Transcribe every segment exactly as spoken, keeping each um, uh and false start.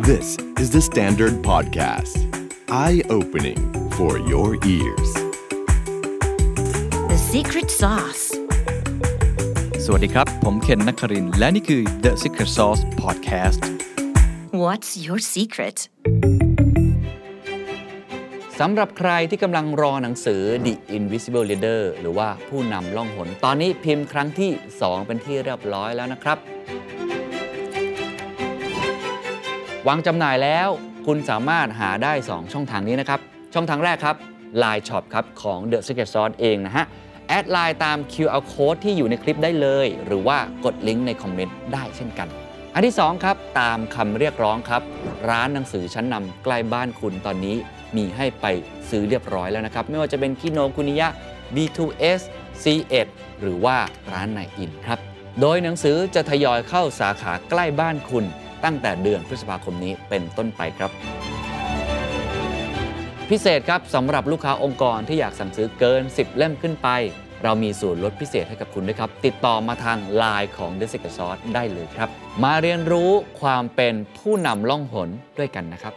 This is the Standard Podcast. Eye-opening for your ears. The Secret Sauce. สวัสดีครับผมเคนนักครินทร์และนี่คือ The Secret Sauce Podcast. What's your secret? สำหรับใครที่กำลังรอหนังสือ The Invisible Leader หรือว่าผู้นำล่องหนตอนนี้พิมพ์ครั้งที่สองเป็นที่เรียบร้อยแล้วนะครับวางจำหน่ายแล้วคุณสามารถหาได้สองช่องทางนี้นะครับช่องทางแรกครับ ไลน์ Shop ครับของ The Secret Sauce เองนะฮะแอดไลน์ตาม คิว อาร์ Code ที่อยู่ในคลิปได้เลยหรือว่ากดลิงก์ในคอมเมนต์ได้เช่นกันอันที่สองครับตามคำเรียกร้องครับร้านหนังสือชั้นนำใกล้บ้านคุณตอนนี้มีให้ไปซื้อเรียบร้อยแล้วนะครับไม่ว่าจะเป็นคิโนคุนิยะ บี ทู เอส ซี เอ็ด หรือว่าร้านไนอินครับโดยหนังสือจะทยอยเข้าสาขาใกล้บ้านคุณตั้งแต่เดือนพฤษภาคมนี้เป็นต้นไปครับพิเศษครับสำหรับลูกค้าองค์กรที่อยากสั่งซื้อเกินสิบเล่มขึ้นไปเรามีส่วนลดพิเศษให้กับคุณด้วยครับติดต่อมาทาง ไลน์ ของ The Secret Sauce ได้เลยครับมาเรียนรู้ความเป็นผู้นำล่องหนด้วยกันนะครับ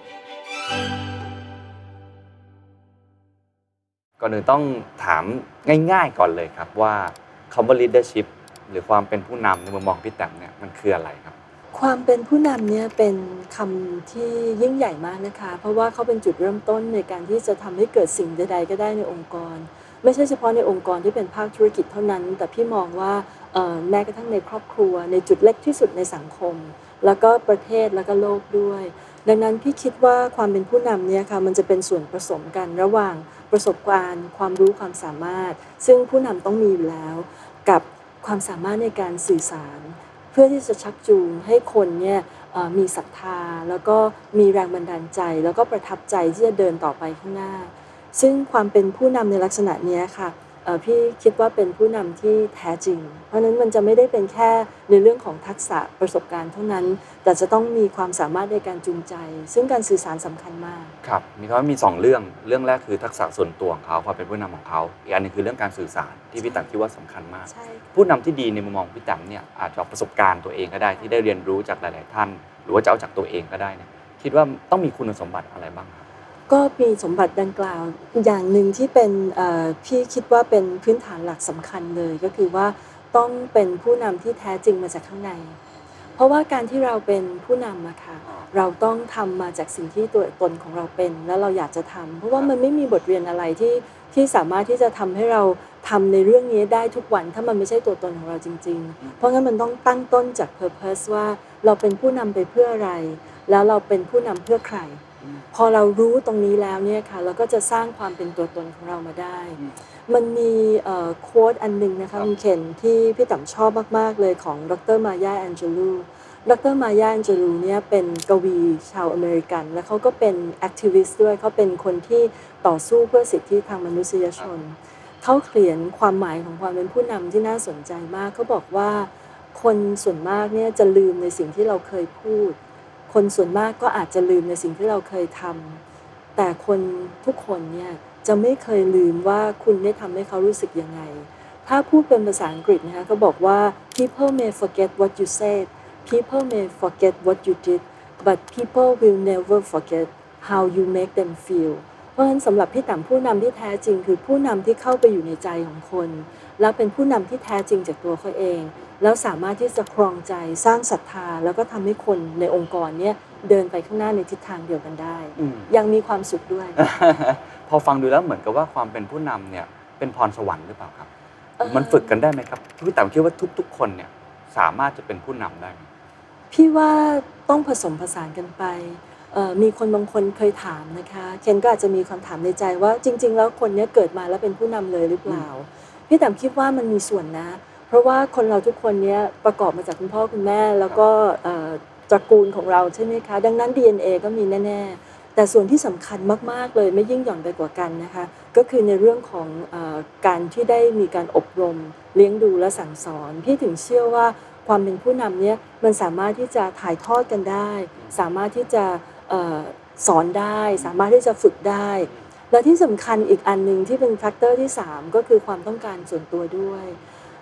ก่อนอื่นต้องถามง่ายๆก่อนเลยครับว่าคำว่า leadership หรือความเป็นผู้นำในมุมมองพี่แต้มเนี่ยมันคืออะไรครับความเป็นผู้นำเนี่ยเป็นคำที่ยิ่งใหญ่มากนะคะเพราะว่าเขาเป็นจุดเริ่มต้นในการที่จะทำให้เกิดสิ่งใดๆก็ได้ในองค์กรไม่ใช่เฉพาะในองค์กรที่เป็นภาคธุรกิจเท่านั้นแต่พี่มองว่าแม้กระทั่งในครอบครัวในจุดเล็กที่สุดในสังคมแล้วก็ประเทศแล้วก็โลกด้วยดังนั้นพี่คิดว่าความเป็นผู้นำเนี่ยค่ะมันจะเป็นส่วนผสมกันระหว่างประสบการณ์ความรู้ความสามารถซึ่งผู้นำต้องมีอยู่แล้วกับความสามารถในการสื่อสารเพื่อที่จะชักจูงให้คนเนี่ยมีศรัทธาแล้วก็มีแรงบันดาลใจแล้วก็ประทับใจที่จะเดินต่อไปข้างหน้าซึ่งความเป็นผู้นำในลักษณะนี้ค่ะพี่คิดว่าเป็นผู้นำที่แท้จริงเพราะนั้นมันจะไม่ได้เป็นแค่ในเรื่องของทักษะประสบการณ์เท่านั้นแต่จะต้องมีความสามารถในการจูงใจซึ่งการสื่อสารสำคัญมากครับมีคำว่ามีสองเรื่องเรื่องแรกคือทักษะส่วนตัวของเขาความเป็นผู้นำของเขาอีกอันนึงคือเรื่องการสื่อสารที่พี่แต้มคิดว่าสำคัญมากผู้นำที่ดีในมุมมองพี่แต้มเนี่ยอาจจะประสบการณ์ตัวเองก็ได้ที่ได้เรียนรู้จากหลายๆท่านหรือว่าจะเอาจากตัวเองก็ได้เนี่ยคิดว่าต้องมีคุณสมบัติอะไรบ้างครับก็มีสมบัติดังกล่าวอย่างหนึ่งที่เป็นพี่คิดว่าเป็นพื้นฐานหลักสำคัญเลยก็คือว่าต้องเป็นผู้นำที่แท้จริงมาจากข้างในเพราะว่าการที่เราเป็นผู้นำอะค่ะเราต้องทำมาจากสิ่งที่ตัวตนของเราเป็นแล้วเราอยากจะทำเพราะว่ามันไม่มีบทเรียนอะไรที่ที่สามารถที่จะทำให้เราทำในเรื่องนี้ได้ทุกวันถ้ามันไม่ใช่ตัวตนของเราจริงๆเพราะงั้นมันต้องตั้งต้นจาก purpose ว่าเราเป็นผู้นำไปเพื่ออะไรแล้วเราเป็นผู้นำเพื่อใครพอเรารู้ตรงนี้แล้วเนี่ยค่ะเราก็จะสร้างความเป็นตัวตนของเรามาได้มันมีโค้ดอันนึงนะคะคุณเคนที่พี่ต๋ำชอบมากๆเลยของดรมายาแองเจลูดรมายาแองเจลูเนี่ยเป็นกวีชาวอเมริกันและเขาก็เป็นแอคทิวิสต์ด้วยเขาเป็นคนที่ต่อสู้เพื่อสิทธิทางมนุษยชนเขาเขียนความหมายของความเป็นผู้นำที่น่าสนใจมากเขาบอกว่าคนส่วนมากเนี่ยจะลืมในสิ่งที่เราเคยพูดคนส่วนมากก็อาจจะลืมในสิ่งที่เราเคยทำแต่คนทุกคนเนี่ยจะไม่เคยลืมว่าคุณได้ทำให้เขารู้สึกยังไงถ้าพูดเป็นภาษาอังกฤษนะคะก็บอกว่า people may forget what you said people may forget what you did but people will never forget how you make them feel เพราะฉะนั้นสำหรับพี่ต๋ำผู้นำที่แท้จริงคือผู้นำที่เข้าไปอยู่ในใจของคนแล้วเป็นผู้นำที่แท้จริงจากตัวเขาเองแล้วสามารถที่จะครองใจสร้างศรัทธาแล้วก็ทำให้คนในองค์กรเนี่ยเดินไปข้างหน้าในทิศทางเดียวกันได้ยังมีความสุขด้วยพอฟังดูแล้วเหมือนกับว่าความเป็นผู้นำเนี่ยเป็นพรสวรรค์หรือเปล่าครับมันฝึกกันได้ไหมครับพี่แต่ผมคิดว่าทุกๆคนเนี่ยสามารถจะเป็นผู้นำได้พี่ว่าต้องผสมผสานกันไปมีคนบางคนเคยถามนะคะเคนก็อาจจะมีคำถามในใจว่าจริงๆแล้วคนนี้เกิดมาแล้วเป็นผู้นำเลยหรือเปล่าพี่แต่คิดว่ามันมีส่วนนะเพราะว่าคนเราทุกคนเนี้ยประกอบมาจากคุณพ่อคุณแม่แล้วก็ตระกูลของเราใช่ไหมคะดังนั้น ดี เอ็น เอ ก็มีแน่ๆแต่ส่วนที่สำคัญมากๆเลยไม่ยิ่งหย่อนไปกว่ากันนะคะก็คือในเรื่องของการที่ได้มีการอบรมเลี้ยงดูและสั่งสอนพี่ถึงเชื่อว่าความเป็นผู้นำเนี่ยมันสามารถที่จะถ่ายทอดกันได้สามารถที่จะสอนได้สามารถที่จะฝึกได้และที่สำคัญอีกอันนึงที่เป็นแฟกเตอร์ที่สามก็คือความต้องการส่วนตัวด้วย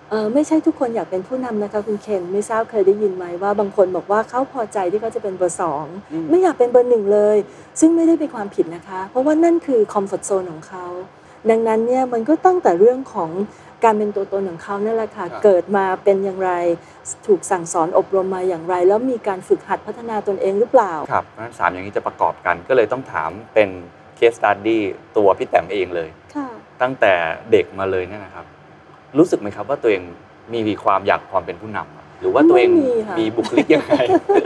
เอ่อไม่ใช่ทุกคนอยากเป็นผู้นำนะคะคุณเคนไม่ทราบเคยได้ยินไหมว่าบางคนบอกว่าเขาพอใจที่เขาจะเป็นเบอร์สองไม่อยากเป็นเบอร์หนึ่งเลยซึ่งไม่ได้เป็นความผิดนะคะเพราะว่านั่นคือคอมฟอร์ตโซนของเขาดังนั้นเนี่ยมันก็ตั้งแต่เรื่องของการเป็นตัวตนของเขานั่นแหละค่ะเกิดมาเป็นอย่างไรถูกสั่งสอนอบรมมาอย่างไรแล้วมีการฝึกหัดพัฒนาตนเองหรือเปล่าครับเพราะฉะนั้นสามอย่างนี้จะประกอบกันก็เลยต้องถามเป็นเคสสตั๊ดดี้ตัวพี่แต้มเองเลยตั้งแต่เด็กมาเลยเนี่ยนะครับรู้สึกไหมครับว่าตัวเองมีความอยากความเป็นผู้นำหรือว่าตัวเองมีบุคลิกยังไง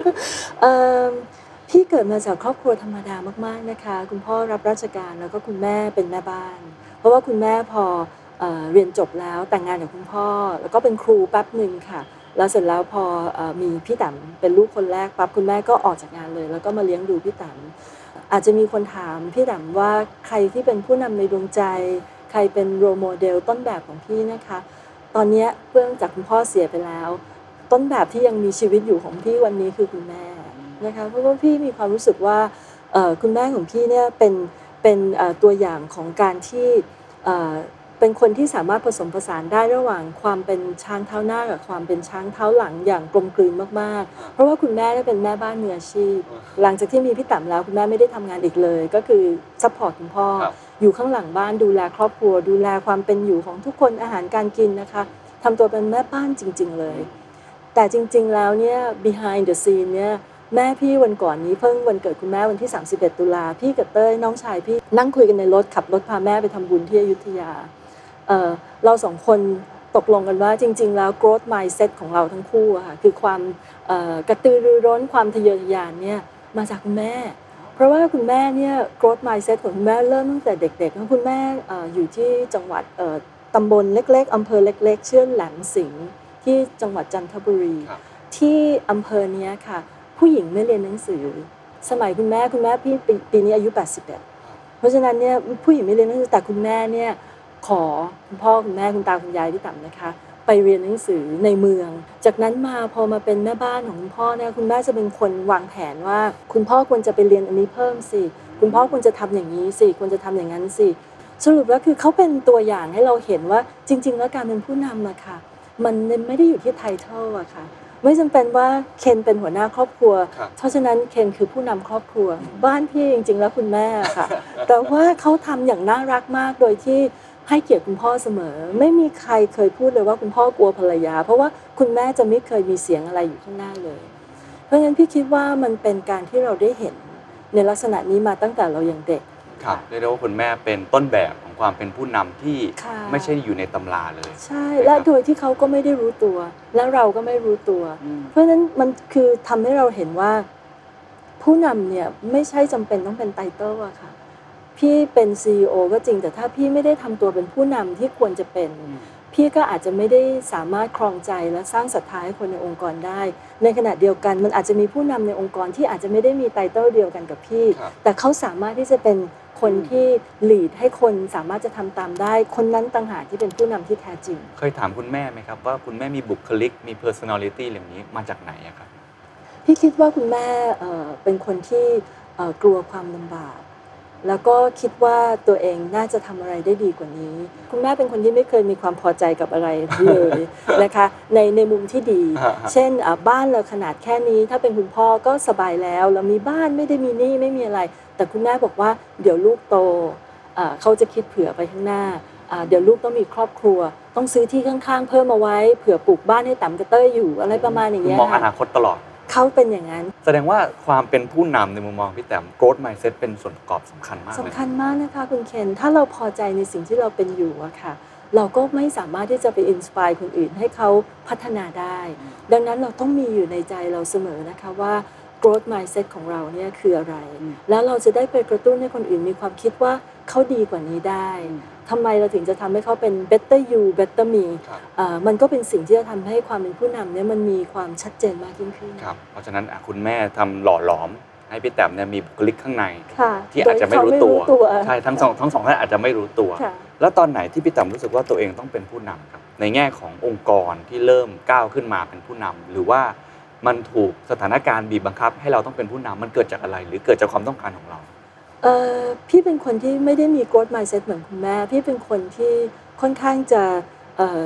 พี่เกิดมาจากครอบครัวธรรมดามากๆนะคะคุณพ่อรับราชการแล้วก็คุณแม่เป็นแม่บ้านเพราะว่าคุณแม่พอเอ่อเรียนจบแล้วแต่งงานกับคุณพ่อแล้วก็เป็นครูแป๊บหนึ่งค่ะแล้วเสร็จแล้วพอเอ่อมีพี่แต้มเป็นลูกคนแรกปั๊บคุณแม่ก็ออกจากงานเลยแล้วก็มาเลี้ยงดูพี่แต้มอาจจะมีคนถามพี่แต้มว่าใครที่เป็นผู้นำในดวงใจใครเป็นโรลโมเดลต้นแบบของพี่นะคะตอนนี้เนื่องจากคุณพ่อเสียไปแล้วต้นแบบที่ยังมีชีวิตอยู่ของพี่วันนี้คือคุณแม่นะคะเพราะว่าพี่มีความรู้สึกว่าคุณแม่ของพี่เนี่ยเป็นเป็นตัวอย่างของการที่เป็นคนที่สามารถผสมผสานได้ระหว่างความเป็นช้างเท้าหน้ากับความเป็นช้างเท้าหลังอย่างกลมกลืนมากๆเพราะว่าคุณแม่เป็นแม่บ้านมืออาชีพหลังจากที่มีพี่แต้มแล้วคุณแม่ไม่ได้ทำงานอีกเลยก็คือซัพพอร์ตคุณพ่ออยู่ข้างหลังบ้านดูแลครอบครัวดูแลความเป็นอยู่ของทุกคนอาหารการกินนะคะทำตัวเป็นแม่บ้านจริงๆเลยแต่จริงๆแล้วเนี่ย behind the scene เนี่ยแม่พี่วันก่อนนี้เพิ่งวันเกิดคุณแม่วันที่สามสิบเอ็ดตุลาพี่กับเต้ยน้องชายพี่นั่งคุยกันในรถขับรถพาแม่ไปทำบุญที่อยุธยา เอ่อเราสองคนตกลงกันว่าจริงๆแล้ว growth mindset ของเราทั้งคู่อะค่ะคือความเอ่อกระตือรือร้นความทะเยอทะยานเนี่ยมาจากคุณแม่เพราะว่าคุณแม่เนี่ย growth mindset ของคุณแม่เริ่มตั้งแต่เด็กๆคุณแม่เอ่ออยู่ที่จังหวัดเอ่อตำบลเล็กๆอำเภอเล็กๆชื่อแหลมสิงห์ที่จังหวัดจันทบุรีที่อำเภอนี้ค่ะผู้หญิงไม่เรียนหนังสือสมัยคุณแม่คุณแม่พี่ปีนี้อายุแปดสิบเอ็ดเพราะฉะนั้นเนี่ยผู้หญิงไม่เรียนหนังสือแต่คุณแม่เนี่ยขอคุณพ่อคุณแม่คุณตาคุณยายที่ต่ำนะคะไปเรียนหนังสือในเมืองจากนั้นมาพอมาเป็นแม่บ้านของคุณพ่อเนี่ยคุณแม่จะเป็นคนวางแผนว่าคุณพ่อควรจะไปเรียนอันนี้เพิ่มสิคุณพ่อควรจะทำอย่างนี้สิควรจะทำอย่างนั้นสิสรุปแล้วคือเขาเป็นตัวอย่างให้เราเห็นว่าจริงๆแล้วการเป็นผู้นำอะค่ะมันไม่ได้อยู่ที่ไทเทิลอะค่ะไม่จำเป็นว่าเคนเป็นหัวหน้าครอบครัวเพราะฉะนั้นเคนคือผู้นำครอบครัวบ้านพี่จริงๆแล้วคุณแม่ค่ะแต่ว่าเขาทำอย่างน่ารักมากโดยที่ให้เกียรติคุณพ่อเสมอไม่มีใครเคยพูดเลยว่าคุณพ่อกลัวภรรยาเพราะว่าคุณแม่จะไม่เคยมีเสียงอะไรอยู่ข้างหน้าเลยเพราะฉะนั้นพี่คิดว่ามันเป็นการที่เราได้เห็นในลักษณะนี้มาตั้งแต่เรายังเด็กครับเรียกได้ว่าคุณแม่เป็นต้นแบบของความเป็นผู้นำที่ไม่ใช่อยู่ในตำราเลยใช่และโดยที่เขาก็ไม่ได้รู้ตัวและเราก็ไม่รู้ตัวเพราะฉะนั้นมันคือทำให้เราเห็นว่าผู้นำเนี่ยไม่ใช่จำเป็นต้องเป็นไตเติ้ลอะค่ะพี่เป็น ซี อี โอ ก็จริงแต่ถ้าพี่ไม่ได้ทำตัวเป็นผู้นำที่ควรจะเป็นพี่ก็อาจจะไม่ได้สามารถครองใจและสร้างศรัทธาให้คนในองค์กรได้ในขณะเดียวกันมันอาจจะมีผู้นำในองค์กรที่อาจจะไม่ได้มีไตเติ้ลเดียวกันกับพี่แต่เขาสามารถที่จะเป็นคนที่ลีดให้คนสามารถจะทำตามได้คนนั้นต่างหากที่เป็นผู้นำที่แท้จริงเคยถามคุณแม่ไหมครับว่าคุณแม่มีบุคลิกมี personality เหล่านี้มาจากไหนครับพี่คิดว่าคุณแม่เป็นคนที่กลัวความลำบากแล้วก็คิดว่าตัวเองน่าจะทำอะไรได้ดีกว่านี้คุณแม่เป็นคนที่ไม่เคยมีความพอใจกับอะไรเลยนะคะในในมุมที่ดี เช่นบ้านเราขนาดแค่นี้ถ้าเป็นคุณพ่อก็สบายแล้วเรามีบ้านไม่ได้มีหนี้ไม่มีอะไรแต่คุณแม่บอกว่าเดี๋ยวลูกโตเขาจะคิดเผื่อไปข้างหน้าเดี๋ยวลูกต้องมีครอบครัวต้องซื้อที่ข้างๆเพิ่มมาไว้เผื่อปลูกบ้านให้ต่ำกระเต้ยอยู่อะไรประมาณอย่างเงี้ยมองอนาคตตลอดเขาเป็นอย่างนั้นแสดงว่าความเป็นผู้นำในมุมมองพี่แต้ม growth mindset เป็นส่วนประกอบสำคัญมากสำคัญมากนะคะคุณเคนถ้าเราพอใจในสิ่งที่เราเป็นอยู่อะค่ะเราก็ไม่สามารถที่จะไปอินสไปร์คนอื่นให้เขาพัฒนาได้ดังนั้นเราต้องมีอยู่ในใจเราเสมอนะคะว่า growth mindset ของเราเนี่ยคืออะไรแล้วเราจะได้ไปกระตุ้นให้คนอื่นมีความคิดว่าเขาดีกว่านี้ได้ทำไมเราถึงจะทำให้เขาเป็น better you better me มันก็เป็นสิ่งที่จะทำให้ความเป็นผู้นำเนี่ยมันมีความชัดเจนมากยิ่งขึ้นครับเพราะฉะนั้นคุณแม่ทำหล่อหลอมให้พี่แต้มเนี่ยมีบุคลิกข้างในที่อาจจะไม่รู้ตัวใช่ทั้งสองทั้งสองท่านอาจจะไม่รู้ตัวแล้วตอนไหนที่พี่แต้มรู้สึกว่าตัวเองต้องเป็นผู้นำครับในแง่ขององค์กรที่เริ่มก้าวขึ้นมาเป็นผู้นำหรือว่ามันถูกสถานการณ์บีบบังคับให้เราต้องเป็นผู้นำมันเกิดจากอะไรหรือเกิดจากความต้องการของเราเอ่อพี่เป็นคนที่ไม่ได้มี growth mindset เหมือนคุณแม่พี่เป็นคนที่ค่อนข้างจะเอ่อพ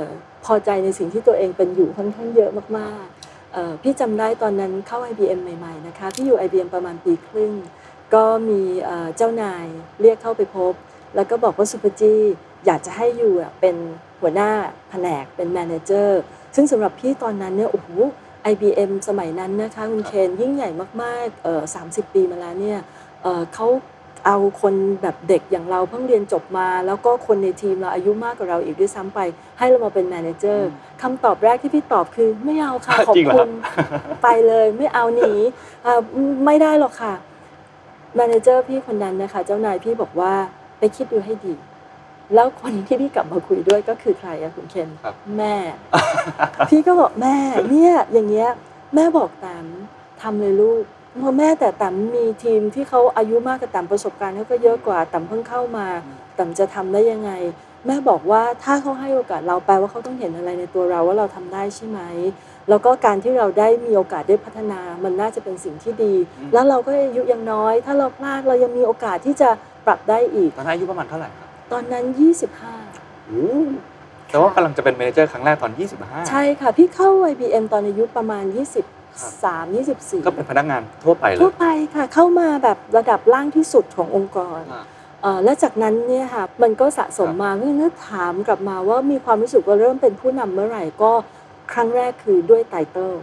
พอใจในสิ่งที่ตัวเองเป็นอยู่ค่อนข้างเยอะมากๆเอ่อพี่จำได้ตอนนั้นเข้า ไอ บี เอ็ม ใหม่ๆนะคะพี่อยู่ ไอ บี เอ็ม ประมาณปีครึ่งก็มีเอ่อเจ้านายเรียกเข้าไปพบแล้วก็บอกว่าสุภจีอยากจะให้อยู่เป็นหัวหน้าแผนกเป็นแมเนเจอร์ซึ่งสำหรับพี่ตอนนั้นเนี่ยโอ้โห ไอ บี เอ็ม สมัยนั้นนะคะคุณเคนยิ่งใหญ่มากๆเอ่อสามสิบปีมาแล้วเนี่ยเอ่อเขาเอาคนแบบเด็กอย่างเราเพิ่งเรียนจบมาแล้วก็คนในทีมเราอายุมากกว่าเราอีกด้วยซ้ำไปให้เรามาเป็นแมเนเจอร์คำตอบแรกที่พี่ตอบคือไม่เอาค่ะขอบคุณไปเลยไม่เอาหนีไม่ได้หรอกค่ะแมเนเจอร์พี่คนนั้นนะคะเจ้านายพี่บอกว่าไปคิดดูให้ดีแล้วคนที่พี่กลับมาคุยด้วยก็คือใครอะคุณเคนแม่ พี่ก็บอกแม่เนี่ยอย่างเงี้ยแม่บอกตามทำเลยลูกเพราะแม่แต่ต่ำมีทีมที่เขาอายุมากกว่าต่ำประสบการณ์เขาก็เยอะกว่าต่ำเพิ่งเข้ามาต่ำจะทำได้ยังไงแม่บอกว่าถ้าเขาให้โอกาสเราแปลว่าเขาต้องเห็นอะไรในตัวเราว่าเราทำได้ใช่ไหมแล้วก็การที่เราได้มีโอกาสได้พัฒนามันน่าจะเป็นสิ่งที่ดีแล้วเราก็อายุยังน้อยถ้าเราพลาดเรายังมีโอกาสที่จะปรับได้อีกตอนนั้นอายุประมาณเท่าไหร่ครับตอนนั้นยี่สิบห้าโอ้แต่ว่ากำลังจะเป็นแมเนเจอร์ครั้งแรกตอนยี่สิบห้าใช่ค่ะพี่เข้า ไอ บี เอ็ม ตอนอายุประมาณยี่สิบสาม ยี่สิบสี่ก็เป็นพนักงานทั่วไปเลยทั่วไปค่ะเข้ามาแบบระดับล่างที่สุดขององค์กรและจากนั้นเนี่ยค่ะมันก็สะสมมาเมื่อถามกลับมาว่ามีความรู้สึกว่าเริ่มเป็นผู้นำเมื่อไหร่ก็ครั้งแรกคือด้วยไตเติล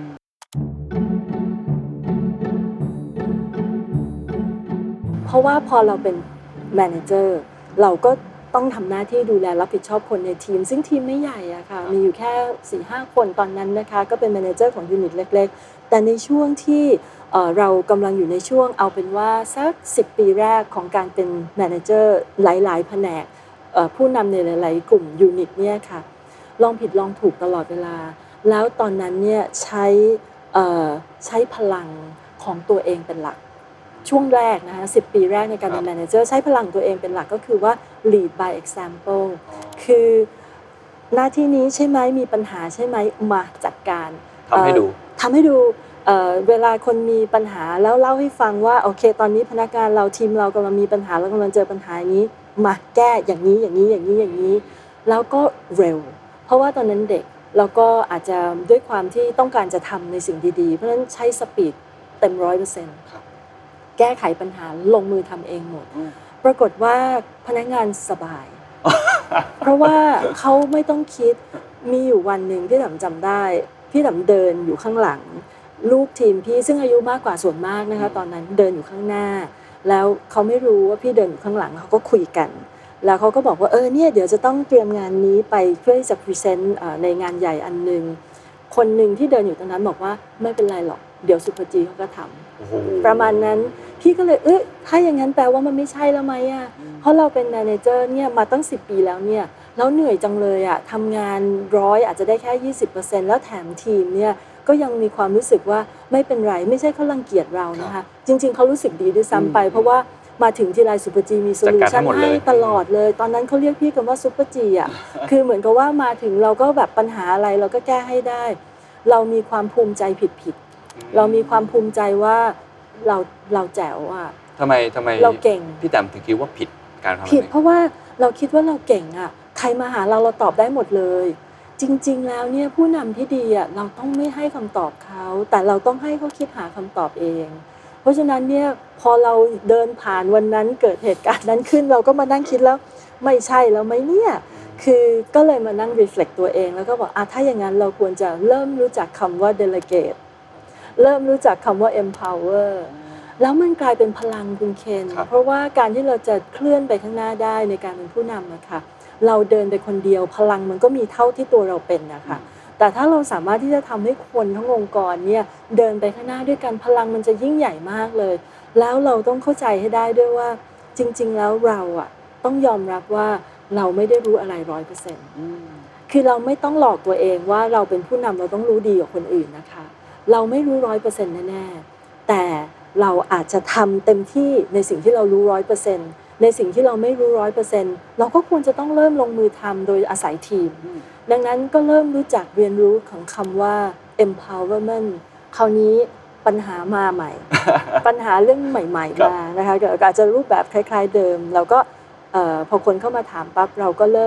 เพราะว่าพอเราเป็นแมเนเจอร์เราก็ต้องทำหน้าที่ดูแลรับผิดชอบคนในทีมซึ่งทีมไม่ใหญ่อะค่ะมีอยู่แค่ สี่ห้า คนตอนนั้นนะคะก็เป็นแมเนเจอร์ของยูนิตเล็กๆแต่ในช่วงที่เรากำลังอยู่ในช่วงเอาเป็นว่าสักสิบปีแรกของการเป็นแมเนเจอร์หลายๆแผนกผู้นำในหลายๆกลุ่มยูนิตเนี่ยค่ะลองผิดลองถูกตลอดเวลาแล้วตอนนั้นเนี่ยใช้ใช้พลังของตัวเองเป็นหลักช่วงแรกนะคะสิบปีแรกในการเป็นแมเนเจอร์ใช้พลังตัวเองเป็นหลักก็คือว่า lead by example คือหน้าที่นี้ใช่ไหมมีปัญหาใช่ไหมมาจัดการทำให้ดูทำให้ดูเวลาคนมีปัญหาแล้วเล่าให้ฟังว่าโอเคตอนนี้พนักงานเราทีมเรากำลังมีปัญหาแล้วกำลังเจอปัญหานี้มาแก้อย่างนี้อย่างนี้อย่างนี้อย่างนี้แล้วก็เร็วเพราะว่าตอนนั้นเด็กแล้วก็อาจจะด้วยความที่ต้องการจะทำในสิ่งดีๆเพราะฉะนั้นใช้สปีดเต็มร้อยเปอร์เซ็นต์แก้ไขปัญหาลงมือทำเองหมดปรากฏว่าพนักงานสบาย เพราะว่าเขาไม่ต้องคิดมีอยู่วันหนึ่งพี่ดำจำได้พี่ดำเดินอยู่ข้างหลังลูกทีมพี่ซึ่งอายุมากกว่าส่วนมากนะคะตอนนั้นเดินอยู่ข้างหน้าแล้วเขาไม่รู้ว่าพี่เดินอยู่ข้างหลังเขาก็คุยกันแล้วเขาก็บอกว่าเออเนี่ยเดี๋ยวจะต้องเตรียมงานนี้ไปเพื่อจะพรีเซนต์ในงานใหญ่อันนึงคนหนึ่งที่เดินอยู่ตรงนั้นบอกว่าไม่เป็นไรหรอกเดี๋ยวสุภจีเขาก็ทำประมาณนั้นพี่ก็เลยเอ๊ะถ้าอย่างนั้นแปลว่ามันไม่ใช่แล้วไหมอ่ะเพราะเราเป็นแมเนเจอร์เนี่ยมาตั้งสิบปีแล้วเนี่ยแล้วเหนื่อยจังเลยอ่ะทำงานร้อยอาจจะได้แค่ ยี่สิบเปอร์เซ็นต์ แล้วแถมทีมเนี่ยก็ยังมีความรู้สึกว่าไม่เป็นไรไม่ใช่เขารังเกียจเรานะคะจริงๆเขารู้สึกดีด้วยซ้ำไปเพราะว่ามาถึงทีไรซุปเปอร์จีมีโซลูชันให้ตลอดเลยตอนนั้นเขาเรียกพี่กันว่าซุปเปอร์จีอ่ะคือเหมือนกับว่ามาถึงเราก็แบบปัญหาอะไรเราก็แก้ให้ได้เรามีความภูมิใจผิดๆเรามีความภูมิใจว่าเราเราแจ๋วอ่ะทำไมทำไมเราเก่งพี่แต้มถึงคิดว่าผิดการทำผิดเพราะว่าเราคิดว่าเราเก่งอ่ะใครมาหาเราเราตอบได้หมดเลยจริงๆแล้วเนี่ยผู้นำที่ดีอ่ะเราต้องไม่ให้คำตอบเขาแต่เราต้องให้เขาคิดหาคำตอบเองเพราะฉะนั้นเนี่ยพอเราเดินผ่านวันนั้นเกิดเหตุการณ์นั้นขึ้นเราก็มานั่งคิดแล้วไม่ใช่แล้วไหมเนี่ยคือก็เลยมานั่ง reflect ตัวเองแล้วก็บอกอ่ะถ้าอย่างนั้นเราควรจะเริ่มรู้จักคำว่า delegate เริ่มรู้จักคำว่า empower แล้วมันกลายเป็นพลังคุณเคนเพราะว่าการที่เราจะเคลื่อนไปข้างหน้าได้ในการเป็นผู้นำอะค่ะเราเดินไปคนเดียวพลังมันก็มีเท่าที่ตัวเราเป็นนะคะแต่ถ้าเราสามารถที่จะทำให้คนทั้งองค์กรเนี่ยเดินไปข้างหน้าด้วยกันพลังมันจะยิ่งใหญ่มากเลยแล้วเราต้องเข้าใจให้ได้ด้วยว่าจริงๆแล้วเราอะต้องยอมรับว่าเราไม่ได้รู้อะไร ร้อยเปอร์เซ็นต์ คือเราไม่ต้องหลอกตัวเองว่าเราเป็นผู้นำเราต้องรู้ดีกว่าคนอื่นนะคะเราไม่รู้ ร้อยเปอร์เซ็นต์ แน่ๆแต่เราอาจจะทำเต็มที่ในสิ่งที่เรารู้ ร้อยเปอร์เซ็นต์ในสิ่งที่เราไม่รู้ ร้อยเปอร์เซ็นต์ เราก็ควรจะต้องเริ่มลงมือทำโดยอาศัยทีมดังนั้นก็เริ่มรู้จักเรียนรู้ของคำว่า empowerment คราวนี้ปัญหามาใหม่ ปัญหาเรื่องใหม่ๆมานะคะอาจจะรูปแบบคล้ายๆเดิมเราก็พอคนเข้ามาถามปั๊บเราก็เริ่ม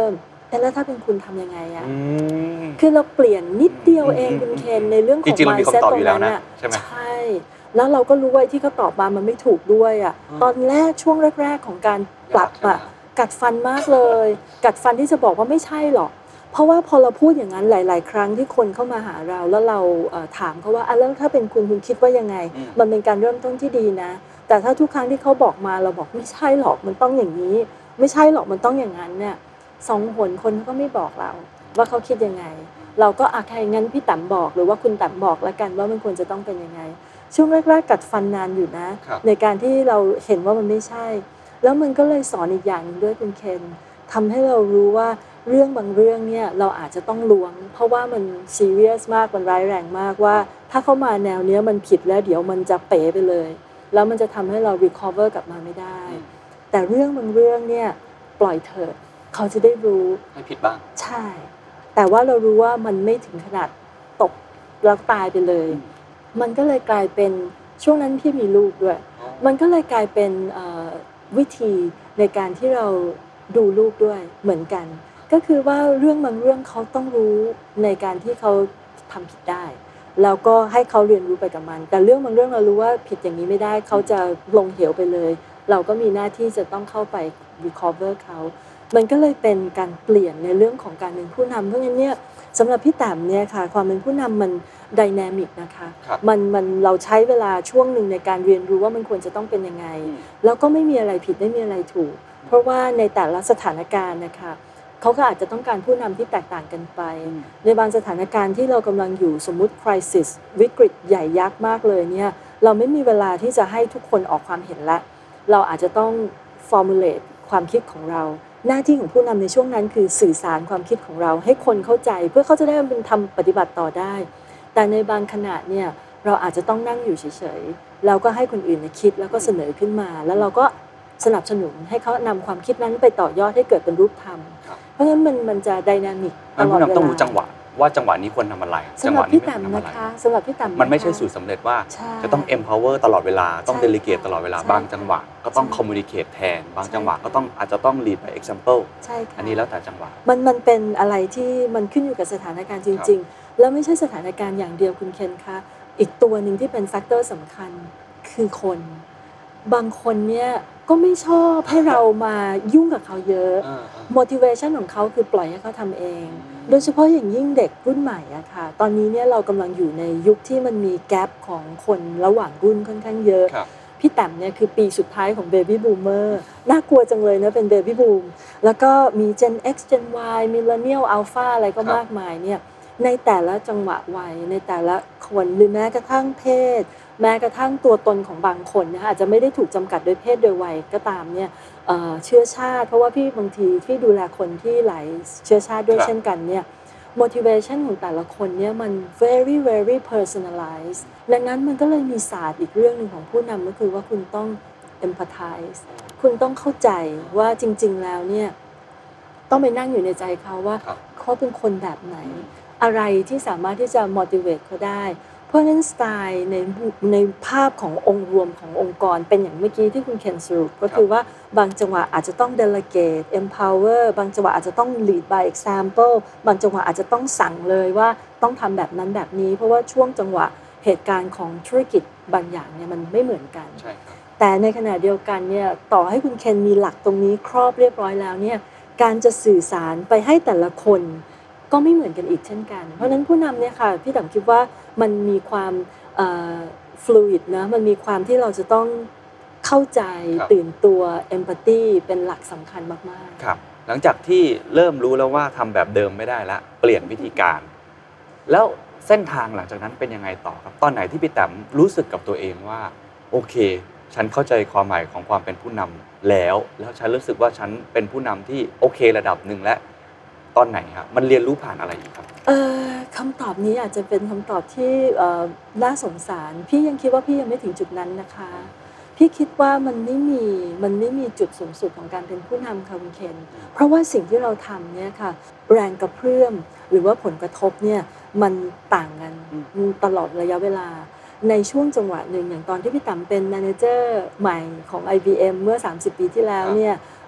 เอ๊ะแล้วถ้าเป็นคุณทำยังไงอะอืมคือเราเปลี่ยนนิดเดียวเองอืมคุณเคนในเรื่องของจริงๆเรามี mindset คำตอบตรอยู่งแล้วนั้นนะน่ะใช่ไหมใช่แล้วเราก็รู้ว่าที่เขาตอบมามันไม่ถูกด้วยอ่ะอืมตอนแรกช่วงแรกๆของการปรับยากใช่ไหมอ่ะกัดฟันมากเลย กัดฟันที่จะบอกว่าไม่ใช่หรอกเพราะว่าพอเราพูดอย่างนั้นหลาย ๆ ครั้งที่คนเข้ามาหาเราแล้วเราเอ่อถามเขาว่าอ่ะแล้วถ้าเป็นคุณคุณคิดว่ายังไงอืมมันเป็นการเริ่มต้นที่ดีนะ แต่ถ้าทุกครั้งที่เขาบอกมาเราบอกไม่ใช่หรอกมันต้องอย่างนี้ ไม่ใช่หรอกมันต้องอย่างนั้นเนี่ยสองหนคนก็ไม่บอกเราว่าเขาคิดยังไง เราก็อ่ะใครงั้นพี่แต๋มบอกหรือว่าคุณแต๋มบอกแล้วกันว่ามันควรจะต้องเป็นยังไง ช่วงแรกๆกัดฟันนานอยู่นะครับในการที่เราเห็นว่ามันไม่ใช่ แล้วมันก็เลยสอนอีกอย่างหนึงด้วยคุณเคนทำให้เรารู้ว่าเรื่องบางเรื่องเนี่ยเราอาจจะต้องล้วง เพราะว่ามันซีเรียสมากมันร้ายแรงมากว่าถ้าเข้ามาแนวเนี้ยมันผิดแล้วเดี๋ยวมันจะเป๋ไปเลย แล้วมันจะทำให้เรา recover กลับมาไม่ได้ แต่เรื่องบางเรื่องเนี่ยปล่อยเถิดเขาจะได้รู้ให้ผิดบ้างใช่ แต่ว่าเรารู้ว่ามันไม่ถึงขนาดตกแล้วตายไปเลย มันก็เลยกลายเป็นช่วงนั้นพี่มีลูกด้วย มันก็เลยกลายเป็นเอ่อวิธีในการที่เราดูลูกด้วยเหมือนกัน ก็คือว่าเรื่องบางเรื่องเขาต้องรู้ในการที่เขาทำผิดได้ แล้วก็ให้เขาเรียนรู้ไปกับมัน แต่เรื่องบางเรื่องเรารู้ว่าผิดอย่างนี้ไม่ได้เขาจะลงเหวไปเลย เราก็มีหน้าที่จะต้องเข้าไป recover เขามันก็เลยเป็นการเปลี่ยนในเรื่องของการเป็นผู้นำเพราะงั้นเนี่ยสำหรับพี่แต้มเนี่ยค่ะความเป็นผู้นำมันไดนามิกนะคะครับมันมันเราใช้เวลาช่วงหนึ่งในการเรียนรู้ว่ามันควรจะต้องเป็นยังไง แล้วก็ไม่มีอะไรผิดไม่มีอะไรถูก เพราะว่าในแต่ละสถานการณ์นะคะเขาก็อาจจะต้องการผู้นำที่แตกต่างกันไป ในบางสถานการณ์ที่เรากำลังอยู่สมมุติ crisis วิกฤตใหญ่ยักษ์มากเลยเนี่ยเราไม่มีเวลาที่จะให้ทุกคนออกความเห็นละเราอาจจะต้อง formulate ความคิดของเรา หน้าที่ของผู้นำในช่วงนั้นคือสื่อสารความคิดของเราให้คนเข้าใจเพื่อเขาจะได้เป็นทำปฏิบัติต่อได้ แต่ในบางขณะเนี่ยเราอาจจะต้องนั่งอยู่เฉยๆแล้วก็ให้คนอื่นคิดแล้วก็เสนอขึ้นมา แล้วเราก็สนับสนุนให้เขานำความคิดนั้นไปต่อยอดให้เกิดเป็นรูปธรรมครับเพราะฉะนั้นมันมันจะไดนามิกตงั้นลอผู้ดเวลานำต้องรู้จังหวะว่าจังหวะนี้ควรทำอะไรสำจังหหรับวะนี้พี่ไม่แต้มควรทำนะอะไรคะสำหรับพี่แต้มมันไม่ใช่ะคะสูตรสำเร็จว่าใช่จะต้อง empower ตลอดเวลาต้องใช่ delegate ตลอดเวลาใช่บางจังหวะก็ต้องใช่ communicate แทนบางใช่จังหวะก็ต้องอาจจะต้อง lead by example ใช่ค่ะอันนี้แล้วแต่จังหวะมันมันเป็นอะไรที่มันขึ้นอยู่กับสถานการณ์จริง ๆ แล้วไม่ใช่สถานการณ์อย่างเดียวคุณเคนคะอีกตัวหนึ่งที่เป็นแฟกเตอร์สำคัญคือคน บางคนเนี่ยก็ไม่ชอบให้เรามายุ่งกับเขาเยอะเออเออ motivation ของเขาคือปล่อยให้เขาทำเอง โดยเฉพาะอย่างยิ่งเด็กรุ่นใหม่อะค่ะตอนนี้เนี่ยเรากำลังอยู่ในยุคที่มันมีแกปของคนระหว่างรุ่นค่อนข้างเยอะครับพี่แต้มเนี่ยคือปีสุดท้ายของ Baby Boomer น่ากลัวจังเลยนะเป็น Baby Boom แล้วก็มี Gen X Gen Y Millennial Alpha อะไรก็ครับมากมายเนี่ยในแต่ละจังหวะวัยในแต่ละคนหรือแม้กระทั่งเพศ แม้กระทั่งตัวตนของบางคนนะคะอาจจะไม่ได้ถูกจำกัดโดยเพศโดยวัยก็ตามเนี่ยเอ่อเชื้อชาติเพราะว่าพี่บางทีที่ดูแลคนที่หลายเชื้อชาติด้วยครับเช่นกันเนี่ย motivation ของแต่ละคนเนี่ยมัน very very personalized ดังนั้นมันก็เลยมีศาสตร์อีกเรื่องหนึ่งของผู้นำก็คือว่าคุณต้อง empathize คุณต้องเข้าใจว่าจริงๆแล้วเนี่ยต้องไปนั่งอยู่ในใจเขาว่าครับเขาเป็นคนแบบไหน อะไรที่สามารถที่จะ motivate เขาได้ เพราะฉะนั้นสไตล์ในในภาพขององค์รวมขององค์กรเป็นอย่างเมื่อกี้ที่คุณเคนสรุปก็คือว่าบางจังหวะอาจจะต้อง delegate empower บางจังหวะอาจจะต้อง lead by example บางจังหวะอาจจะต้องสั่งเลยว่าต้องทำแบบนั้นแบบนี้ เพราะว่าช่วงจังหวะเหตุการณ์ของธุรกิจบางอย่างเนี่ยมันไม่เหมือนกันใช่ครับแต่ในขณะเดียวกันเนี่ยต่อให้คุณเคนมีหลักตรงนี้ครอบเรียบร้อยแล้วเนี่ยการจะสื่อสารไปให้แต่ละคนก็ไม่เหมือนกันอีกเช่นกัน เพราะฉะนั้นผู้นำเนี่ยค่ะพี่ตั๋มคิดว่ามันมีความฟลูอิดนะมันมีความที่เราจะต้องเข้าใจครับตื่นตัวเอมพัตตีเป็นหลักสำคัญมากๆครับหลังจากที่เริ่มรู้แล้วว่าทำแบบเดิมไม่ได้ละเปลี่ยนวิธีการ แล้วเส้นทางหลังจากนั้นเป็นยังไงต่อครับตอนไหนที่พี่แต้มรู้สึกกับตัวเองว่าโอเค ฉันเข้าใจความหมายของความเป็นผู้นำแล้ว แล้วฉันรู้สึกว่าฉันเป็นผู้นำที่โอเคระดับหนึ่งและตอนไหนครับมันเรียนรู้ผ่านอะไรอีกครับเอ่อคำตอบนี้อาจจะเป็นคำตอบที่เอ่อน่าสงสารพี่ยังคิดว่าพี่ยังไม่ถึงจุดนั้นนะคะพี่คิดว่ามันไม่มีมันไม่มีจุดสูงสุดของการเป็นผู้นำค่ะคุณเคนเพราะว่าสิ่งที่เราทำเนี่ยค่ะแรงกระเพื่อมหรือว่าผลกระทบเนี่ยมันต่างกันตลอดระยะเวลาในช่วงจังหวะหนึ่งอย่างตอนที่พี่ต๋มเป็นแมเนเจอร์ใหม่ของ ไอ บี เอ็ม เมื่อสามสิบปีที่แล้วเนี่ย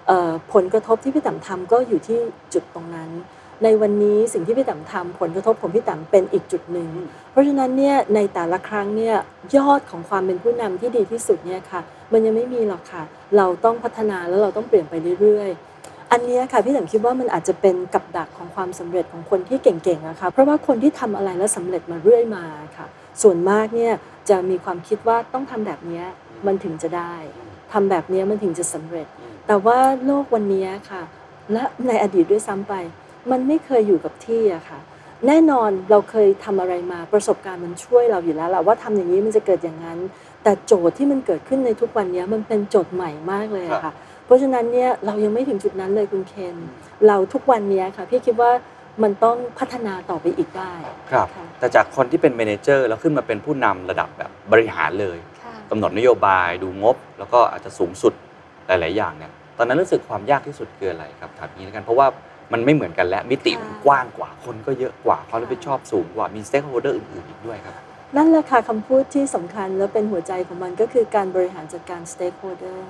ผลกระทบที่พี่แต๋มทำก็อยู่ที่จุดตรงนั้นในวันนี้สิ่งที่พี่แต๋มทำผลกระทบของพี่แต๋มเป็นอีกจุดหนึ่งเพราะฉะนั้นเนี่ยในแต่ละครั้งเนี่ยยอดของความเป็นผู้นำที่ดีที่สุดเนี่ยค่ะมันยังไม่มีหรอกค่ะเราต้องพัฒนาแล้วเราต้องเปลี่ยนไปเรื่อยๆอันนี้ค่ะพี่แต๋มคิดว่ามันอาจจะเป็นกับดักของความสำเร็จของคนที่เก่งๆนะคะเพราะว่าคนที่ทำอะไรแล้วสำเร็จมาเรื่อยมาค่ะส่วนมากเนี่ยจะมีความคิดว่าต้องทำแบบนี้มันถึงจะได้ทำแบบนี้มันถึงจะสำเร็จแต่ว่าโลกวันนี้ค่ะและในอดีตด้วยซ้ำไปมันไม่เคยอยู่กับที่อะค่ะแน่นอนเราเคยทำอะไรมาประสบการณ์มันช่วยเราอยู่แล้วแหละว่าทำอย่างนี้มันจะเกิดอย่างนั้นแต่โจทย์ที่มันเกิดขึ้นในทุกวันนี้มันเป็นโจทย์ใหม่มากเลยอะค่ะเพราะฉะนั้นเนี่ยเรายังไม่ถึงจุดนั้นเลยคุณเคนเราทุกวันนี้ค่ะพี่คิดว่ามันต้องพัฒนาต่อไปอีกได้ครับแต่จากคนที่เป็นเมเนเจอร์แล้วขึ้นมาเป็นผู้นำระดับแบบบริหารเลยกำหนดนโยบายดูงบแล้วก็อาจจะสูงสุดหลายๆอย่างเนี่ยตอนนั้นรู้สึกความยากที่สุดคืออะไรครับถามนี้แล้วกันเพราะว่ามันไม่เหมือนกันและมิติมันกว้างกว่าคนก็เยอะกว่าความรับผิดชอบสูงกว่ามีสเต็กโฮลเดอร์อื่นๆอีกด้วยครับนั่นแหละค่ะคำพูดที่สำคัญและเป็นหัวใจของมันก็คือการบริหารจัดการสเต็กโฮลเดอร์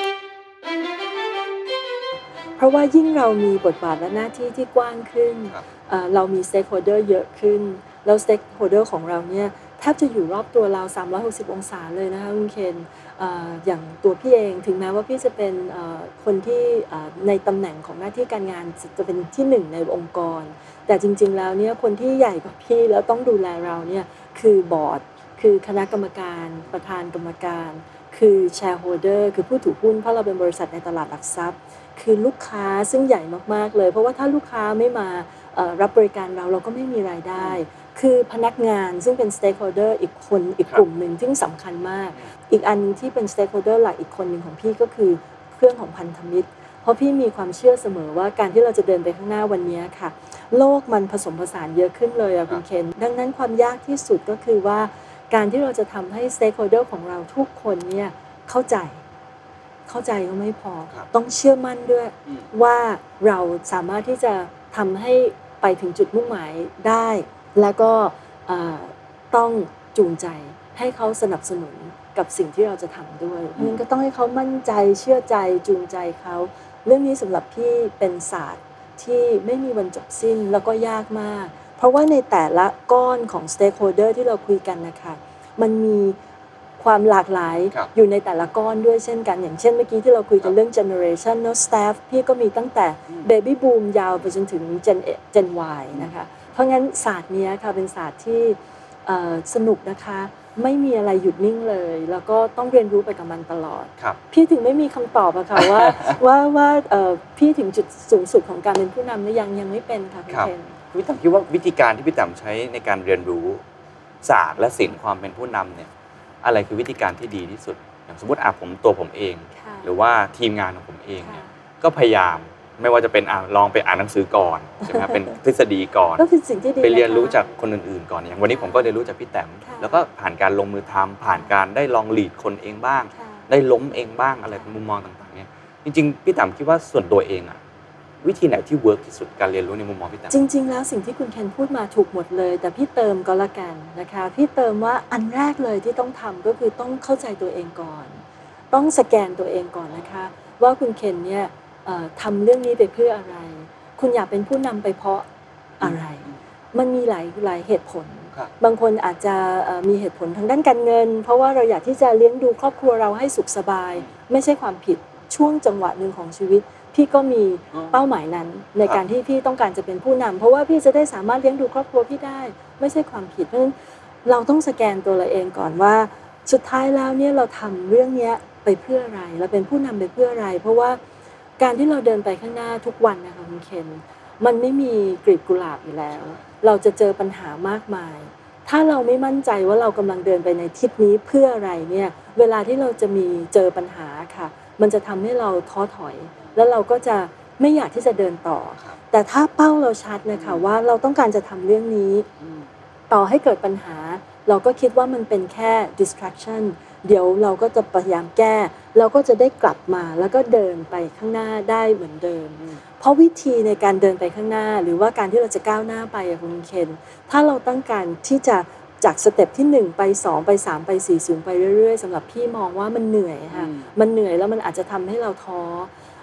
เพราะว่ายิ่งเรามีบทบาทและหน้าที่ที่กว้างขึ้นเรามีสเต็กโฮลเดอร์เยอะขึ้นแล้วสเต็กโฮลเดอร์ของเราเนี่ยแทบจะอยู่รอบตัวเราสามร้อยหกสิบองศาเลยนะคะคุณเคนอย่างตัวพี่เองถึงแม้ว่าพี่จะเป็นคนที่ในตำแหน่งของหน้าที่การงานจะเป็นที่หนึ่งในองค์กรแต่จริงๆแล้วเนี่ยคนที่ใหญ่กว่าพี่แล้วต้องดูแลเราเนี่ยคือบอร์ดคือคณะกรรมการประธานกรรมการคือแชร์โฮลเดอร์คือผู้ถือหุ้นเพราะเราเป็นบริษัทในตลาดหลักทรัพย์คือลูกค้าซึ่งใหญ่มากๆเลยเพราะว่าถ้าลูกค้าไม่มารับบริการเราเราก็ไม่มีรายได้คือพนักงานซึ่งเป็น stakeholder อีกคนอีกกลุ่มหนึ่งที่สำคัญมากอีกอันที่เป็น stakeholder หลักอีกคนหนึ่งของพี่ก็คือเรื่องของพันธมิตรเพราะพี่มีความเชื่อเสมอว่าการที่เราจะเดินไปข้างหน้าวันนี้ค่ะโลกมันผสมผสานเยอะขึ้นเลยอะคุณเคนดังนั้นความยากที่สุดก็คือว่าการที่เราจะทำให้ stakeholder ของเราทุกคนเนี่ยเข้าใจเข้าใจก็ไม่พอต้องเชื่อมั่นด้วยว่าเราสามารถที่จะทำให้ไปถึงจุดมุ่งหมายได้แล้วก็ต้องจูงใจให้เขาสนับสนุนกับสิ่งที่เราจะทำด้วยเพราะฉะนั้นก็ต้องให้เขามั่นใจเชื่อใจจูงใจเขาเรื่องนี้สำหรับพี่เป็นศาสตร์ที่ไม่มีวันจบสิ้นแล้วก็ยากมากเพราะว่าในแต่ละก้อนของ stakeholder ที่เราคุยกันนะคะมันมีความหลากหลายอยู่ในแต่ละก้อนด้วยเช่นกันอย่างเช่นเมื่อกี้ที่เราคุยกันเรื่อง generation เนอะ staff พี่ก็มีตั้งแต่ baby boom ยาวไปจนถึง gen gen Y นะคะเพราะงั้นศาสตร์นี้ค่ะเป็นศาสตร์ที่สนุกนะคะไม่มีอะไรหยุดนิ่งเลยแล้วก็ต้องเรียนรู้ไปกับมันตลอดพี่ถึงไม่มีคำตอบอะค่ะว่าว่าว่าพี่ถึงจุดสูงสุดของการเป็นผู้นำหรือยังยังไม่เป็นค่ะพี่เคนพี่แต๋มคิดว่าวิธีการที่พี่แต๋มใช้ในการเรียนรู้ศาสตร์และศิลป์ความเป็นผู้นำเนี่ยอะไรคือวิธีการที่ดีที่สุดอย่างสมมติอ่ะผมตัวผมเองหรือว่าทีมงานของผมเองเนี่ยก็พยายามไม่ว่าจะเป็นอ่ะลองไปอ่านหนังสือก่อนใช่ไหมเป็นทฤษฎีก่อนไปเรียนรู้จากคนอื่นๆก่อนอย่างวันนี้ผมก็เรียนรู้จากพี่แต๋มแล้วก็ผ่านการลงมือทำผ่านการได้ลองลีดคนเองบ้างได้ล้มเองบ้างอะไรมุมมองต่างๆเนี่ยจริงๆพี่แต๋มคิดว่าส่วนตัวเองอ่ะวิธีไหนที่เวิร์กที่สุดการเรียนรู้ในมุมมองพี่แต๋มจริงๆแล้วสิ่งที่คุณเคนพูดมาถูกหมดเลยแต่พี่เติมก็แล้วกันนะคะพี่เติมว่าอันแรกเลยที่ต้องทำก็คือต้องเข้าใจตัวเองก่อนต้องสแกนตัวเองก่อนนะคะว่าคุณเคนเนี่ยทำเรื่องนี้ไปเพื่ออะไรคุณอยากเป็นผู้นำไปเพราะอะไรมันมีหลายหลายเหตุผลบางคนอาจจะมีเหตุผลทางด้านการเงินเพราะว่าเราอยากที่จะเลี้ยงดูครอบครัวเราให้สุขสบายไม่ใช่ความผิดช่วงจังหวะหนึ่งของชีวิตพี่ก็มีเป้าหมายนั้นในการที่พี่ต้องการจะเป็นผู้นำเพราะว่าพี่จะได้สามารถเลี้ยงดูครอบครัวพี่ได้ไม่ใช่ความผิดเพราะฉะนั้นเราต้องสแกนตัวเราเองก่อนว่าสุดท้ายแล้วเนี่ยเราทำเรื่องนี้ไปเพื่ออะไรเราเป็นผู้นำไปเพื่ออะไรเพราะว่าการที่เราเดินไปข้างหน้าทุกวันนะคะคุณเคนมันไม่มีกลีบกุหลาบอยู่แล้วเราจะเจอปัญหามากมายถ้าเราไม่มั่นใจว่าเรากำลังเดินไปในทิศนี้เพื่ออะไรเนี่ยเวลาที่เราจะมีเจอปัญหาค่ะมันจะทำให้เราท้อถอยแล้วเราก็จะไม่อยากที่จะเดินต่อแต่ถ้าเป้าเราชัดนะคะว่าเราต้องการจะทำเรื่องนี้ต่อให้เกิดปัญหาเราก็คิดว่ามันเป็นแค่ distraction เดี๋ยวเราก็จะพยายามแก้เราก็จะได้กลับมาแล้วก็เดินไปข้างหน้าได้เหมือนเดิมเพราะวิธีในการเดินไปข้างหน้าหรือว่าการที่เราจะก้าวหน้าไปอะคุณเคนถ้าเราต้องการที่จะจากสเต็ปที่หนึ่งไปสองไปสามไปสี่สูงไปเรื่อยๆสำหรับพี่มองว่ามันเหนื่อยค่ะมันเหนื่อยแล้วมันอาจจะทำให้เราท้อ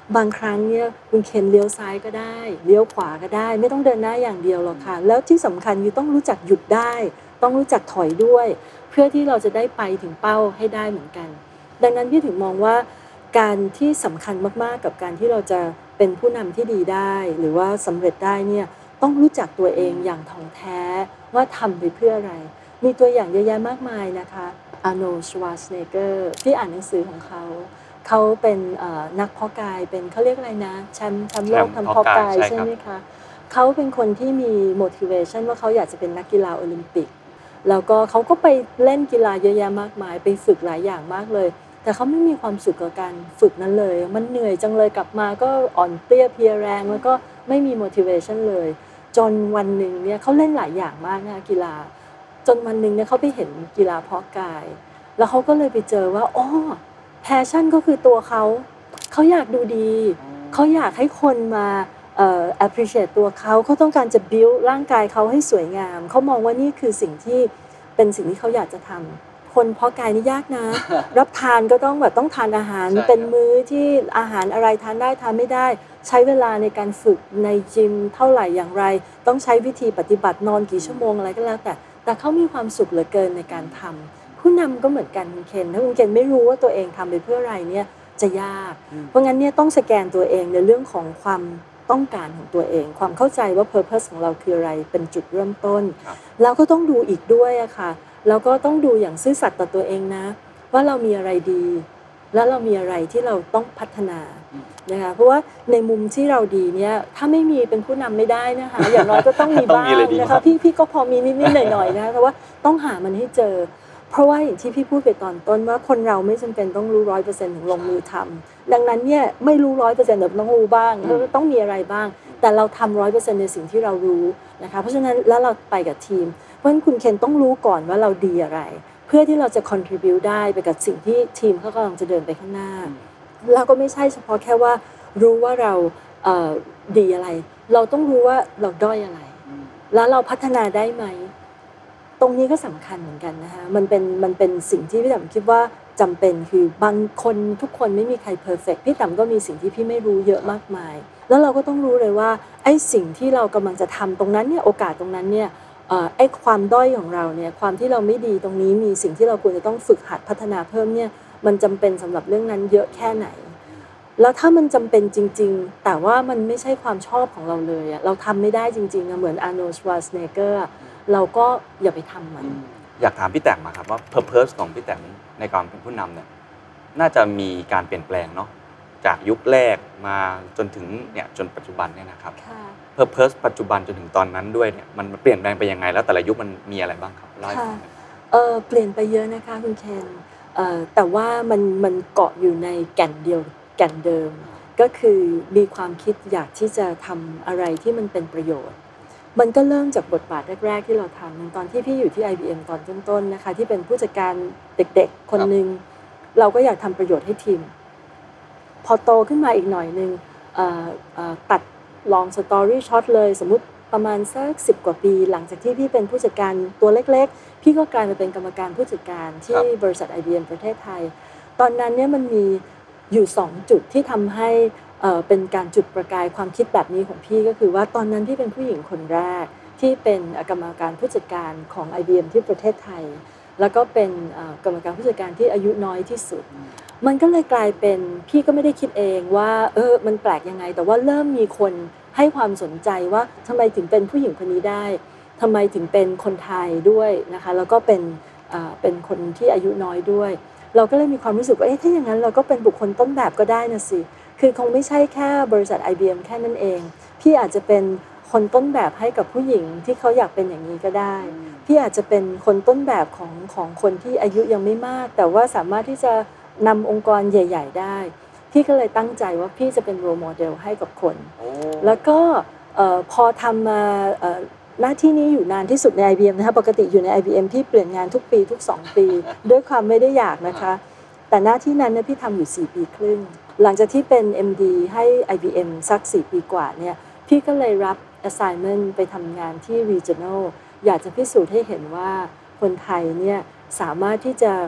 บางครั้งเนี่ยคุณเคนเลี้ยวซ้ายก็ได้เลี้ยวขวาก็ได้ไม่ต้องเดินหน้าอย่างเดียวหรอกค่ะแล้วที่สำคัญคือต้องรู้จักหยุดได้ต้องรู้จักถอยด้วยเพื่อที่เราจะได้ไปถึงเป้าให้ได้เหมือนกันดังนั้นพี่ถึงมองว่าการที่สำคัญมากๆกับการที่เราจะเป็นผู้นำที่ดีได้หรือว่าสำเร็จได้เนี่ยต้องรู้จักตัวเองอย่างถ่องแท้ว่าทำไปเพื่ออะไรมีตัวอย่างเยอะแยะมากมายนะคะอาร์โนลด์ ชวาร์ซเนเกอร์ที่อ่านหนังสือของเขาเขาเป็นนักเพาะกายเป็นเขาเรียกอะไรนะแชมป์แชมป์โลกทำเพาะกายใช่ไหมคะเขาเป็นคนที่มี motivation ว่าเขาอยากจะเป็นนักกีฬาโอลิมปิกแล้วก็เขาก็ไปเล่นกีฬาเยอะแยะมากมายไปฝึกหลายอย่างมากเลยแต่เขาไม่มีความสุขกับการฝึกนั้นเลยมันเหนื่อยจังเลยกลับมาก็อ่อนเปรี้ยเพลียแรงแล้วก็ไม่มี motivation เลยจนวันหนึ่งเนี่ยเขาเล่นหลายอย่างมากนะกีฬาจนวันหนึ่งเนี่ยเขาไปเห็นกีฬาเพาะกายแล้วเขาก็เลยไปเจอว่าอ๋อแพชชั่นก็คือตัวเขาเขาอยากดูดีเขาอยากให้คนมาเอ่อ appreciate ตัวเขาเขาต้องการจะ build ร่างกายเขาให้สวยงามเขามองว่านี่คือสิ่งที่เป็นสิ่งที่เขาอยากจะทำคนเพาะกายนี่ยากนะ รับทานก็ต้องแบบต้องทานอาหารเป็นมื้อที่อาหารอะไรทานได้ทานไม่ได้ใช้เวลาในการฝึกในยิมเท่าไหร่อย่างไรต้องใช้วิธีปฏิบัตินอนกี่ชั่วโมงอะไรก็แล้วแต่แต่เขามีความสุขเหลือเกินในการทำผู้นำก็เหมือนกันคุณเคนถ้าคุณเคนไม่รู้ว่าตัวเองทำไปเพื่ออะไรเนี่ยจะยากเพราะงั้นเนี่ยต้องสแกนตัวเองในเรื่องของความต้องการของตัวเองความเข้าใจว่า purpose ของเราคืออะไรเป็นจุดเริ่มต้นแล้วก็ต้องดูอีกด้วยอะค่ะแล้วก็ต้องดูอย่างซื่อสัตย์ต่อตัวเองนะว่าเรามีอะไรดีแล้วเรามีอะไรที่เราต้องพัฒนานะคะเพราะว่าในมุมที่เราดีเนี่ยถ้าไม่มีเป็นผู้นำไม่ได้นะคะอย่างน้อยก็ต้องมีบ้างนะคะพี่พี่ก็พอมีนิดๆหน่อยๆนะเพราะว่าต้องหามันให้เจอเพราะว่าอย่างที่พี่พูดไปตอนต้นว่าคนเราไม่จำเป็นต้องรู้ ร้อยเปอร์เซ็นต์ ถึงลงมือทำดังนั้นเนี่ยไม่รู้ ร้อยเปอร์เซ็นต์ แต่ต้องรู้บ้างต้องมีอะไรบ้างแต่เราทำ ร้อยเปอร์เซ็นต์ ในสิ่งที่เรารู้นะคะเพราะฉะนั้นแล้วเราไปกับทีมเพราะฉะนั้นคุณเคนต้องรู้ก่อนว่าเราดีอะไรเพื่อที่เราจะ contribute ได้ไปกับสิ่งที่ทีมเขากำลังจะเดินไปข้างหน้าแล้วก็ไม่ใช่เฉพาะแค่ว่ารู้ว่าเราเอ่อดีอะไรเราต้องรู้ว่าเราด้อยอะไรแล้วเราพัฒนาได้ไหมตรงนี้ก็สำคัญเหมือนกันนะคะมันเป็นมันเป็นสิ่งที่พี่ติ๋มคิดว่าจำเป็นคือบางคนทุกคนไม่มีใครเพอร์เฟกต์พี่ติ๋มก็มีสิ่งที่พี่ไม่รู้เยอะมากมายแล้วเราก็ต้องรู้เลยว่าไอ้สิ่งที่เรากำลังจะทำตรงนั้นเนี่ยโอกาสตรงนั้นเนี่ยไอ้ความด้อยของเราเนี่ยความที่เราไม่ดีตรงนี้มีสิ่งที่เราควรจะต้องฝึกหัดพัฒนาเพิ่มเนี่ยมันจำเป็นสำหรับเรื่องนั้นเยอะแค่ไหนแล้วถ้ามันจำเป็นจริงๆแต่ว่ามันไม่ใช่ความชอบของเราเลยอะเราทำไม่ได้จริงๆเหมือนอาร์โนลด์ ชวาร์ซเนเกอร์เราก็อย่าไปทำมันอยากถามพี่แต้มมาครับว่า purpose ของพี่แต้มในการเป็นผู้นำเนี่ยน่าจะมีการเปลี่ยนแปลงเนาะจากยุคแรกมาจนถึงเนี่ยจนปัจจุบันเนี่ยนะครับ purpose ปัจจุบันจนถึงตอนนั้นด้วยเนี่ยมันเปลี่ยนแปลงไปยังไงแล้วแต่ละยุคมันมีอะไรบ้างครับเล่าให้ฟังหน่อยเออเปลี่ยนไปเยอะนะคะคุณเคนเอ่อแต่ว่ามันมันเกาะอยู่ในแก่นเดียวแก่นเดิมก็คือมีความคิดอยากที่จะทำอะไรที่มันเป็นประโยชน์มันก็เริ่มจากบทบาทแรกๆที่เราทำตอนที่พี่อยู่ที่ ไอ บี เอ็ม ตอนต้นๆนะคะที่เป็นผู้จัดการเด็กๆคนนึงเราก็อยากทำประโยชน์ให้ทีมพอโตขึ้นมาอีกหน่อยนึงตัดลองสตอรี่ช็อตเลยสมมุติประมาณสักสิบกว่าปีหลังจากที่พี่เป็นผู้จัดการตัวเล็กๆพี่ก็กลายมาเป็นกรรมการผู้จัดการที่บริษัท ไอ บี เอ็ม ประเทศไทยตอนนั้นเนี่ยมันมีอยู่สองจุดที่ทำให้เอ่อเป็นการจุดประกายความคิดแบบนี้ของพี่ก็คือว่าตอนนั้นพี่เป็นผู้หญิงคนแรกที่เป็นกรรมการผู้จัดการของ ไอ บี เอ็ม ที่ประเทศไทยแล้วก็เป็นกรรมการผู้จัดการที่อายุน้อยที่สุดมันก็เลยกลายเป็นพี่ก็ไม่ได้คิดเองว่าเออมันแปลกยังไงแต่ว่าเริ่มมีคนให้ความสนใจว่าทำไมถึงเป็นผู้หญิงคนนี้ได้ทำไมถึงเป็นคนไทยด้วยนะคะแล้วก็เป็นเป็นคนที่อายุน้อยด้วยเราก็เลยมีความรู้สึกว่าเอ๊ะถ้าอย่างนั้นเราก็เป็นบุคคลต้นแบบก็ได้นะสิคือคงไม่ใช่แค่บริษัท ไอ บี เอ็ม แค่นั้นเองพี่อาจจะเป็นคนต้นแบบให้กับผู้หญิงที่เขาอยากเป็นอย่างนี้ก็ได้พี่อาจจะเป็นคนต้นแบบของของคนที่อายุยังไม่มากแต่ว่าสามารถที่จะนำองค์กรใหญ่ๆได้พี่ก็เลยตั้งใจว่าพี่จะเป็นโรลโมเดลให้กับคนแล้วก็พอทำมาหน้าที่นี้อยู่นานที่สุดใน ไอ บี เอ็ม นะคะปกติอยู่ใน ไอ บี เอ็ม พี่เปลี่ยนงานทุกปีทุกสองปีด้วยความไม่ได้อยากนะคะแต่หน้าที่นั้นเนี่ยพี่ทำอยู่สี่ปีครึ่งหลังจากที่เป็น เอ็ม ดี ให้ ไอ บี เอ็ม สักสี่ปีกว่าเนี่ยพี่ก็เลยรับ assignment ไปทำงานที่ regional อยากจะพิสูจน์ให้เห็นว่าคนไทยเนี่ยสามารถที่จะ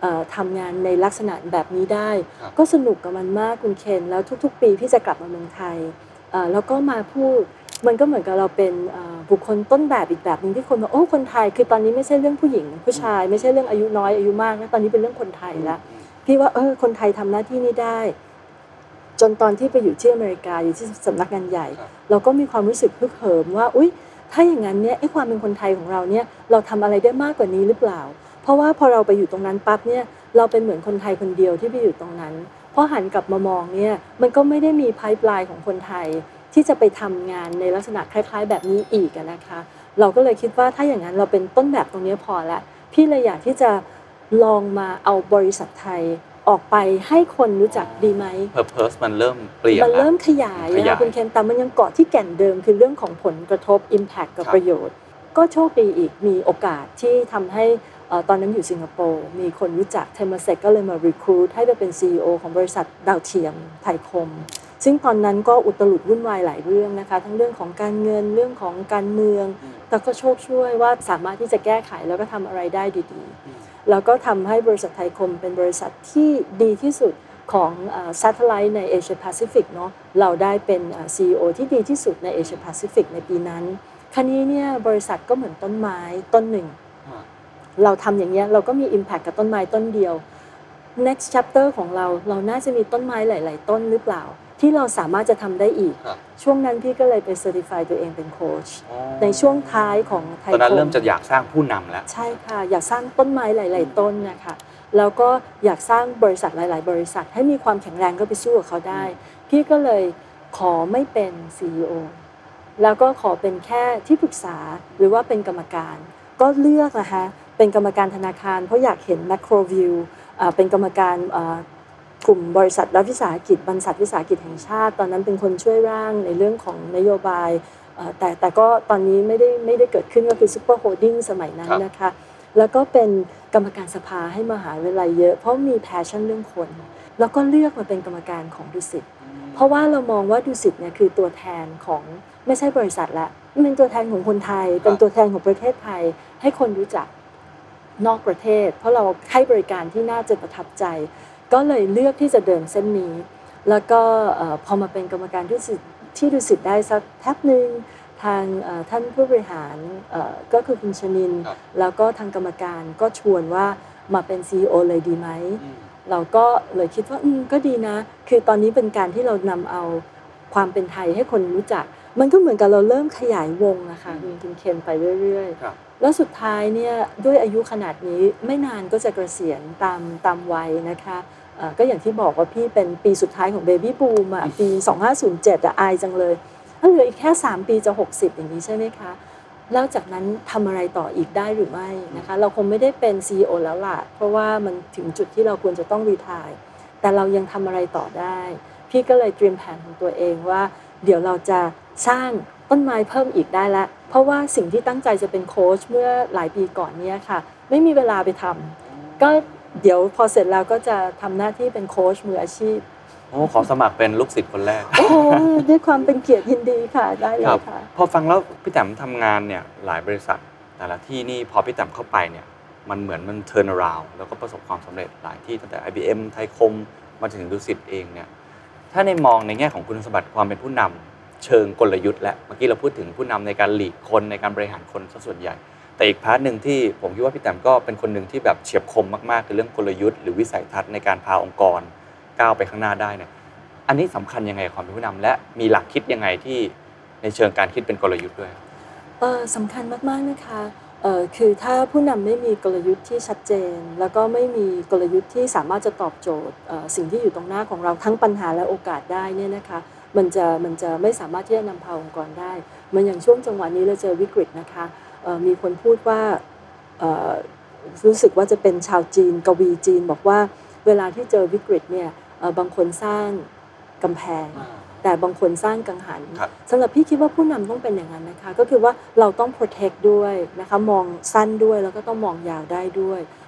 ทำงานในลักษณะแบบนี้ได้ก็สนุกกับมันมากคุณเคนแล้วทุกๆปีพี่จะกลับมาเมืองไทยแล้วก็มาพูดมันก็เหมือนกับเราเป็นบุคคลต้นแบบอีกแบบนึงที่คนบอกโอ้คนไทยคือตอนนี้ไม่ใช่เรื่องผู้หญิงผู้ชายไม่ใช่เรื่องอายุน้อยอายุมากนะตอนนี้เป็นเรื่องคนไทยแล้วพี่ว่าเออคนไทยทำหน้าที่นี้ได้จนตอนที่ไปอยู่ที่อเมริกาอยู่ที่สำนักงานใหญ่เราก็มีความรู้สึกฮึกเหิมว่าอุ๊ยถ้าอย่างนั้นเนี่ยไอ้ความเป็นคนไทยของเราเนี่ยเราทำอะไรได้มากกว่านี้หรือเปล่าเพราะว่าพอเราไปอยู่ตรงนั้นปั๊บเนี่ยเราเป็นเหมือนคนไทยคนเดียวที่ไปอยู่ตรงนั้นพอหันกลับมามองเนี่ยมันก็ไม่ได้มีไพป์ไลน์ของคนไทยที่จะไปทำงานในลักษณะคล้ายๆแบบนี้อีกนะคะเราก็เลยคิดว่าถ้าอย่างนั้นเราเป็นต้นแบบตรงนี้พอละพี่เลยอยากที่จะลองมาเอาบริษัทไทยออกไปให้คนรู้จักดีไหม Purpose มันเริ่มเปลี่ยนมันเริ่มขยายนะคุณเคนแต่มันยังเกาะที่แก่นเดิมคือเรื่องของผลกระทบ impact กับประโยชน์ก็โชคดีอีกมีโอกาสที่ทำให้ตอนนั้นอยู่สิงคโปร์มีคนรู้จัก Temasek ก็เลยมา recruit ให้ไปเป็น ซี อี โอ ของบริษัทดาวเทียมไทยคมซึ่งตอนนั้นก็อุตลุดวุ่นวายหลายเรื่องนะคะทั้งเรื่องของการเงินเรื่องของการเมืองแต่ก็โชคช่วยว่าสามารถที่จะแก้ไขแล้วก็ทำอะไรได้ดีๆแล้วก็ทำให้บริษัทไทยคมเป็นบริษัทที่ดีที่สุดของ Satellite ใน Asia Pacific เนาะเราได้เป็น ซี อี โอ ที่ดีที่สุดใน Asia Pacific ในปีนั้นคราวนี้เนี่ยบริษัทก็เหมือนต้นไม้ต้นหนึ่งเราทำอย่างเงี้ยเราก็มี impact กับต้นไม้ต้นเดียว next chapter ของเราเราน่าจะมีต้นไม้หลายๆต้นหรือเปล่าที่เราสามารถจะทำได้อีกช่วงนั้นพี่ก็เลยไป certify ตัวเองเป็นโค้ชในช่วงท้ายของไทยคมตอนนั้นเริ่มจะอยากสร้างผู้นำแล้วใช่ค่ะอยากสร้างต้นไม้หลายๆต้นนะคะแล้วก็อยากสร้างบริษัทหลายๆบริษัทให้มีความแข็งแรงก็ไปสู้กับเขาได้พี่ก็เลยขอไม่เป็น ซี อี โอ แล้วก็ขอเป็นแค่ที่ปรึกษาหรือว่าเป็นกรรมการก็เลือกนะคะเป็นกรรมการธนาคารเพราะอยากเห็น macro view เป็นกรรมการกลุ่มบริษัทรัฐวิสาหกิจบริษัทวิสาหกิจแห่งชาติตอนนั้นเป็นคนช่วยร่างในเรื่องของนโยบายแต่แต่ก็ตอนนี้ไม่ได้ไม่ได้เกิดขึ้นก็คือ super holding สมัยนั้นนะคะแล้วก็เป็นกรรมการสภาให้มหาวิทยาลัยเยอะเพราะมี passion เรื่องคนแล้วก็เลือกมาเป็นกรรมการของดุสิตเพราะว่าเรามองว่าดุสิตเนี่ยคือตัวแทนของไม่ใช่บริษัทละเป็นตัวแทนของคนไทยเป็นตัวแทนของประเทศไทยให้คนรู้จักนอกประเทศเพราะเราให้บริการที่น่าจะประทับใจก็เลยเลือกที่จะเดินเส้นนี้แล้วก็พอมาเป็นกรรมการที่ที่ดุสิตได้สักแทบนึงทางท่านผู้บริหารก็คือคุณชนินแล้วก็ทางกรรมการก็ชวนว่ามาเป็น ซี อี โอ เลยดีไหมเราก็เลยคิดว่าอืมก็ดีนะคือตอนนี้เป็นการที่เรานำเอาความเป็นไทยให้คนรู้จักมันก็เหมือนกับเราเริ่มขยายวงนะคะคุณเคนไปเรื่อยๆแล้วสุดท้ายเนี่ยด้วยอายุขนาดนี้ไม่นานก็จะเกษียณตามตามวัยนะคะก็อย่างที่บอกว่าพี่เป็นปีสุดท้ายของเบบี้บูมอ่ะปีสองพันห้าร้อยเจ็ดอ่ะอายจังเลยถ้าเหลืออีกแค่สามปีจะหกสิบอย่างนี้ใช่ไหมคะแล้วจากนั้นทำอะไรต่ออีกได้หรือไม่นะคะเราคงไม่ได้เป็น ซี อี โอ แล้วล่ะเพราะว่ามันถึงจุดที่เราควรจะต้องรีไทร์แต่เรายังทำอะไรต่อได้พี่ก็เลยเตรียมแผนของตัวเองว่าเดี๋ยวเราจะสร้างต้นไม้เพิ่มอีกได้ละเพราะว่าสิ่งที่ตั้งใจจะเป็นโค้ชเมื่อหลายปีก่อนนี้ค่ะไม่มีเวลาไปทำก็เดี๋ยวพอเสร็จแล้วก็จะทำหน้าที่เป็นโค้ชมืออาชีพโอ้ขอสมัครเป็นลูกศิษย์คนแรกโอ้ด้วยความเป็นเกียรติยินดีค่ะได้เลยค่ะพอฟังแล้วพี่แต้มทำงานเนี่ยหลายบริษัทแต่ละที่นี่พอพี่แต้มเข้าไปเนี่ยมันเหมือนมันเทิร์นอราวด์แล้วก็ประสบความสำเร็จหลายที่ตั้งแต่ ไอ บี เอ็ม ไทยคมมาถึงดุสิตเองเนี่ยถ้าในมองในแง่ของคุณสมบัติความเป็นผู้นำเชิงกลยุทธ์และเมื่อกี้เราพูดถึงผู้นำในการหลีดคนในการบริหารคนซะส่วนใหญ่แต่อีกพาร์ทนึงที่ผมคิดว่าพี่แต้มก็เป็นคนหนึ่งที่แบบเฉียบคมมากๆคือเรื่องกลยุทธ์หรือวิสัยทัศน์ในการพาองค์กรก้าวไปข้างหน้าได้เนี่ยอันนี้สำคัญยังไงความเป็นผู้นำและมีหลักคิดยังไงที่ในเชิงการคิดเป็นกลยุทธ์ด้วยเออสำคัญมากๆนะคะเออคือถ้าผู้นำไม่มีกลยุทธ์ที่ชัดเจนแล้วก็ไม่มีกลยุทธ์ที่สามารถจะตอบโจทย์สิ่งที่อยู่ตรงหน้าของเราทั้งปัญหาและโอกาสได้เนี่ยนะคะมันจะมันจะไม่สามารถที่จะนำพาองค์กรได้เหมือนอย่างช่วงจังหวะนี้เราเจอวิกฤตนะคะมีคนพูดว่ารู้สึกว่าจะเป็นชาวจีนกวีจีนบอกว่าเวลาที่เจอวิกฤตเนี่ยบางคนสร้างกำแพงแต่บางคนสร้างกังหันสำหรับพี่คิดว่าผู้นำต้องเป็นอย่างนั้นนะคะก็คือว่าเราต้อง protect ด้วยนะคะมองสั้นด้วยแล้วก็ต้องมองยาวได้ด้วย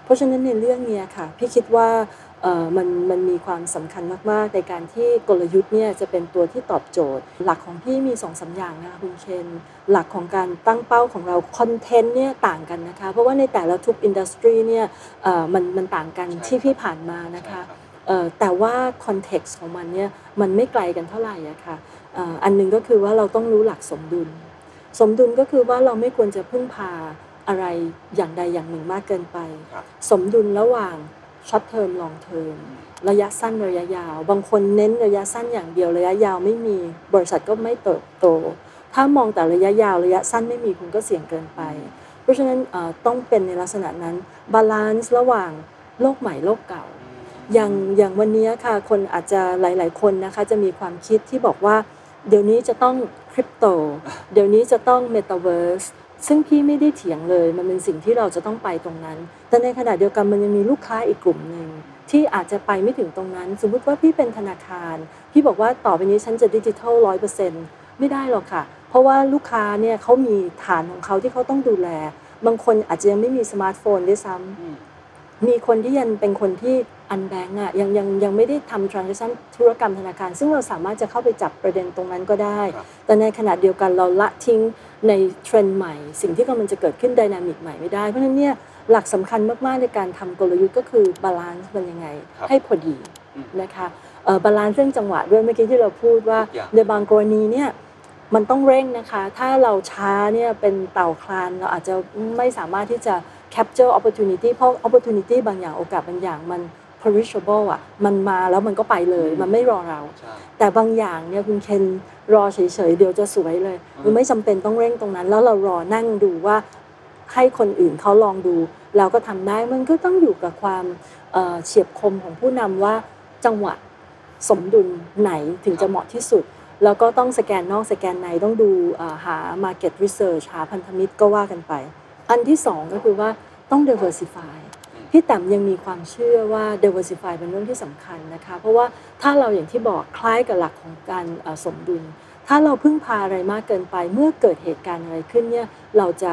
เพราะฉะนั้นในเรื่องนี้ค่ะพี่คิดว่าเอ่อมันมันมีความสำคัญมากๆในการที่กลยุทธ์เนี่ยจะเป็นตัวที่ตอบโจทย์หลักของพี่มี สองถึงสาม อย่างนะคะคุณเคนหลักของการตั้งเป้าของเราคอนเทนต์เนี่ยต่างกันนะคะเพราะว่าในแต่ละทุกอินดัสทรีเนี่ยเอ่อมันมันต่างกันที่พี่ผ่านมานะคะเอ่อแต่ว่าคอนเท็กซ์ของมันเนี่ยมันไม่ไกลกันเท่าไหร่อะค่ะเอ่ออันนึงก็คือว่าเราต้องรู้หลักสมดุลสมดุลก็คือว่าเราไม่ควรจะพึ่งพาอะไรอย่างใดอย่างหนึ่งมากเกินไปสมดุลระหว่างช็อตเทอมลองเทอมระยะสั้นระยะยาวบางคนเน้นระยะสั้นอย่างเดียวระยะยาวไม่มีบริษัทก็ไม่เติบโตถ้ามองแต่ระยะยาวระยะสั้นไม่มีคุณก็เสี่ยงเกินไปเพราะฉะนั้นต้องเป็นในลักษณะนั้นบาลานซ์ระหว่างโลกใหม่โลกเก่าอย่างอย่างวันนี้ค่ะคนอาจจะหลายๆคนนะคะจะมีความคิดที่บอกว่าเดี๋ยวนี้จะต้องคริปโตเดี๋ยวนี้จะต้องเมตาเวิร์สซึ่งพี่ไม่ได้เถียงเลยมันเป็นสิ่งที่เราจะต้องไปตรงนั้นแต่ในขณะเดียวกันมันยังมีลูกค้าอีกกลุ่มหนึ่งที่อาจจะไปไม่ถึงตรงนั้นสมมุติว่าพี่เป็นธนาคารพี่บอกว่าต่อไปนี้ฉันจะดิจิทัล ร้อยเปอร์เซ็นต์ ไม่ได้หรอกค่ะเพราะว่าลูกค้าเนี่ยเขามีฐานของเขาที่เขาต้องดูแลบางคนอาจจะยังไม่มีสมาร์ทโฟนด้วยซ้ำมีคนที่ยังเป็นคนที่อันแบงก์อ่ะยังยังยังไม่ได้ทำ transaction ธุรกรรมธนาคารซึ่งเราสามารถจะเข้าไปจับประเด็นตรงนั้นก็ได้แต่ในขณะเดียวกันเราละทิ้งในเทรนด์ใหม่สิ่งที่กำลังจะเกิดขึ้นไดนามิกใหม่ไม่ได้เพราะฉะนั้นเนี่ยหลักสำคัญมากๆในการทำกลยุทธ์ก็คือบาลานซ์มันยังไงให้พอดีนะคะบาลานซ์เรื่องจังหวะด้วยเมื่อกี้ที่เราพูดว่าในบางกรณีเนี่ยมันต้องเร่งนะคะถ้าเราช้าเนี่ยเป็นเต่าคลานเราอาจจะไม่สามารถที่จะ capture opportunity เพราะ opportunity บางอย่างโอกาสบางอย่างมัน perishable อ่ะมันมาแล้วมันก็ไปเลยมันไม่รอเราแต่บางอย่างเนี่ยคุณเคนรอเฉยๆเดี๋ยวจะสวยเลยมันไม่จำเป็นต้องเร่งตรงนั้นแล้วเรารอนั่งดูว่าให้คนอื่นเขาลองดูเราก็ทำได้มันก็ต้องอยู่กับความเฉียบคมของผู้นำว่าจังหวะสมดุลไหนถึงจะเหมาะที่สุดแล้วก็ต้องสแกนนอกสแกนในต้องดูหา market research หาพันธมิตรก็ว่ากันไปอันที่สองก็คือว่าต้อง diversify พี่แต้มยังมีความเชื่อว่า diversify เป็นเรื่องที่สำคัญนะคะเพราะว่าถ้าเราอย่างที่บอกคล้ายกับหลักของการสมดุลถ้าเราพึ่งพาอะไรมากเกินไปเมื่อเกิดเหตุการณ์อะไรขึ้นเนี่ยเราจะ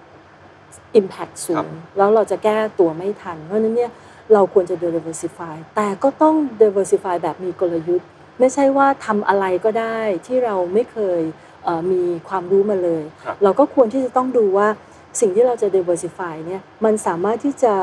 impact สูงแล้วเราจะแก้ตัวไม่ทันเพราะฉะนั้นเนี่ยเราควรจะ diversify แต่ก็ต้อง diversify แบบมีกลยุทธ์ไม่ใช่ว่าทำอะไรก็ได้ที่เราไม่เคยมีความรู้มาเลยเราก็ควรที่จะต้องดูว่าสิ่งที่เราจะ diversify เนี่ยมันสามารถที่จะ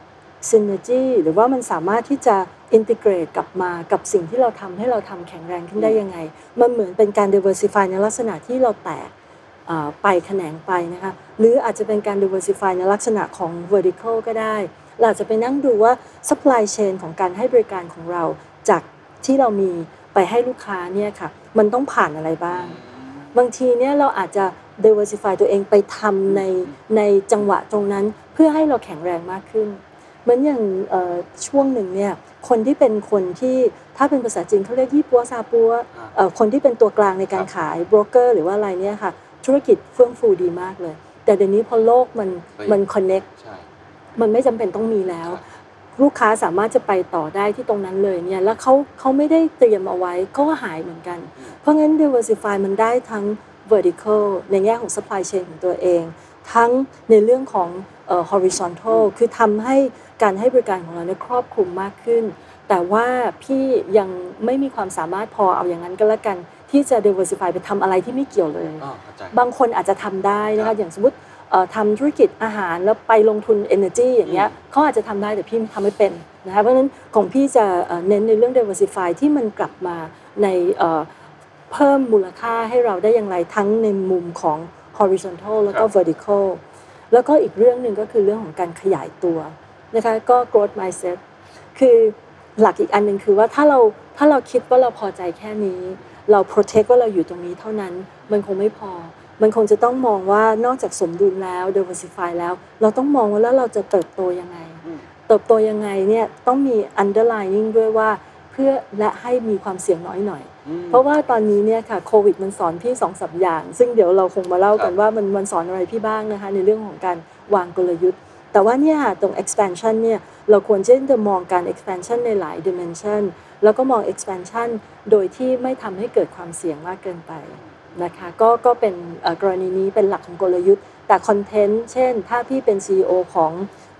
synergy หรือว่ามันสามารถที่จะ integrate กลับมากับสิ่งที่เราทำให้เราทำแข็งแรงขึ้นได้ยังไงมันเหมือนเป็นการ diversify ในลักษณะที่เราแตกไปแขนงไปนะคะหรืออาจจะเป็นการ diversify ในลักษณะของ vertical ก็ได้เราจะไปนั่งดูว่า supply chain ของการให้บริการของเราจากที่เรามีไปให้ลูกค้าเนี่ยค่ะมันต้องผ่านอะไรบ้างบางทีเนี่ยเราอาจจะ diversify ตัวเองไปทำในในจังหวะตรงนั้นเพื่อให้เราแข็งแรงมากขึ้นเหมือนอย่างช่วงหนึ่งเนี่ยคนที่เป็นคนที่ถ้าเป็นภาษาจีนเขาเรียกยี่ปัวซาปัวคนที่เป็นตัวกลางในการขายโบรกเกอร์หรือว่าอะไรเนี่ยค่ะธุรกิจเฟื่องฟูดีมากเลยแต่เดี๋ยวนี้พอโลกมันมัน connect มันไม่จำเป็นต้องมีแล้วลูกค้าสามารถจะไปต่อได้ที่ตรงนั้นเลยเนี่ยแล้วเขาเขาไม่ได้เตรียมเอาไว้ก็หายเหมือนกันเพราะงั้น diversify มันได้ทั้ง vertical ในแง่ของ supply chain ของตัวเองทั้งในเรื่องของเอ่อ horizontal คือทำให้การให้บริการของเราเนี่ยครอบคลุมมากขึ้นแต่ว่าพี่ยังไม่มีความสามารถพอเอาอย่างนั้นก็แล้วกันที่จะ diversify ไปทำอะไรที่ไม่เกี่ยวเลยบางคนอาจจะทำได้นะคะอย่างสมมติทำธุรกิจอาหารแล้วไปลงทุน energy อย่างเงี้ยเขาอาจจะทำได้แต่พี่ทำไม่เป็นนะคะเพราะฉะนั้นของพี่จะเน้นในเรื่อง diversify ที่มันกลับมาในเพิ่มมูลค่าให้เราได้อย่างไรทั้งในมุมของ horizontal แล้วก็ vertical แล้วก็อีกเรื่องหนึ่งก็คือเรื่องของการขยายตัวนะคะก็ growth mindset คือหลักอีกอันนึงคือว่าถ้าเราถ้าเราคิดว่าเราพอใจแค่นี้เรา protect ว่าเราอยู่ตรงนี้เท่านั้นมันคงไม่พอมันคงจะต้องมองว่านอกจากสมดุลแล้ว diversify แล้วเราต้องมองว่าแล้วเราจะเติบโตยังไงเติบโตยังไงเนี่ยต้องมี underlining ด้วยว่าเพื่อและให้มีความเสี่ยงน้อยหน่อยเพราะว่าตอนนี้เนี่ยค่ะโควิดมันสอนพี่ สองถึงสาม อย่างซึ่งเดี๋ยวเราคงมาเล่ากันว่ามันมันสอนอะไรพี่บ้างนะคะในเรื่องของการวางกลยุทธ์แต่ว่าเนี่ยตรง expansion เนี่ยเราควรจะมองการ expansion ในหลาย dimension แล้วก็มอง expansion โดยที่ไม่ทำให้เกิดความเสี่ยงมากเกินไปนะคะก็ก็เป็นกรณีนี้เป็นหลักของกลยุทธ์แต่คอนเทนต์เช่นถ้าพี่เป็น ซี อี โอ ของ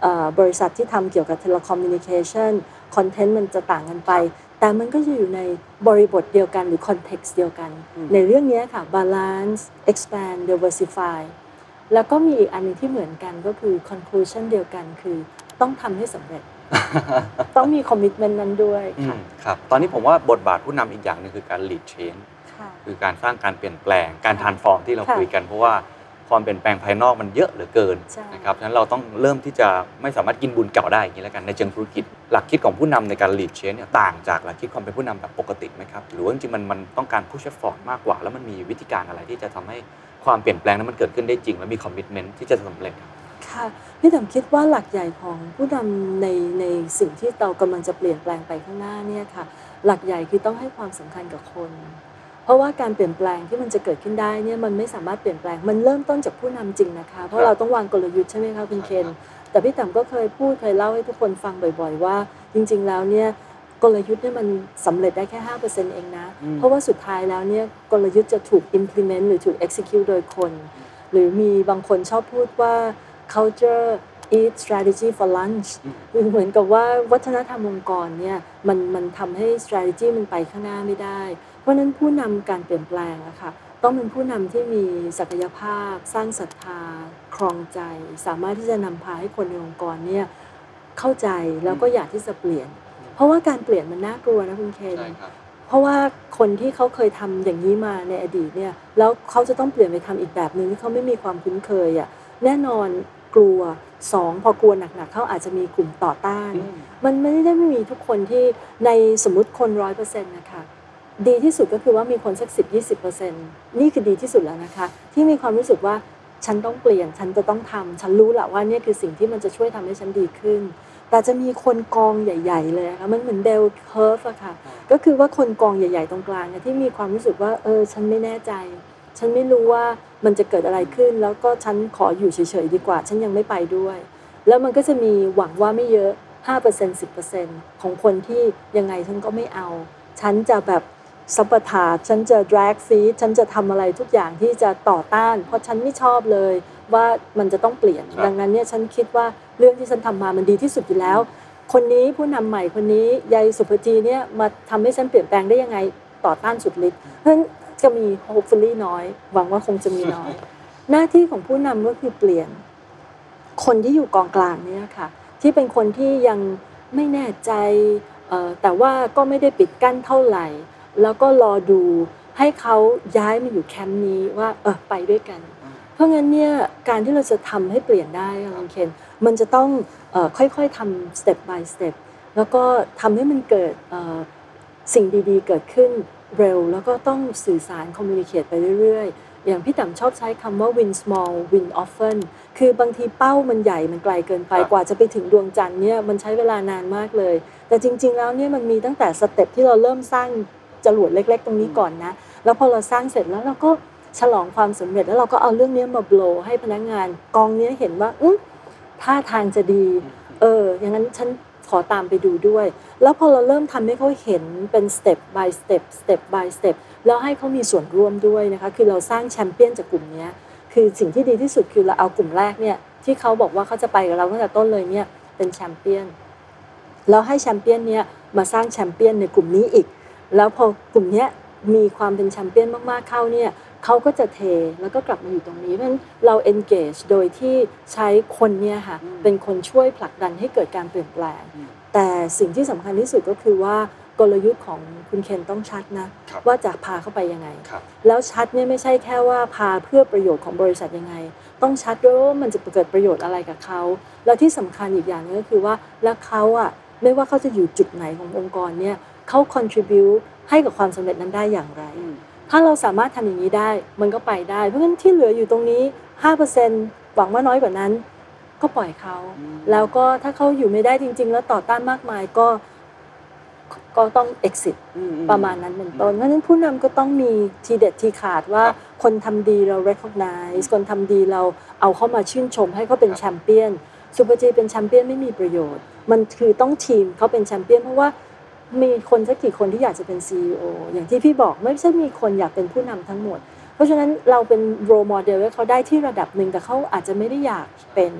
บริษัทที่ทำเกี่ยวกับ telecommunication คอนเทนต์มันจะต่างกันไปแต่มันก็จะอยู่ในบริบทเดียวกันหรือ context เดียวกันในเรื่องนี้ค่ะ balance expand diversify แล้วก็มีอีกอันนึงที่เหมือนกันก็คือ conclusion เดียวกันคือต้องทำให้สำเร็จ ต้องมี commitment นั้นด้วยค่ะครับตอนนี้ผมว่าบทบาทผู้นำอีกอย่างนึงคือการ lead change คือการสร้างการเปลี่ยนแปลงการ transform ที่เราคุยกันเพราะว่าความเปลี่ยนแปลงภายนอกมันเยอะเหลือเกินนะครับฉะนั้นเราต้องเริ่มที่จะไม่สามารถกินบุญเก่าได้อย่างนี้แล้วกันในเชิงธุรกิจหลักคิดของผู้นำในการ lead change เนี่ยต่างจากหลักคิดความเป็นผู้นำแบบปกติไหมครับหรือว่าจริงๆมันมันต้องการ push effort มากกว่าแล้วมันมีวิธีการอะไรที่จะทำให้ความเปลี่ยนแปลงนั้นมันเกิดขึ้นได้จริงและมี commitment ที่จะสำเร็จค่ะพี่ดำคิดว่าหลักใหญ่ของผู้นำในในสิ่งที่เรากำลังจะเปลี่ยนแปลงไปข้างหน้าเนี่ยค่ะหลักใหญ่คือต้องให้ความสำคัญกับคนเพราะว่าการเปลี่ยนแปลงที่มันจะเกิดขึ้นได้เนี่ยมันไม่สามารถเปลี่ยนแปลงมันเริ่มต้นจากผู้นำจริงนะคะเพราะเราต้องวางกลยุทธ์ใช่ไหมคะคุณเคนแต่พี่ต่ำก็เคยพูดเคยเล่าให้ทุกคนฟังบ่อยๆว่าจริงๆแล้วเนี่ยกลยุทธ์เนี่ยมันสำเร็จได้แค่ ห้าเปอร์เซ็นต์ เองนะเพราะว่าสุดท้ายแล้วเนี่ยกลยุทธ์จะถูก implement หรือถูก execute โดยคนหรือมีบางคนชอบพูดว่า culture eat strategy for lunch คือเหมือนกับว่าวัฒนธรรมองค์กรเนี่ยมันมันทำให้ strategy มันไปข้างหน้าไม่ได้เพราะนั้นผู้นำการเปลี่ยนแปลงอะค่ะต้องเป็นผู้นำที่มีศักยภาพสร้างศรัทธาครองใจสามารถที่จะนำพาให้คนในองค์กรเนี่ยเข้าใจแล้วก็อยากที่จะเปลี่ยนเพราะว่าการเปลี่ยนมันน่ากลัวนะคุณเคนเพราะว่าคนที่เขาเคยทำอย่างนี้มาในอดีตเนี่ยแล้วเขาจะต้องเปลี่ยนไปทำอีกแบบนึงที่เขาไม่มีความคุ้นเคยอะแน่นอนกลัวสองพอกลัวหนักๆเขาอาจจะมีกลุ่มต่อต้านมันไม่ได้ไม่มีทุกคนที่ในสมมุติคน ร้อยเปอร์เซ็นต์ นะคะดีที่สุดก็คือว่ามีคนสัก สิบถึงยี่สิบเปอร์เซ็นต์ นี่คือดีที่สุดแล้วนะคะที่มีความรู้สึกว่าฉันต้องเปลี่ยนฉันจะต้องทำฉันรู้แหละว่านี่คือสิ่งที่มันจะช่วยทำให้ฉันดีขึ้นแต่จะมีคนกองใหญ่ๆเลยค่ะมันเหมือนเบลเคอร์ฟอะค่ะก็คือว่าคนกองใหญ่ๆตรงกลางเนี่ยที่มีความรู้สึกว่าเออฉันไม่แน่ใจฉันไม่รู้ว่ามันจะเกิดอะไรขึ้นแล้วก็ฉันขออยู่เฉยๆดีกว่าฉันยังไม่ไปด้วยแล้วมันก็จะมีหวังว่าไม่เยอะ ห้าเปอร์เซ็นต์ สิบเปอร์เซ็นต์ ของคนที่ยังไงฉันก็ไม่เอาฉันจะแบบซัพพอร์ตฉันจะ drag feet ฉันจะทำอะไรทุกอย่างที่จะต่อต้านเพราะฉันไม่ชอบเลยว่ามันจะต้องเปลี่ยนดังนั้นเนี่ยฉันคิดว่าเรื่องที่ฉันทำมามันดีที่สุดอยู่แล้วคนนี้ผู้นำใหม่คนนี้ยายสุภจีเนี่ยมาทำให้ฉันเปลี่ยนแปลงได้ยังไงต่อต้านสุดฤทธิ์เพราะฉะนั้นจะมี hopefully น้อยหวังว่าคงจะมีน้อย หน้าที่ของผู้นำก็คือเปลี่ยนคนที่อยู่กองกลางเนี่ยค่ะที่เป็นคนที่ยังไม่แน่ใจแต่ว่าก็ไม่ได้ปิดกั้นเท่าไหร่แล้วก็รอดูให้เขาย้ายมาอยู่แคมป์นี้ว่าเออไปด้วยกันเพราะงั้นเนี่ยการที่เราจะทำให้เปลี่ยนได้ค่ะคุณเคนมันจะต้องเอ่อค่อยๆทำ step by step แล้วก็ทำให้มันเกิดเอ่อสิ่งดีๆเกิดขึ้นเร็วแล้วก็ต้องสื่อสาร communicate ไปเรื่อยๆอย่างพี่ต่ำชอบใช้คำว่า win small win often คือบางทีเป้ามันใหญ่มันไกลเกินไปกว่าจะไปถึงดวงจันทร์เนี่ยมันใช้เวลานานมากเลยแต่จริงๆแล้วเนี่ยมันมีตั้งแต่สเต็ปที่เราเริ่มสร้างจรวดเล็กๆตรงนี้ก่อนนะแล้วพอเราสร้างเสร็จแล้วเราก็ฉลองความสำเร็จแล้วเราก็เอาเรื่องนี้มาโบว์ให้พนักงานกองนี้เห็นว่าอื้อท่าทางจะดีเอออย่างนั้นฉันขอตามไปดูด้วยแล้วพอเราเริ่มทำให้เขาเห็นเป็น step by step step by step แล้วให้เขามีส่วนร่วมด้วยนะคะคือเราสร้างแชมเปี้ยนจากกลุ่มนี้คือสิ่งที่ดีที่สุดคือเราเอากลุ่มแรกเนี่ยที่เขาบอกว่าเขาจะไปกับเราตั้งแต่ต้นเลยเนี่ยเป็นแชมเปี้ยนแล้วให้แชมเปี้ยนเนี่ยมาสร้างแชมเปี้ยนในกลุ่มนี้อีกแล้วพอกลุ่มนี้มีความเป็นแชมเปี้ยนมากๆเข้าเนี่ยเขาก็จะเทแล้วก็กลับมาอยู่ตรงนี้เพราะฉะนั้นเรา engage โดยที่ใช้คนเนี่ยค่ะเป็นคนช่วยผลักดันให้เกิดการเปลี่ยนแปลงแต่สิ่งที่สำคัญที่สุดก็คือว่ากลยุทธ์ของคุณเคนต้องชัดนะว่าจะพาเข้าไปยังไงแล้วชัดเนี่ยไม่ใช่แค่ว่าพาเพื่อประโยชน์ของบริษัทยังไงต้องชัดด้วยว่ามันจะเกิดประโยชน์อะไรกับเขาแล้วที่สำคัญอีกอย่างนึงก็คือว่าแล้วเขาอ่ะไม่ว่าเขาจะอยู่จุดไหนขององค์กรเนี่ยเขา contribute ให้กับความสำเร็จนั้นได้อย่างไรถ้าเราสามารถทำอย่างนี้ได้มันก็ไปได้เพราะฉะนั้นที่เหลืออยู่ตรงนี้ ห้าเปอร์เซ็นต์ หวังว่าน้อยกว่านั้นก็ปล่อยเขาแล้วก็ถ้าเขาอยู่ไม่ได้จริงๆแล้วต่อต้านมากมายก็ก็ต้อง exit ประมาณนั้นเป็นต้นเพราะฉะนั้นผู้นำก็ต้องมีทีเด็ดทีขาดว่าคนทำดีเรา recognize คนทำดีเราเอาเข้ามาชื่นชมให้เขาเป็นแชมเปี้ยนซูเปอร์จีเป็นแชมเปี้ยนไม่มีประโยชน์มันคือต้องทีมเขาเป็นแชมเปี้ยนเพราะว่ามีคนสักกี่คนที่อยากจะเป็น ซี อี โอ อย่างที่พี่บอกไม่ใช่มีคนอยากเป็นผู้นำทั้งหมดเพราะฉะนั้นเราเป็น role model ให้เขาได้ที่ระดับหนึ่งแต่เขาอาจจะไม่ได้อยากเป็น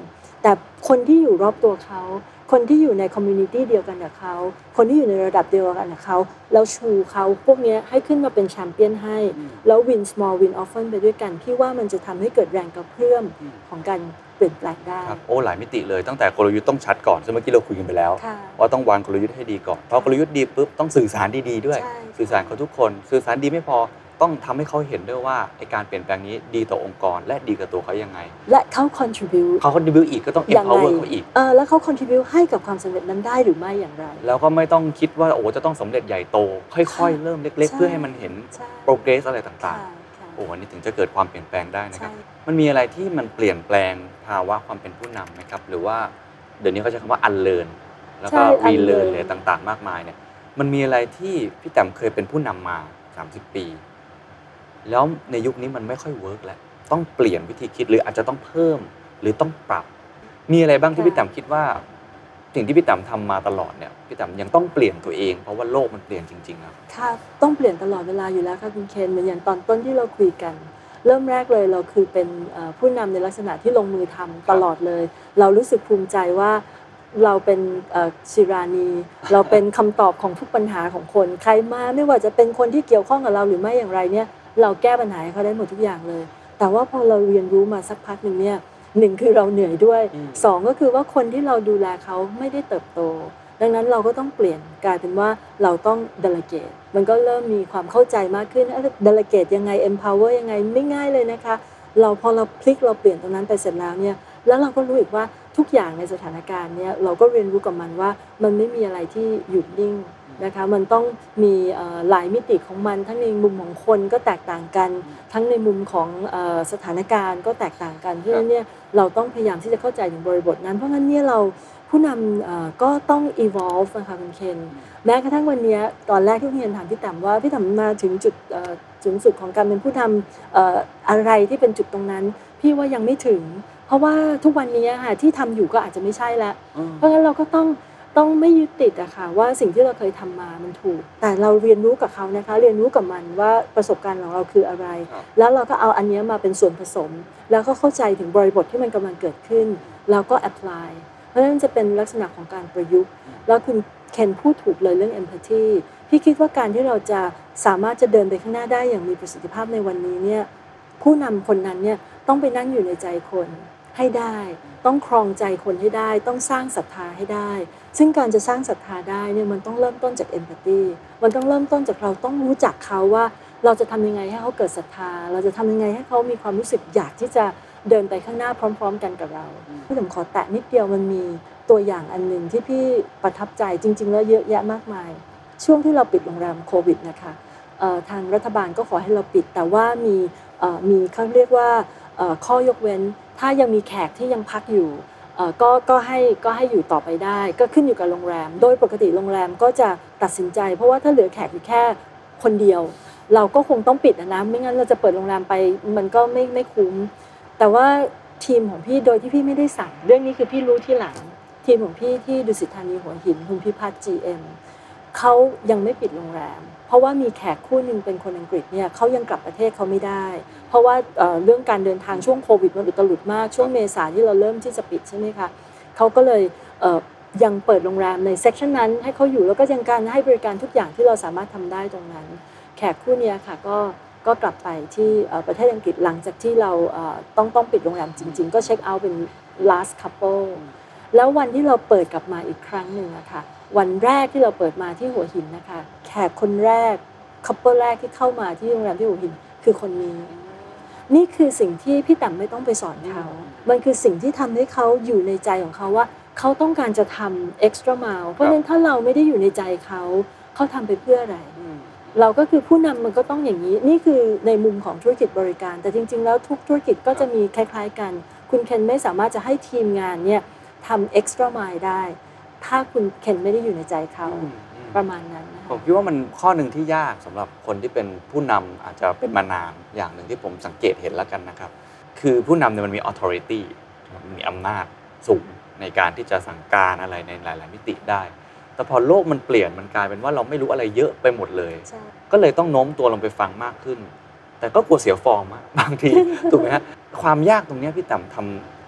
แต่คนที่อยู่รอบตัวเขาคนที่อยู่ในคอมมูนิตี้เดียวกันกับเขาคนที่อยู่ในระดับเดียวกันกับเขาแล้วชูเขาพวกนี้ให้ขึ้นมาเป็นแชมเปี้ยนให้แล้ว win small win often ไปด้วยกันพี่ว่ามันจะทำให้เกิดแรงกระเพื่อมของการเปลี่ยนแปลงได้ครับโอ้หลายมิติเลยตั้งแต่กลยุทธ์ต้องชัดก่อนซึ่งเมื่อกี้เราคุยกันไปแล้วว่าต้องวางกลยุทธ์ให้ดีก่อนพอกลยุทธ์ดีปุ๊บต้องสื่อสารดีๆด้วยสื่อสารกับทุกคนสื่อสารดีไม่พอต้องทำให้เขาเห็นด้วยว่าไอ้การเปลี่ยนแปลงนี้ดีต่อองค์กรและดีกับตัวเขายังไงและเขา contribute เขา contribute อีกก็ต้อง empower เขาอีกเออแล้วเขา contribute ให้กับความสำเร็จนั้นได้หรือไม่อย่างไรแล้วก็ไม่ต้องคิดว่าโอ้จะต้องสำเร็จใหญ่โตค่อยๆเริ่มเล็กๆเพื่อให้มันเห็น progress อะไรต่างๆโอ้อันนี้ถึงจะเกิดความเปลี่ยนแปลงได้นะครับมันมีอะไรที่มันเปลี่ยนแปลงภาวะความเป็นผู้นำไหมครับหรือว่าเดี๋ยวนี้เขาใช้คำว่า unlearn แล้วก็ relearn อะไรต่างๆมากมายเนี่ยมันมีอะไรที่พี่แต้มเคยเป็นผู้นำมาสามสิบปีแล้วในยุคนี้มันไม่ค่อยเวิร์กแล้วต้องเปลี่ยนวิธีคิดหรืออาจจะต้องเพิ่มหรือต้องปรับมีอะไรบ้างที่พี่แต้มคิดว่าสิ่งที่พี่แต้มทำมาตลอดเนี่ยพี่แต้มยังต้องเปลี่ยนตัวเองเพราะว่าโลกมันเปลี่ยนจริงๆครับค่ะต้องเปลี่ยนตลอดเวลาอยู่แล้วค่ะคุณเคนเหมือนอย่างตอนต้นที่เราคุยกันเริ่มแรกเลยเราคือเป็นผู้นำในลักษณะที่ลงมือทำตลอดเลยเรารู้สึกภูมิใจว่าเราเป็นศิรานีเราเป็นคำตอบของทุกปัญหาของคนใครมาไม่ว่าจะเป็นคนที่เกี่ยวข้องกับเราหรือไม่อย่างไรเนี่ยเราแก้ปัญหาให้เขาได้หมดทุกอย่างเลยแต่ว่าพอเราเรียนรู้มาสักพักหนึ่งเนี่ยหนึ่งคือเราเหนื่อยด้วยสองก็คือว่าคนที่เราดูแลเขาไม่ได้เติบโตดังนั้นเราก็ต้องเปลี่ยนกลายเป็นว่าเราต้อง delegate มันก็เริ่มมีความเข้าใจมากขึ้น delegate ยังไง empower ยังไงไม่ง่ายเลยนะคะเราพอเราพลิกเราเปลี่ยนตรงนั้นไปเสร็จแล้วเนี่ยแล้วเราก็รู้อีกว่าทุกอย่างในสถานการณ์เนี่ยเราก็เรียนรู้กับมันว่ามันไม่มีอะไรที่หยุดนิ่งนะคะมันต้องมีหลายมิติของมันทั้งในมุมของคนก็แตกต่างกันทั้งในมุมของสถานการณ์ก็แตกต่างกันเพราะฉะนั้นเนี่ยเราต้องพยายามที่จะเข้าใจถึงบริบทนั้นเพราะงั้นเนี่ยเราผู้นำก็ต้อง evolve นะคะคุณเคนแม้กระทั่งวันนี้ตอนแรกที่พี่เคนถามพี่แต้มว่าพี่แต้มมาถึงจุดสูงสุดของการเป็นผู้นำอะไรที่เป็นจุดตรงนั้นพี่ว่ายังไม่ถึงเพราะว่าทุกวันนี้ค่ะที่ทำอยู่ก็อาจจะไม่ใช่แล้วเพราะงั้นเราก็ต้องต้องไม่ยึดติดอะค่ะว่าสิ่งที่เราเคยทำมามันถูกแต่เราเรียนรู้กับเขานะคะเรียนรู้กับมันว่าประสบการณ์ของเราคืออะไรแล้วเราก็เอาอันนี้มาเป็นส่วนผสมแล้วก็เข้าใจถึงบริบทที่มันกำลังเกิดขึ้นแล้วก็ apply เพราะฉะนั้นจะเป็นลักษณะของการประยุกต์แล้วคุณเคนพูดถูกเลยเรื่อง empathy พี่คิดว่าการที่เราจะสามารถจะเดินไปข้างหน้าได้อย่างมีประสิทธิภาพในวันนี้เนี่ยผู้นำคนนั้นเนี่ยต้องไปนั่งอยู่ในใจคนให้ได้ต้องครองใจคนให้ได้ต้องสร้างศรัทธาให้ได้ซึ่งการจะสร้างศรัทธาได้เนี่ยมันต้องเริ่มต้นจาก empathy มันต้องเริ่มต้นจากเราต้องรู้จักเขาว่าเราจะทำยังไงให้เขาเกิดศรัทธาเราจะทำยังไงให้เขามีความรู้สึกอยากที่จะเดินไปข้างหน้าพร้อมๆกันกับเราพี่ผมขอแตะนิดเดียวมันมีตัวอย่างอันนึงที่พี่ประทับใจจริงๆแล้วเยอะแยะมากมายช่วงที่เราปิดโรงแรมโควิดนะคะทางรัฐบาลก็ขอให้เราปิดแต่ว่ามีมีเขาเรียกว่าข้อยกเว้นถ้ายังมีแขกที่ยังพักอยู่ก็ก็ให้ก็ให้อยู่ต่อไปได้ก็ขึ้นอยู่กับโรงแรมโดยปกติโรงแรมก็จะตัดสินใจเพราะว่าถ้าเหลือแขกอยู่แค่คนเดียวเราก็คงต้องปิดนะไม่งั้นเราจะเปิดโรงแรมไปมันก็ไม่ไม่คุ้มแต่ว่าทีมของพี่โดยที่พี่ไม่ได้สั่งเรื่องนี้คือพี่รู้ที่หลังทีมของพี่ที่ดุสิตธานีหัวหินคุณพิพัฒน์ จี เอ็ม เขายังไม่ปิดโรงแรมเพราะว่ามีแขกคู่นึงเป็นคนอังกฤษเนี่ยเขายังกลับประเทศเขาไม่ได้เพราะว่า เอ่อ เรื่องการเดินทางช่วงโควิดมันอุตลุดมากช่วงเมษาที่เราเริ่มที่จะปิดใช่ไหมคะเขาก็เลยเอ่อยังเปิดโรงแรมในเซกชันนั้นให้เขาอยู่แล้วก็ยังการให้บริการทุกอย่างที่เราสามารถทำได้ตรงนั้นแขกคู่นี้ค่ะก็ก็กลับไปที่ประเทศอังกฤษหลังจากที่เราต้องต้องปิดโรงแรมจริงๆก็เช็คเอาท์เป็น last couple แล้ววันที่เราเปิดกลับมาอีกครั้งหนึ่งอะค่ะวันแรกที่เราเปิดมาที่หัวหินนะคะแขกคนแรก couple แรกที่เข้ามาที่โรงแรมที่หัวหินคือคนนี้นี่คือสิ่งที่พี่แต้มไม่ต้องไปสอนเขามันคือสิ่งที่ทำให้เขาอยู่ในใจของเขาว่าเขาต้องการจะทำ extra mile เพราะฉะนั้นถ้าเราไม่ได้อยู่ในใจเขาเขาทำไปเพื่ออะไรเราก็คือผู้นำมันก็ต้องอย่างนี้นี่คือในมุมของธุรกิจบริการแต่จริงๆแล้วทุกธุรกิจก็จะมีคล้ายๆกันคุณเคนไม่สามารถจะให้ทีมงานเนี่ยทำ extra mile ได้ถ้าคุณเคนไม่ได้อยู่ในใจเขาประมาณนั้นผมคิดว่ามันข้อหนึ่งที่ยากสำหรับคนที่เป็นผู้นำอาจจะเป็นมานานอย่างหนึ่งที่ผมสังเกตเห็นแล้วกันนะครับคือผู้นำเนี่ยมันมี authority มีอำนาจสูงในการที่จะสั่งการอะไรในหลายๆมิติได้แต่พอโลกมันเปลี่ยนมันกลายเป็นว่าเราไม่รู้อะไรเยอะไปหมดเลยก็เลยต้องโน้มตัวลงไปฟังมากขึ้นแต่ก็กลัวเสียฟอร์มบางทีถูกไหมฮะความยากตรงนี้พี่แต้มทำ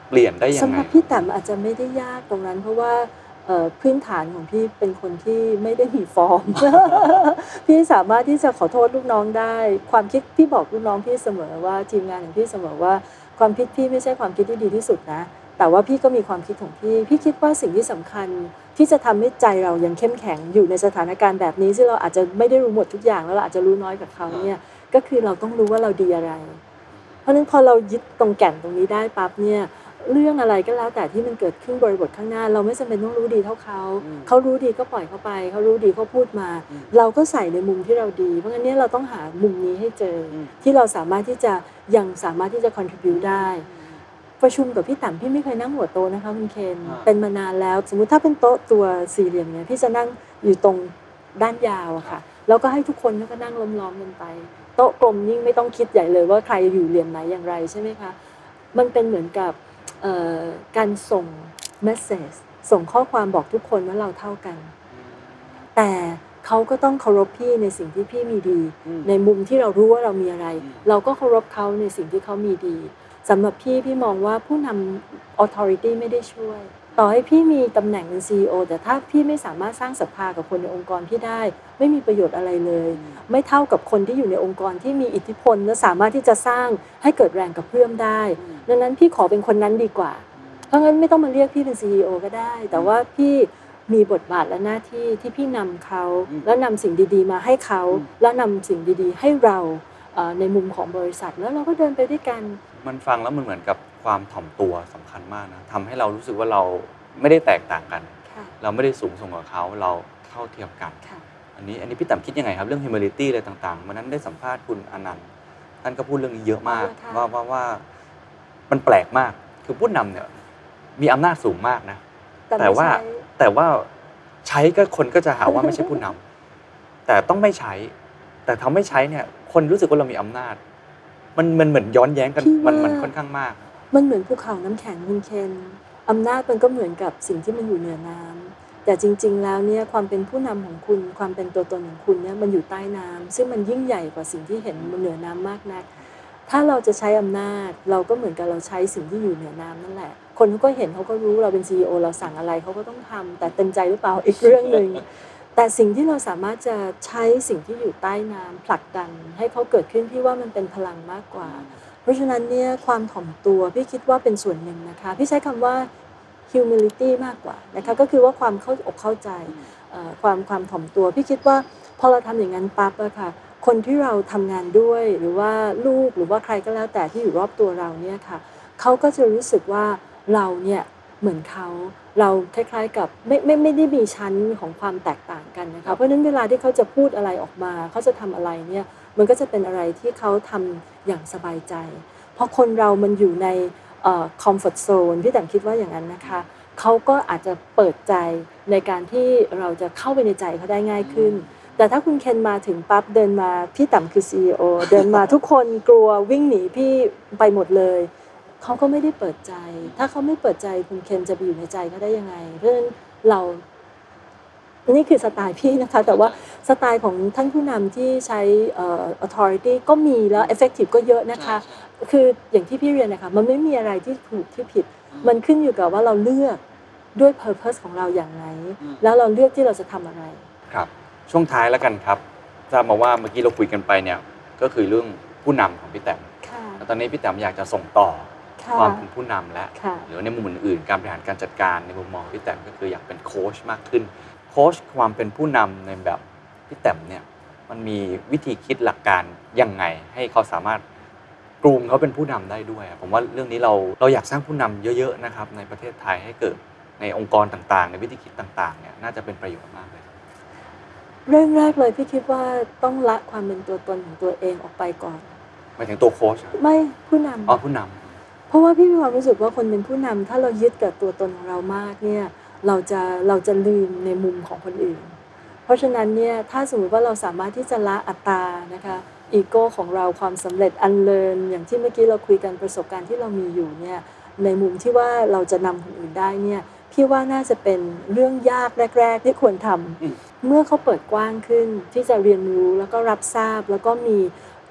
เปลี่ยนได้ยังไงสำหรับพี่แต้มอาจจะไม่ได้ยากตรงนั้นเพราะว่าพื้นฐานของพี่เป็นคนที่ไม่ได้มีฟอร์ม พี่สามารถที่จะขอโทษลูกน้องได้ความคิดพี่บอกลูกน้องพี่เสมอว่าทีมงานของพี่เสมอว่าความคิดพี่ไม่ใช่ความคิดที่ดีที่สุดนะแต่ว่าพี่ก็มีความคิดของพี่พี่คิดว่าสิ่งที่สำคัญที่จะทำให้ใจเรายังเข้มแข็งอยู่ในสถานการณ์แบบนี้ซึ่งเราอาจจะไม่ได้รู้หมดทุกอย่างแล้วเราอาจจะรู้น้อยกว่าเขาเนี่ยก็คือเราต้องรู้ว่าเราดีอะไรเพราะฉะนั้นพอเรายึดตรงแก่นตรงนี้ได้ปั๊บเนี่ยเรื่องอะไรก็แล้วแต่ที่มันเกิดขึ้นบริบทข้างหน้าเราไม่จำเป็นต้องรู้ดีเท่าเขาเขารู้ดีก็ปล่อยเขาไปเขารู้ดีเขาพูดมาเราก็ใส่ในมุมที่เราดีเพราะงั้นเนี่ยเราต้องหามุมนี้ให้เจอที่เราสามารถที่จะยังสามารถที่จะ contribute ได้ประชุมกับพี่แต้มพี่ไม่เคยนั่งหัวโต๊ะนะคะคุณเคนเป็นมานานแล้วสมมุติถ้าเป็นโต๊ะตัวสี่เหลี่ยมเนี่ยพี่จะนั่งอยู่ตรงด้านยาวอะค่ะแล้วก็ให้ทุกคนก็นั่งล้อมๆกันไปโต๊ะกลมยิ่งไม่ต้องคิดใหญ่เลยว่าใครอยู่เหลี่ยมไหนอย่างไรใช่ไหมคะมันเป็นเหมือนกับการส่งเมสเสจส่งข้อความบอกทุกคนว่าเราเท่ากันแต่เขาก็ต้องเคารพพี่ในสิ่งที่พี่มีดีในมุมที่เรารู้ว่าเรามีอะไรเราก็เคารพเขาในสิ่งที่เขามีดีสำหรับพี่พี่มองว่าผู้นำ authority ไม่ได้ช่วยต่อให้พี่มีตำแหน่งเป็น ซี อี โอ แต่ถ้าพี่ไม่สามารถสร้างศรัทธากับคนในองค์กรพี่ได้ไม่มีประโยชน์อะไรเลยไม่เท่ากับคนที่อยู่ในองค์กรที่มีอิทธิพลและสามารถที่จะสร้างให้เกิดแรงกระเพื่อมได้ดังนั้นพี่ขอเป็นคนนั้นดีกว่าเพราะงั้นไม่ต้องมาเรียกพี่เป็น ซี อี โอ ก็ได้แต่ว่าพี่มีบทบาทและหน้าที่ที่พี่นำเขาแล้วนำสิ่งดีๆมาให้เขาแล้วนำสิ่งดีๆให้เราในมุมของบริษัทแล้วเราก็เดินไปด้วยกันมันฟังแล้วมันเหมือนกับความถ่อมตัวสำคัญมากนะทำให้เรารู้สึกว่าเราไม่ได้แตกต่างกันเราไม่ได้สูงส่งกว่าเขาเราเท่าเทียมกันอันนี้อันนี้พี่แต้มคิดยังไงครับเรื่อง humility อะไรต่างๆวันนั้นได้สัมภาษณ์คุณอนันต์ท่านก็พูดเรื่องนี้เยอะมากว่าว่าว่ามันแปลกมากคือผู้นำเนี่ยมีอำนาจสูงมากนะแต่ว่าแต่ว่าใช้ก็คนก็จะหาว่าไม่ใช่ผู้นำแต่ต้องไม่ใช้แต่ทำไม่ใช้เนี่ยคนรู้สึกว่าเรามีอำนาจมันมันเหมือนย้อนแย้งกันมันมันค่อนข้างมากมันเหมือนภูเขาน้ำแข็งคุณเคนอำนาจมันก็เหมือนกับสิ่งที่มันอยู่เหนือน้ำแต่จริงๆแล้วเนี่ยความเป็นผู้นำของคุณความเป็นตัวตนของคุณเนี่ยมันอยู่ใต้น้ำซึ่งมันยิ่งใหญ่กว่าสิ่งที่เห็นบนเหนือน้ำมากนักถ้าเราจะใช้อำนาจเราก็เหมือนกับเราใช้สิ่งที่อยู่เหนือน้ำนั่นแหละคนเขาก็เห็นเขาก็รู้เราเป็น ซี อี โอ เราสั่งอะไรเขาก็ต้องทำแต่เต็มใจหรือเปล่าอีกเรื่องนึงแต่สิ่งที่เราสามารถจะใช้สิ่งที่อยู่ใต้น้ำผลักดันให้เขาเกิดขึ้นพี่ว่ามันเป็นพลังมากกว่าเพราะฉะนั้นเนี่ยความถ่อมตัวพี่คิดว่าเป็นส่วนหนึ่งนะคะพี่ใช้คำว่า humility มากกว่านะคะก็คือว่าความเข้าอกเข้าใจความความถ่อมตัวพี่คิดว่าพอเราทำอย่างนั้นปั๊บอะค่ะคนที่เราทำงานด้วยหรือว่าลูกหรือว่าใครก็แล้วแต่ที่อยู่รอบตัวเราเนี่ยค่ะเขาก็จะรู้สึกว่าเราเนี่ยเหมือนเขาเราคล้ายๆกับไม่ไม่ไม่ได้มีชั้นของความแตกต่างกันนะคะเพราะฉะนั้นเวลาที่เขาจะพูดอะไรออกมาเขาจะทำอะไรเนี่ยมันก็จะเป็นอะไรที่เขาทำอย่างสบายใจเพราะคนเรามันอยู่ในเอ่อ comfort zone พี่แต้มคิดว่าอย่างนั้นนะคะเขาก็อาจจะเปิดใจในการที่เราจะเข้าไปในใจเขาได้ง่ายขึ้นแต่ถ้าคุณเคนมาถึงปั๊บเดินมาพี่แต้มคือ ซี อี โอ เดินมาทุกคนกลัววิ่งหนีพี่ไปหมดเลยเขาก็ไม่ได้เปิดใจถ้าเขาไม่เปิดใจคุณเคนจะไปอยู่ในใจเขาได้ยังไงเพราะฉะนั้นเรานี่คือสไตล์พี่นะคะแต่ว่าสไตล์ของท่านผู้นำที่ใช้เอ่อ authority ก็มีแล้ว effective ก็เยอะนะคะคืออย่างที่พี่เรียนนะคะมันไม่มีอะไรที่ถูกที่ผิดมันขึ้นอยู่กับว่าเราเลือกด้วย purpose ของเราอย่างไรแล้วเราเลือกที่เราจะทำอะไรครับช่วงท้ายแล้วกันครับทราบมาว่าเมื่อกี้เราคุยกันไปเนี่ยก็คือเรื่องผู้นำของพี่แต้มแล้วตอนนี้พี่แต้มอยากจะส่งต่อความเป็นผู้นำและหรือในมุมอื่นๆการบริหารการจัดการในมุมมองพี่แต้มก็คืออยากเป็นโค้ชมากขึ้นโค้ชความเป็นผู้นำในแบบพี่แต้มเนี่ยมันมีวิธีคิดหลักการยังไงให้เขาสามารถกลุ่มเขาเป็นผู้นำได้ด้วยผมว่าเรื่องนี้เราเราอยากสร้างผู้นำเยอะๆนะครับในประเทศไทยให้เกิดในองค์กรต่างๆในวิธีคิดต่างๆเนี่ยน่าจะเป็นประโยชน์มากเลยเรื่องแรกเลยพี่คิดว่าต้องละความเป็นตัวตนของตัวเองออกไปก่อนหมายถึงตัวโค้ชไม่ผู้นำอ๋อผู้นำเพราะว่าพี่มีความรู้สึกว่าคนเป็นผู้นำถ้าเรายึดกับตัวตนของเรามากเนี่ยเราจะเราจะลืมในมุมของคนอื่นเพราะฉะนั้นเนี่ยถ้าสมมติว่าเราสามารถที่จะละอัตตานะคะอีโก้ของเราความสำเร็จอันเลินอย่างที่เมื่อกี้เราคุยกันประสบการณ์ที่เรามีอยู่เนี่ยในมุมที่ว่าเราจะนำคนอื่นได้เนี่ยพี่ว่าน่าจะเป็นเรื่องยากแรกๆที่ควรทำเมื่อเขาเปิดกว้างขึ้นที่จะเรียนรู้แล้วก็รับทราบแล้วก็มี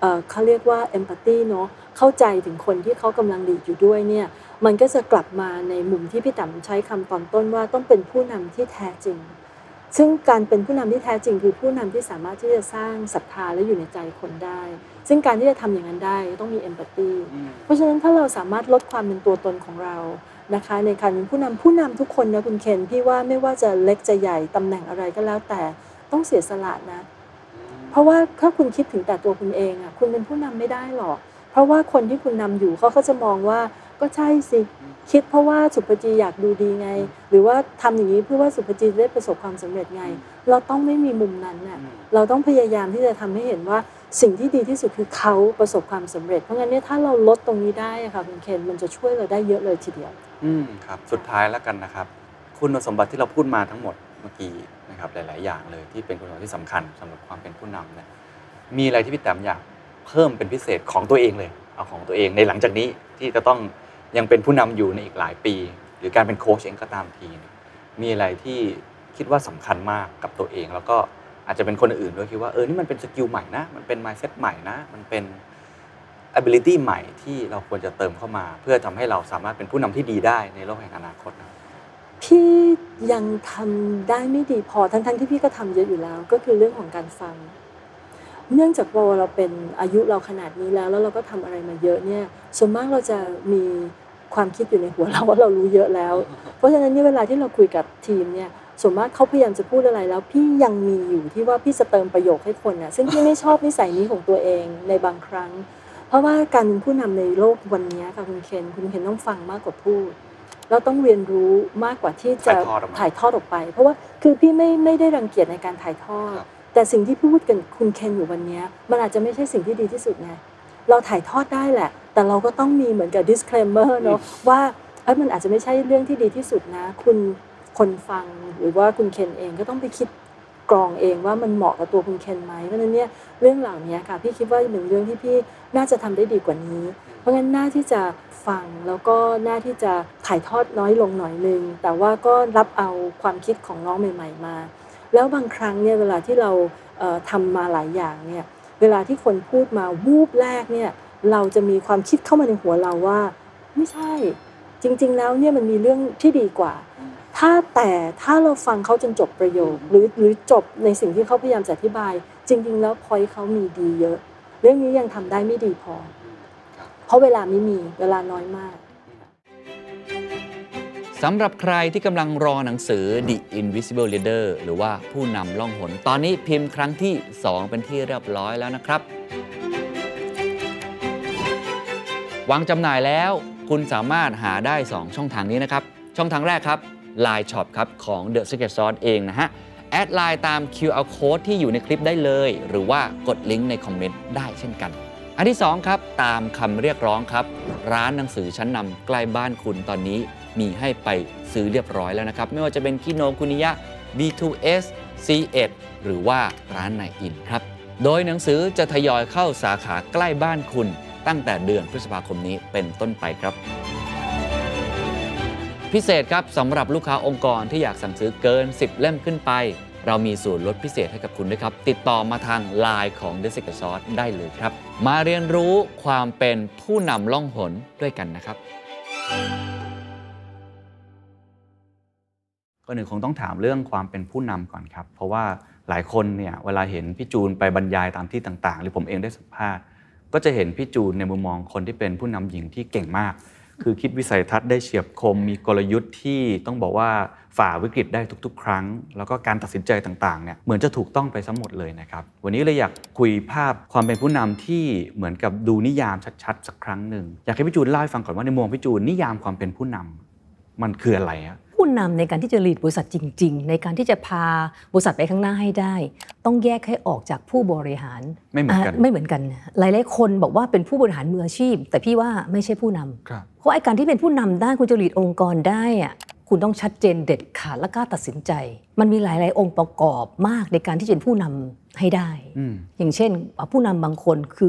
เอ่อเขาเรียกว่า empathy เนาะเข้าใจถึงคนที่เขากำลังลีดอยู่ด้วยเนี่ยมันก็จะกลับมาในมุมที่พี่ตั๋มใช้คำตอนต้นว่าต้องเป็นผู้นำที่แท้จริงซึ่งการเป็นผู้นำที่แท้จริงคือผู้นำที่สามารถที่จะสร้างศรัทธาและอยู่ในใจคนได้ซึ่งการที่จะทำอย่างนั้นได้ต้องมี empathy เพราะฉะนั้นถ้าเราสามารถลดความเป็นตัวตนของเรานะคะในการเป็นผู้นำผู้นำทุกคนนะคุณเคนพี่ว่าไม่ว่าจะเล็กจะใหญ่ตำแหน่งอะไรก็แล้วแต่ต้องเสียสละนะเพราะว่าถ้าคุณคิดถึงแต่ตัวคุณเองอ่ะคุณเป็นผู้นำไม่ได้หรอกเพราะว่าคนที่คุณนำอยู่เขาก็จะมองว่าก็ใช่สิคิดเพราะว่าสุภจีอยากดูดีไงหรือว่าทำอย่างนี้เพื่อว่าสุภจีได้ประสบความสำเร็จไงเราต้องไม่มีมุมนั้นน่ะเราต้องพยายามที่จะทำให้เห็นว่าสิ่งที่ดีที่สุดคือเขาประสบความสำเร็จเพราะงั้นเนี่ยถ้าเราลดตรงนี้ได้ค่ะคุณเคนมันจะช่วยเราได้เยอะเลยทีเดียวอืมครับสุดท้ายแล้วกันนะครับคุณสมบัติที่เราพูดมาทั้งหมดเมื่อกี้นะครับหลายๆอย่างเลยที่เป็นคุณสมบัติที่สำคัญสำหรับความเป็นผู้นำเนี่ยมีอะไรที่พี่แต้มอยากเพิ่มเป็นพิเศษของตัวเองเลยเอาของตัวเองในหลังจากนี้ที่จะต้องยังเป็นผู้นำอยู่ในอีกหลายปีหรือการเป็นโค้ชเองก็ตามทีมีอะไรที่คิดว่าสำคัญมากกับตัวเองแล้วก็อาจจะเป็นคนอื่นด้วยคิดว่าเออนี่มันเป็นสกิลใหม่นะมันเป็น mindset ใหม่นะมันเป็น ability ใหม่ที่เราควรจะเติมเข้ามาเพื่อทำให้เราสามารถเป็นผู้นำที่ดีได้ในโลกแห่งอนาคตนะพี่ยังทำได้ไม่ดีพอทั้งๆที่พี่ก็ทำเยอะอยู่แล้วก็คือเรื่องของการฟังเนื่องจากว่าเราเป็นอายุเราขนาดนี้แล้วแล้วเราก็ทำอะไรมาเยอะเนี่ยส่วนมากเราจะมีความคิดอยู่ในหัวเราว่าเรารู้เยอะแล้วเพราะฉะนั้นนี่เวลาที่เราคุยกับทีมเนี่ยส่วนมากเขาพยายามจะพูดอะไรแล้วพี่ยังมีอยู่ที่ว่าพี่จะเติมประโยคให้คนน่ะซึ่งพี่ไม่ชอบนิสัยนี้ของตัวเองในบางครั้งเพราะว่าการเป็นผู้นำในโลกวันนี้ค่ะคุณเคนคุณเคนต้องฟังมากกว่าพูดเราต้องเรียนรู้มากกว่าที่จะถ่ายทอดออกไปเพราะว่าคือพี่ไม่ไม่ได้รังเกียจในการถ่ายทอดแต่สิ่งที่พูดกันคุณเคนอยู่วันนี้มันอาจจะไม่ใช่สิ่งที่ดีที่สุดไงเราถ่ายทอดได้แหละแต่เราก็ต้องมีเหมือนกับ disclaimer เนาะว่าเอ้ยมันอาจจะไม่ใช่เรื่องที่ดีที่สุดนะคุณคนฟังหรือว่าคุณเคนเองก็ต้องไปคิดกรองเองว่ามันเหมาะกับตัวคุณเคนไหมเพราะฉะนั้นเนี่ยเรื่องเหล่านี้ค่ะพี่คิดว่าเป็นเรื่องที่พี่น่าจะทำได้ดีกว่านี้เพราะงั้นหน้าที่จะฟังแล้วก็หน้าที่จะถ่ายทอดน้อยลงหน่อยนึงแต่ว่าก็รับเอาความคิดของน้องใหม่ๆมาแล้วบางครั้งเนี่ยเวลาที่เราเอ่อทำมาหลายอย่างเนี่ยเวลาที่คนพูดมาวูบแรกเนี่ยเราจะมีความคิดเข้ามาในหัวเราว่าไม่ใช่จริงๆแล้วเนี่ยมันมีเรื่องที่ดีกว่าถ้าแต่ถ้าเราฟังเขาจนจบประโยคหรือหรือจบในสิ่งที่เขาพยายามจะอธิบายจริงๆแล้วพอยต์เขามีดีเยอะเรื่องนี้ยังทำได้ไม่ดีพอเพราะเวลาไม่มีเวลาน้อยมากสำหรับใครที่กำลังรอหนังสือ The Invisible Leader หรือว่าผู้นำล่องหนตอนนี้พิมพ์ครั้งที่สองเป็นที่เรียบร้อยแล้วนะครับวางจำหน่ายแล้วคุณสามารถหาได้สองช่องทางนี้นะครับช่องทางแรกครับ ไลน์ Shop ครับของ The Secret Sauce เองนะฮะแอดไลน์ตาม คิว อาร์ Code ที่อยู่ในคลิปได้เลยหรือว่ากดลิงก์ในคอมเมนต์ได้เช่นกันอันที่สองครับตามคำเรียกร้องครับร้านหนังสือชั้นนำใกล้บ้านคุณตอนนี้มีให้ไปซื้อเรียบร้อยแล้วนะครับไม่ว่าจะเป็นคิโนคุนิยะ บี ทู เอส ซี เอ็ด หรือว่าร้านไนอินครับโดยหนังสือจะทยอยเข้าสาขาใกล้บ้านคุณตั้งแต่เดือนพฤษภาคมนี้เป็นต้นไปครับพิเศษครับสำหรับลูกค้าองค์กรที่อยากสั่งซื้อเกินสิบเล่มขึ้นไปเรามีส่วนลดพิเศษให้กับคุณด้วยครับติดต่อมาทาง ไลน์ ของ The Secret Sauce ได้เลยครับมาเรียนรู้ความเป็นผู้นำล่องหนด้วยกันนะครับก็หนึ่งคงต้องถามเรื่องความเป็นผู้นำก่อนครับเพราะว่าหลายคนเนี่ยเวลาเห็นพี่จูนไปบรรยายตามที่ต่างๆหรือผมเองได้สัมภาษณ์ก็จะเห็นพี่จูนในมุมมองคนที่เป็นผู้นำหญิงที่เก่งมากคือคิดวิสัยทัศน์ได้เฉียบคมมีกลยุทธ์ที่ต้องบอกว่าฝ่าวิกฤตได้ทุกๆครั้งแล้วก็การตัดสินใจต่างๆเนี่ยเหมือนจะถูกต้องไปซะหมดเลยนะครับวันนี้เลยอยากคุยภาพความเป็นผู้นำที่เหมือนกับดูนิยามชัดๆสักครั้งหนึ่งอยากให้พี่จูนเล่าให้ฟังก่อนว่าในมุมพี่จูนนิยามความเป็นผู้นำมันคืออะไรฮะผู้นำในการที่จะลีดบริษัทจริงๆในการที่จะพาบริษัทไปข้างหน้าให้ได้ต้องแยกให้ออกจากผู้บริหารไม่เหมือนกันไม่เหมือนกันหลายๆคนบอกว่าเป็นผู้บริหารมืออาชีพแต่พี่ว่าไม่ใช่ผู้นำเพราะไอ้การที่เป็นผู้นำได้คุณจะลีดองค์กรได้อะคุณต้องชัดเจนเด็ดขาดและกล้าตัดสินใจมันมีหลายๆองค์ประกอบมากในการที่จะเป็นผู้นำให้ได้อย่างเช่นผู้นำบางคนคือ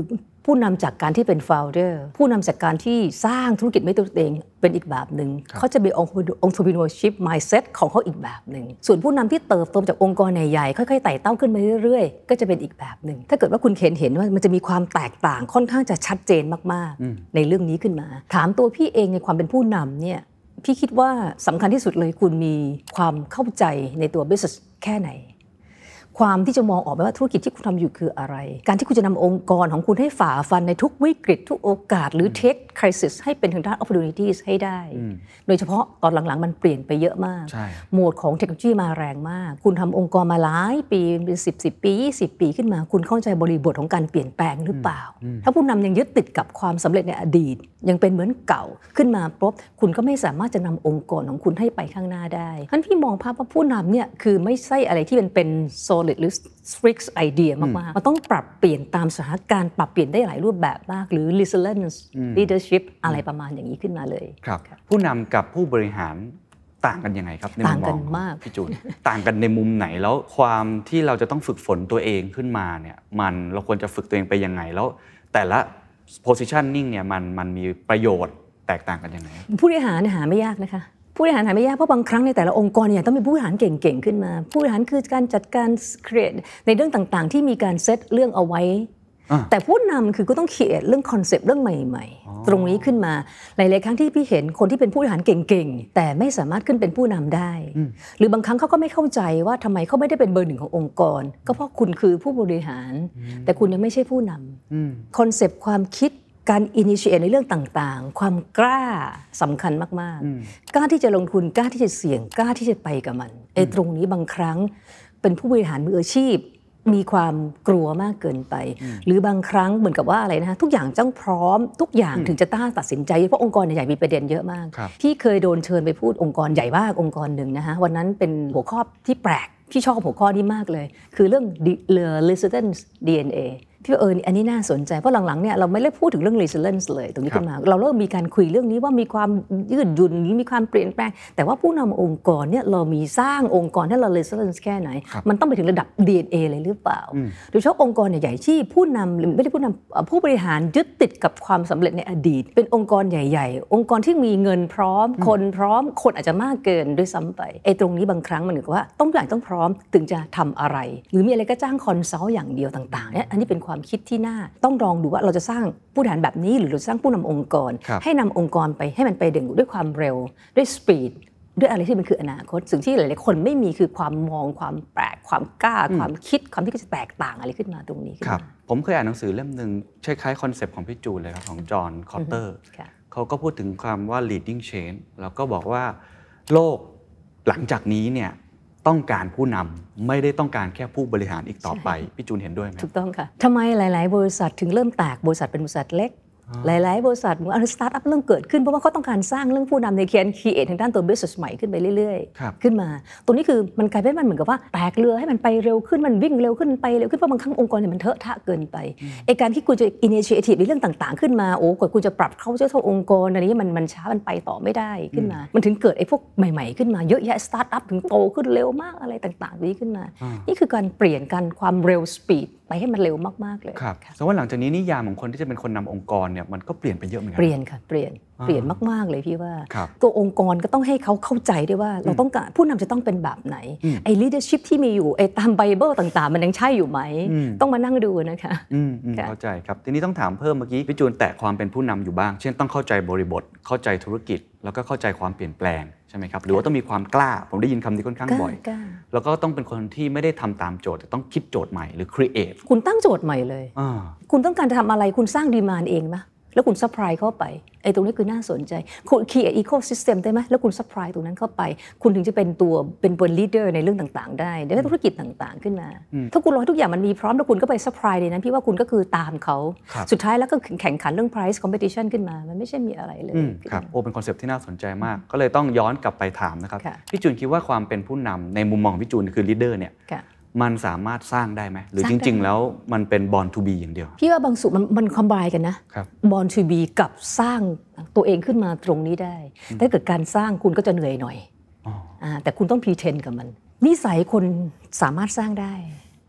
ผู้นำจากการที่เป็น founder ผู้นำจากการที่สร้างธุรกิจไม่ตัวเองเป็นอีกแบบหนึ่งเขาจะมี entrepreneurship mindset ของเขาอีกแบบหนึ่งส่วนผู้นำที่เติบโตจากองค์กรใหญ่ๆค่อยๆไต่เต้าขึ้นมาเรื่อยๆก็จะเป็นอีกแบบหนึ่งถ้าเกิดว่าคุณเห็นเห็นว่ามันจะมีความแตกต่างค่อนข้างจะชัดเจนมากๆในเรื่องนี้ขึ้นมาถามตัวพี่เองในความเป็นผู้นำเนี่ยพี่คิดว่าสำคัญที่สุดเลยคุณมีความเข้าใจในตัว business แค่ไหนความที่จะมองออกไปว่าธุรกิจที่คุณทำอยู่คืออะไรการที่คุณจะนำองค์กรของคุณให้ฝ่าฟันในทุกวิกฤตทุกโอกาสหรือ take crisis ให้เป็นทางด้าน opportunities ให้ได้โดยเฉพาะตอนหลังๆมันเปลี่ยนไปเยอะมากโหมดของเทคโนโลยีมาแรงมากคุณทำองค์กรมาหลายปีเป็นสิบ สิบปียี่สิบปีขึ้นมาคุณเข้าใจบริบทของการเปลี่ยนแปลงหรือเปล่าถ้าผู้นำยังยึดติดกับความสำเร็จในอดีตยังเป็นเหมือนเก่าขึ้นมาปุ๊บคุณก็ไม่สามารถจะนำองค์กรของคุณให้ไปข้างหน้าได้ฉะนั้นพี่มองภาพว่าผู้นำเนี่ยคือไม่ใช่อะไรที่มันเป็น solid หรือ strict idea มากๆมันต้องปรับเปลี่ยนตามสถานการณ์ปรับเปลี่ยนได้หลายรูปแบบมากหรือ resilience leadership อะไรประมาณอย่างนี้ขึ้นมาเลยครับผู้นำกับผู้บริหารต่างกันยังไงครับในมุมมองพี่จูน ต่างกันในมุมไหนแล้วความที่เราจะต้องฝึกฝนตัวเองขึ้นมาเนี่ยมันเราควรจะฝึกตัวเองไปยังไงแล้วแต่ละ positioning เนี่ยมันมันมีประโยชน์แตกต่างกันยังไงผู้บริหารหาไม่ยากนะคะผู้บริหารหาไม่ยากเพราะบางครั้งในแต่ละองค์กรเนี่ยต้องมีผู้บริหารเก่งๆขึ้นมาผู้บริหารคือการจัดการ create ในเรื่องต่างๆที่มีการเซตเรื่องเอาไว้แต่ผู้นำคือก็ต้อง create เรื่องคอนเซปต์เรื่องใหม่ๆตรงนี้ขึ้นมาหลายๆครั้งที่พี่เห็นคนที่เป็นผู้บริหารเก่งๆแต่ไม่สามารถขึ้นเป็นผู้นำได้หรือบางครั้งเขาก็ไม่เข้าใจว่าทำไมเขาไม่ได้เป็นเบอร์หนึ่งขององค์กรก็เพราะคุณคือผู้บริหารแต่คุณยังไม่ใช่ผู้นำคอนเซปต์ความคิดการ initiate ในเรื่องต่างๆความกล้าสำคัญมากๆกล้าที่จะลงทุนกล้าที่จะเสี่ยงกล้าที่จะไปกับมันไอ้ตรงนี้บางครั้งเป็นผู้บริหารมืออาชีพมีความกลัวมากเกินไปหรือบางครั้งเหมือนกับว่าอะไรนะทุกอย่างต้องพร้อมทุกอย่างถึงจะต้าตัดสินใจเพราะองค์กรใหญ่มีประเด็นเยอะมากพี่เคยโดนเชิญไปพูดองค์กรใหญ่มากองค์กรหนึ่งนะฮะวันนั้นเป็นหัวข้อที่แปลกพี่ชอบหัวข้อนี้มากเลยคือเรื่อง resilience ดี เอ็น เอที่ว่าเอออันนี้น่าสนใจเพราะหลังๆเนี่ยเราไม่ได้พูดถึงเรื่อง resilience เลยตรงนี้ขึ้นมาเราเริ่มมีการคุยเรื่องนี้ว่ามีความยืดหยุ่นมีความเปลี่ยนแปลงแต่ว่าผู้นำองค์กรเนี่ยเรามีสร้างองค์กรให้เรา resilience แค่ไหนมันต้องไปถึงระดับ ดี เอ็น เอ เลยหรือเปล่าโดยเฉพาะองค์กรใหญ่ๆที่ผู้นำหรือไม่ได้ผู้นำผู้บริหารยึดติดกับความสำเร็จในอดีตเป็นองค์กรใหญ่ๆองค์กรที่มีเงินพร้อมคนพร้อมคนอาจจะมากเกินด้วยซ้ำไปไอ้ตรงนี้บางครั้งมันเหมือนกับว่าต้องอย่างต้องพร้อมถึงจะทำอะไรหรือมีอะไรก็จ้างคอนซัลท์อย่างเดียวต่างๆเนี่ยอันนี้เป็นความคิดที่น่าต้องลองดูว่าเราจะสร้างผู้บริหารแบบนี้หรือเราสร้างผู้นำองค์กรให้นำองค์กรไปให้มันไปเด่นด้วยความเร็วด้วยสปีดด้วยอะไรที่มันคืออนาคตสิ่งที่หลายๆคนไม่มีคือความมองความแปลกความกล้าความคิดความที่จะแตกต่างอะไรขึ้นมาตรงนี้ครับผมเคยอ่านหนังสือเล่มนึงคล้ายๆคอนเซปต์ของพี่จูนเลยครับของจอห์นคอตเตอร์เขาก็พูดถึงคำว่า leading change แล้วก็บอกว่าโลกหลังจากนี้เนี่ยต้องการผู้นำไม่ได้ต้องการแค่ผู้บริหารอีกต่อไปพี่จูนเห็นด้วยไหมถูกต้องค่ะทำไมหลายๆบริษัทถึงเริ่มแตกบริษัทเป็นบริษัทเล็กหลายๆบริษัทอันสตาร์ทอัพเริ่มเกิดขึ้นเพราะว่าเขาต้องการสร้างเรื่องผู้นำในเคียนคีเอททางด้านตัว business ใหม่ขึ้นไปเรื่อยๆขึ้นมาตรงนี้คือมันกลายเป็นมันเหมือนกับว่าแตกเรือให้มันไปเร็วขึ้นมันวิ่งเร็วขึ้นไปเร็วขึ้นเพราะบางครั้งองค์กรเนี่ยมันเถอะทะเกินไปไอ้การที่คุณจะ initiative ในเรื่องต่างๆขึ้นมาโอ้กว่าคุณจะปรับเข้าเจ้าเข้าองค์กรอันนี้มันมันช้ามันไปต่อไม่ได้ขึ้นมามันถึงเกิดไอ้พวกใหม่ๆขึ้นมาเยอะแยะสตาร์ทอัพถึงโตขึ้นเร็วมากอะไรต่างๆนี้ขึ้นมานี่คือการเปลี่ยนกันความเร็วสปีดไปให้มันเร็วมากๆเลยครับแสดงว่าหลังจากนี้นิยามของคนที่จะเป็นคนนำองค์กรเนี่ยมันก็เปลี่ยนไปเยอะเหมือนกันเปลี่ยนค่ะเปลี่ยนเปลี่ยนมากๆเลยพี่ว่าตัวองค์กรก็ต้องให้เขาเข้าใจด้วยว่าเราต้องการผู้นำจะต้องเป็นแบบไหนไอ้ leadership ที่มีอยู่ไอ้ตามไบเบิลต่างๆมันยังใช่อยู่ไหมต้องมานั่งดูนะคะเข้าใจครับทีนี้ต้องถามเพิ่มเมื่อกี้พี่จูนแตะความเป็นผู้นำอยู่บ้างเช่นต้องเข้าใจบริบทเข้าใจธุรกิจแล้วก็เข้าใจความเปลี่ยนแปลงใช่ไหมครับหรือว่าต้องมีความกล้าผมได้ยินคำนี้ค่อนข้างบ่อยแล้วก็ต้องเป็นคนที่ไม่ได้ทำตามโจทย์แต่ต้องคิดโจทย์ใหม่หรือ create คุณตั้งโจทย์ใหม่เลยคุณต้องการจะทำอะไรคุณสร้างดีมานด์เองไหมแล้วคุณซัพพลายเข้าไปไอ้ตรงนี้คือน่าสนใจคุณ create ecosystem ได้ไหมแล้วคุณซัพพลายตรงนั้นเข้าไปคุณถึงจะเป็นตัวเป็นบน leader ในเรื่องต่างๆได้ได้ธุรกิจต่างๆขึ้นมาถ้าคุณรอทุกอย่างมันมีพร้อมแล้วคุณก็ไปซัพพลายในนั้นพี่ว่าคุณก็คือตามเขาสุดท้ายแล้วก็แข่งขันเรื่อง price competition ขึ้นมามันไม่ใช่มีอะไรเลยครับโอ้เป็นคอนเซ็ปต์ที่น่าสนใจมากก็เลยต้องย้อนกลับไปถามนะครับพี่จูนคิดว่าความเป็นผู้นำในมุมมองพี่จูนคือ leader เนี่ยมันสามารถสร้างได้ไหมหรือจริงๆแล้วมันเป็น born to be อย่างเดียวพี่ว่าบางส่วนมันมันคอมไบน์กันนะ born to be กับสร้างตัวเองขึ้นมาตรงนี้ได้ถ้าเกิดการสร้างคุณก็จะเหนื่อยหน่อยแต่คุณต้อง pretend กับมันนิสัยคนสามารถสร้างได้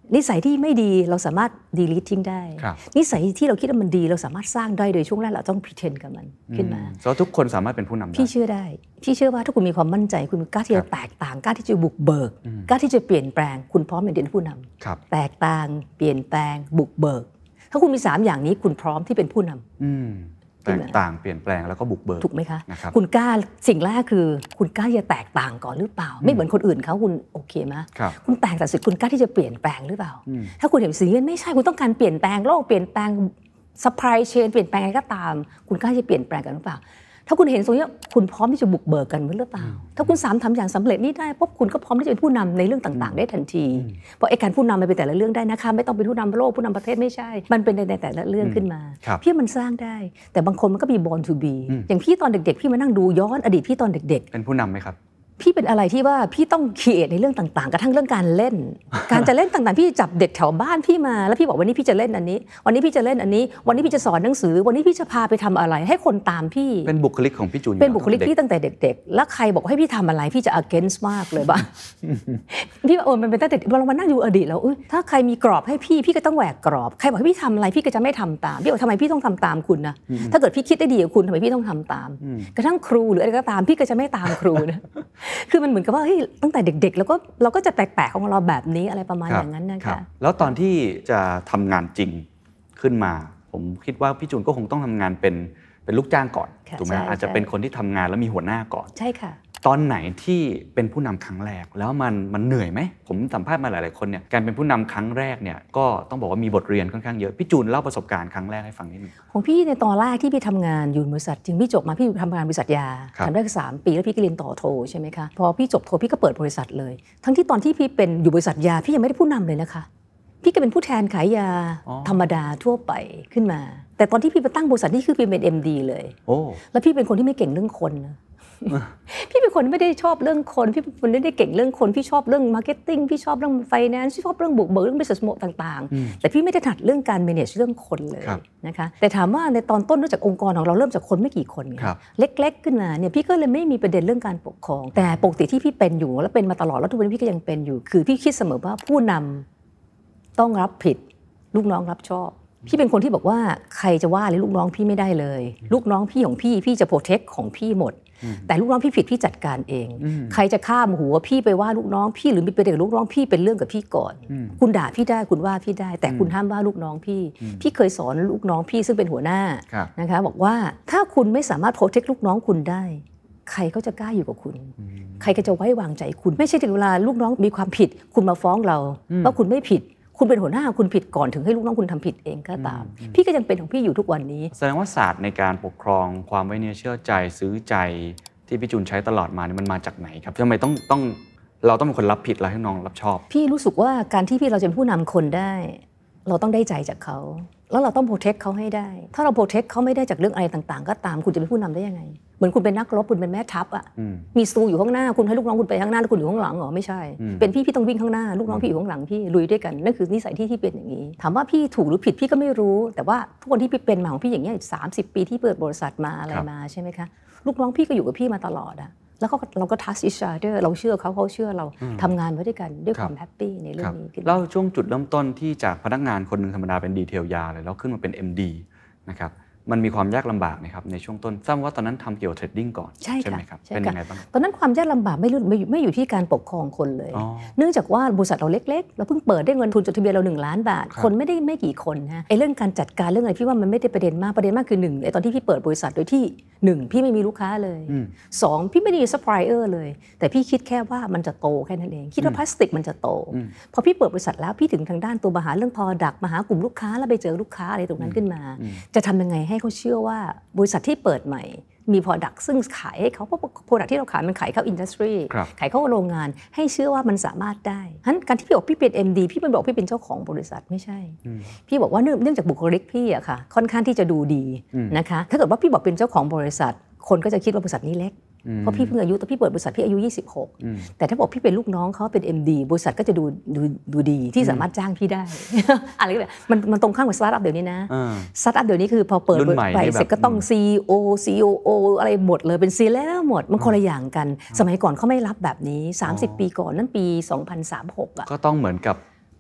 นิสัยที่ไม่ดีเราสามารถ delete ทิ้งได้นิสัยที่เราคิดว่ามันดีเราสามารถสร้างได้โดยช่วงแรกเราต้อง pretend กับมันขึ้นมาเพราะทุกคนสามารถเป็นผู้นำได้พี่เชื่อได้พี่เชื่อว่าถ้าคุณมีความมั่นใจคุณกล้าที่จะแตกต่างกล้าที่จะบุกเบิกกล้าที่จะเปลี่ยนแปลงคุณพร้อมเป็นผู้นำแตกต่างเปลี่ยนแปลงบุกเบิกถ้าคุณมีสามอย่างนี้คุณพร้อมที่เป็นผู้นำแตกต่างเปลี่ยนแปลงแล้วก็บุกเบิกถูกไหมคะคุณกล้าสิ่งแรกคือคุณกล้าจะแตกต่างก่อนหรือเปล่าไม่เหมือนคนอื่นเขาคุณโอเคไหมคุณแตกต่างสุดคุณกล้าที่จะเปลี่ยนแปลงหรือเปล่าถ้าคุณเห็นสิ่งนี้ไม่ใช่คุณต้องการเปลี่ยนแปลงโลกเปลี่ยนแปลง supply chain เปลี่ยนแปลงอะไรก็ตามคุณกล้าจะเปลี่ยนแปลงกันหรือเปล่าถ้าคุณเห็นตรงนี้คุณพร้อมที่จะบุกเบิกกันหรือเปล่าถ้าคุณสามทำอย่างสำเร็จนี่ได้ปุ๊บคุณก็พร้อมที่จะเป็นผู้นำในเรื่องต่างๆได้ทันทีเพราะไอ้การผู้นำมันเป็นแต่ละเรื่องได้นะคะไม่ต้องเป็นผู้นำโลกผู้นำประเทศไม่ใช่มันเป็นในแต่ละเรื่องขึ้นมาพี่มันสร้างได้แต่บางคนมันก็มี born to be อย่างพี่ตอนเด็กๆพี่มานั่งดูย้อนอดีตพี่ตอนเด็กๆเป็นผู้นำไหมครับพี่เป็นอะไรที่ว่าพี่ต้องครีเอทในเรื่องต่างๆกระทั่งเรื่องการเล่นการจะเล่นต่างๆพี่จับเด็กแถวบ้านพี่มาแล้วพี่บอกวันนี้พี่จะเล่นอันนี้วันนี้พี่จะเล่นอันนี้วันนี้พี่จะสอนหนังสือวันนี้พี่จะพาไปทำอะไรให้คนตามพี่เป็นบุคลิกของพี่จูนเป็นบุคลิกพี่ตั้งแต่เด็กๆแล้วใครบอกให้พี่ทำอะไรพี่จะ against มากเลยบ้างพี่ว่าเออมันเป็นตั้งแต่เรามานั่งดูอดีตแล้วถ้าใครมีกรอบให้พี่พี่ก็ต้องแหวกกรอบใครบอกให้พี่ทำอะไรพี่ก็จะไม่ทำตามพี่บอกทำไมพี่ต้องทำตามคุณนะถ้าเกิดพี่คิดได้ดีกับคุณทำไมพี่ต้องทำตามกระทั่งครูหรืออะไรก็ตามพี่ก็จะไม่ตามครูนะคือมันเหมือนกับว่าเฮ้ยตั้งแต่เด็กๆแล้วก็เราก็จะแปลกๆของเราแบบนี้อะไรประมาณอย่างนั้นนะคะแล้วตอนที่จะทำงานจริงขึ้นมาผมคิดว่าพี่จูนก็คงต้องทำงานเป็นเป็นลูกจ้างก่อนถูกไหมอาจจะเป็นคนที่ทำงานแล้วมีหัวหน้าก่อนใช่ค่ะตอนไหนที่เป็นผู้นำครั้งแรกแล้วมันมันเหนื่อยไหมผมสัมภาษณ์มาหลายๆคนเนี่ยการเป็นผู้นำครั้งแรกเนี่ยก็ต้องบอกว่ามีบทเรียนค่อนข้างเยอะพี่จูนเล่าประสบการณ์ครั้งแรกให้ฟังนิดนึงของพี่ในตอนแรกที่พี่ทำงานอยู่บริษัทจริงพี่จบมาพี่ทำงานบริษัทยาทำได้สามปีแล้วพี่ก็เรียนต่อโทใช่ไหมคะพอพี่จบโทพี่ก็เปิดบริษัทเลยทั้งที่ตอนที่พี่เป็นอยู่บริษัทยาพี่ยังไม่ได้ผู้นำเลยนะคะพี่ก็เป็นผู้แทนขายยาธรรมดาทั่วไปขึ้นมาแต่ตอนที่พี่ไปตั้งบริษัทนี่คือพี่เป็น เอ็ม ดี เลยแล้วพี่เป็นคนที่ไม่เก่งเรื่องคนนะพี่เป็นคนไม่ได้ชอบเรื่องคนพี่เป็นคนไม่ได้เก่งเรื่องคนพี่ชอบเรื่องมาร์เก็ตติ้งพี่ชอบเรื่องไฟแนนซ์พี่ชอบเรื่องบุกเบิกเรื่อง business model ต่างๆแต่พี่ไม่ได้ถนัดเรื่องการ manage เรื่องคนเลยนะคะแต่ถามว่าในตอนต้นเนื่องจากองค์กรของเราเริ่มจากคนไม่กี่คนเล็กๆขึ้นมาเนี่ยพี่ก็เลยไม่มีประเด็นเรื่องการปกครองแต่ปกติที่พี่เป็นอยู่และเป็นมาตลอดแล้วทุกวันนี้พี่ก็ยังเป็นอยู่คือพี่คิดเสมอว่าผู้นำต้องรับผิดลูกน้องรับชอบพี่เป็นคนที่บอกว่าใครจะว่าเลยลูกน้องพี่ไม่ได้เลยลูกน้องพี่ของพี่พี่จะโปรเทคของพี่หมดแต่ลูกน้องพี่ผิดพี่จัดการเองใครจะข้ามหัวพี่ไปว่าลูกน้องพี่หรือมีประเด็นกับลูกน้องพี่เป็นเรื่องกับพี่ก่อนคุณด่าพี่ได้คุณว่าพี่ได้แต่คุณห้ามว่าลูกน้องพี่พี่เคยสอนลูกน้องพี่ซึ่งเป็นหัวหน้านะคะบอกว่าถ้าคุณไม่สามารถโปรเทคลูกน้องคุณได้ใครก็จะกล้าอยู่กับคุณใครก็จะไว้วางใจคุณไม่ใช่ถึงเวลาลูกน้องมีความผิดคุณมาฟ้องเราว่าคุณไม่ผิดคุณเป็นหัวหน้าคุณผิดก่อนถึงให้ลูกน้องคุณทำผิดเองก็ตามพี่ก็ยังเป็นของพี่อยู่ทุกวันนี้แสดงว่าศาสตร์ในการปกครองความไว้เนื้อเชื่อใจซื้อใจที่พี่จูนใช้ตลอดมานี่มันมาจากไหนครับทำไมต้องต้องเราต้องเป็นคนรับผิดแล้วให้น้องรับชอบพี่รู้สึกว่าการที่พี่เราจะเป็นผู้นำคนได้เราต้องได้ใจจากเขาแล้วเราต้องโปรเทคเขาให้ได้ถ้าเราโปรเทคเขาไม่ได้จากเรื่องอะไรต่างๆก็ตามคุณจะเป็นผู้นำได้ยังไงเหมือนคุณเป็นนักรบคุณเป็นแม่ทัพอ่ะมีศัตรูอยู่ข้างหน้าคุณให้ลูกน้องคุณไปข้างหน้าแล้วคุณอยู่ข้างหลังเหรอไม่ใช่เป็นพี่พี่ต้องวิ่งข้างหน้าลูกน้องพี่อยู่ข้างหลังพี่ลุยด้วยกันนั่นคือนิสัยที่ที่เป็นอย่างนี้ถามว่าพี่ถูกหรือผิดพี่ก็ไม่รู้แต่ว่าทุกคนที่พี่เป็นมาของพี่อย่างเงี้ยสามสิบปีที่เปิดบริษัทมาอะไรมาใช่ไหมคะลูกน้องพี่ก็อยู่กับพี่มาตลอดอ่ะแล้วก็เราก็ trust each other เราเชื่อเขาเขาเชื่อเราทำงานไว้ด้วยกันด้วยความแฮปปี้ในเรื่องนี้แล้วช่วงจุดเริ่มต้นที่จากพนักงานคนนึงธรรมดาเป็นดีเทลยาเลยแล้วขึ้นมาเป็น เอ็ม ดี นะครับมันมีความยากลำบากนะครับในช่วงต้นทราบว่าตอนนั้นทำเกี่ยวกับเทรดดิ้งก่อนใช่ไหมครับเป็นยังไงบ้างตอนนั้นความยากลำบากไม่ไม่อยู่ที่การปกครองคนเลยเนื่องจากว่าบริษัทเราเล็กๆเราเพิ่งเปิดได้เงินทุนจดทะเบียนเราหนึ่งล้านบาทคนไม่ได้ไม่กี่คนฮะไอ้เรื่องการจัดการเรื่องอะไรพี่ว่ามันไม่ได้ประเด็นมากประเด็นมากคือหนึ่งไอ้ตอนที่พี่เปิดบริษัทโดยที่หนึ่งพี่ไม่มีลูกค้าเลยสองพี่ไม่ได้มีซัพพลายเออร์เลยแต่พี่คิดแค่ว่ามันจะโตแค่นั้นเองคิดว่าพลาสติกมันจะโตพอพี่เปิดบริษัทแล้วพี่ถึงทางด้านตัวมาหาเรื่อง product มาหากลุ่มลูกค้าแล้วไปเจอลูกค้าอะไรตรงนั้นขึ้นมาจะทำยังไงให้เขาเชื่อว่าบริษัทที่เปิดใหม่มี product ซึ่งขายให้เขาเพราะ product ที่เราขายมันขายเข้า industry ขายเข้าโรงงานให้เชื่อว่ามันสามารถได้ฉะนั้นการที่พี่บอกพี่เป็น เอ็ม ดี พี่ไม่บอกพี่เป็นเจ้าของบริษัทไม่ใช่พี่บอกว่าเนื่องจากบุคลิกพี่อะค่ะค่อนข้างที่จะดูดีนะคะถ้าเกิดว่าพี่บอกเป็นเจ้าของบริษัทคนก็จะคิดว่าบริษัทนี้เล็กเพราะพี่เพิ่งอายุแต่พี่เปิดบริษัทพี่อายุยี่สิบหกแต่ถ้าบอกพี่เป็นลูกน้องเขาเป็น เอ็ม ดี บริษัทก็จะดูดูดูดีที่สามารถจ้างพี่ได้อะไรแบบมันมันตรงข้ามกับสตาร์ทอัพเดี๋ยวนี้นะสตาร์ทอัพเดี๋ยวนี้คือพอเปิดไปเสร็จก็ต้อง ซี อี โอ ซี โอ โอ อะไรหมดเลยเป็น ซี แล้วหมดมันคนละอย่างกันสมัยก่อนเขาไม่รับแบบนี้สามสิบปีก่อนนั่นปีสองพันสามสิบหกอ่ะก็ต้องเหมือนกับ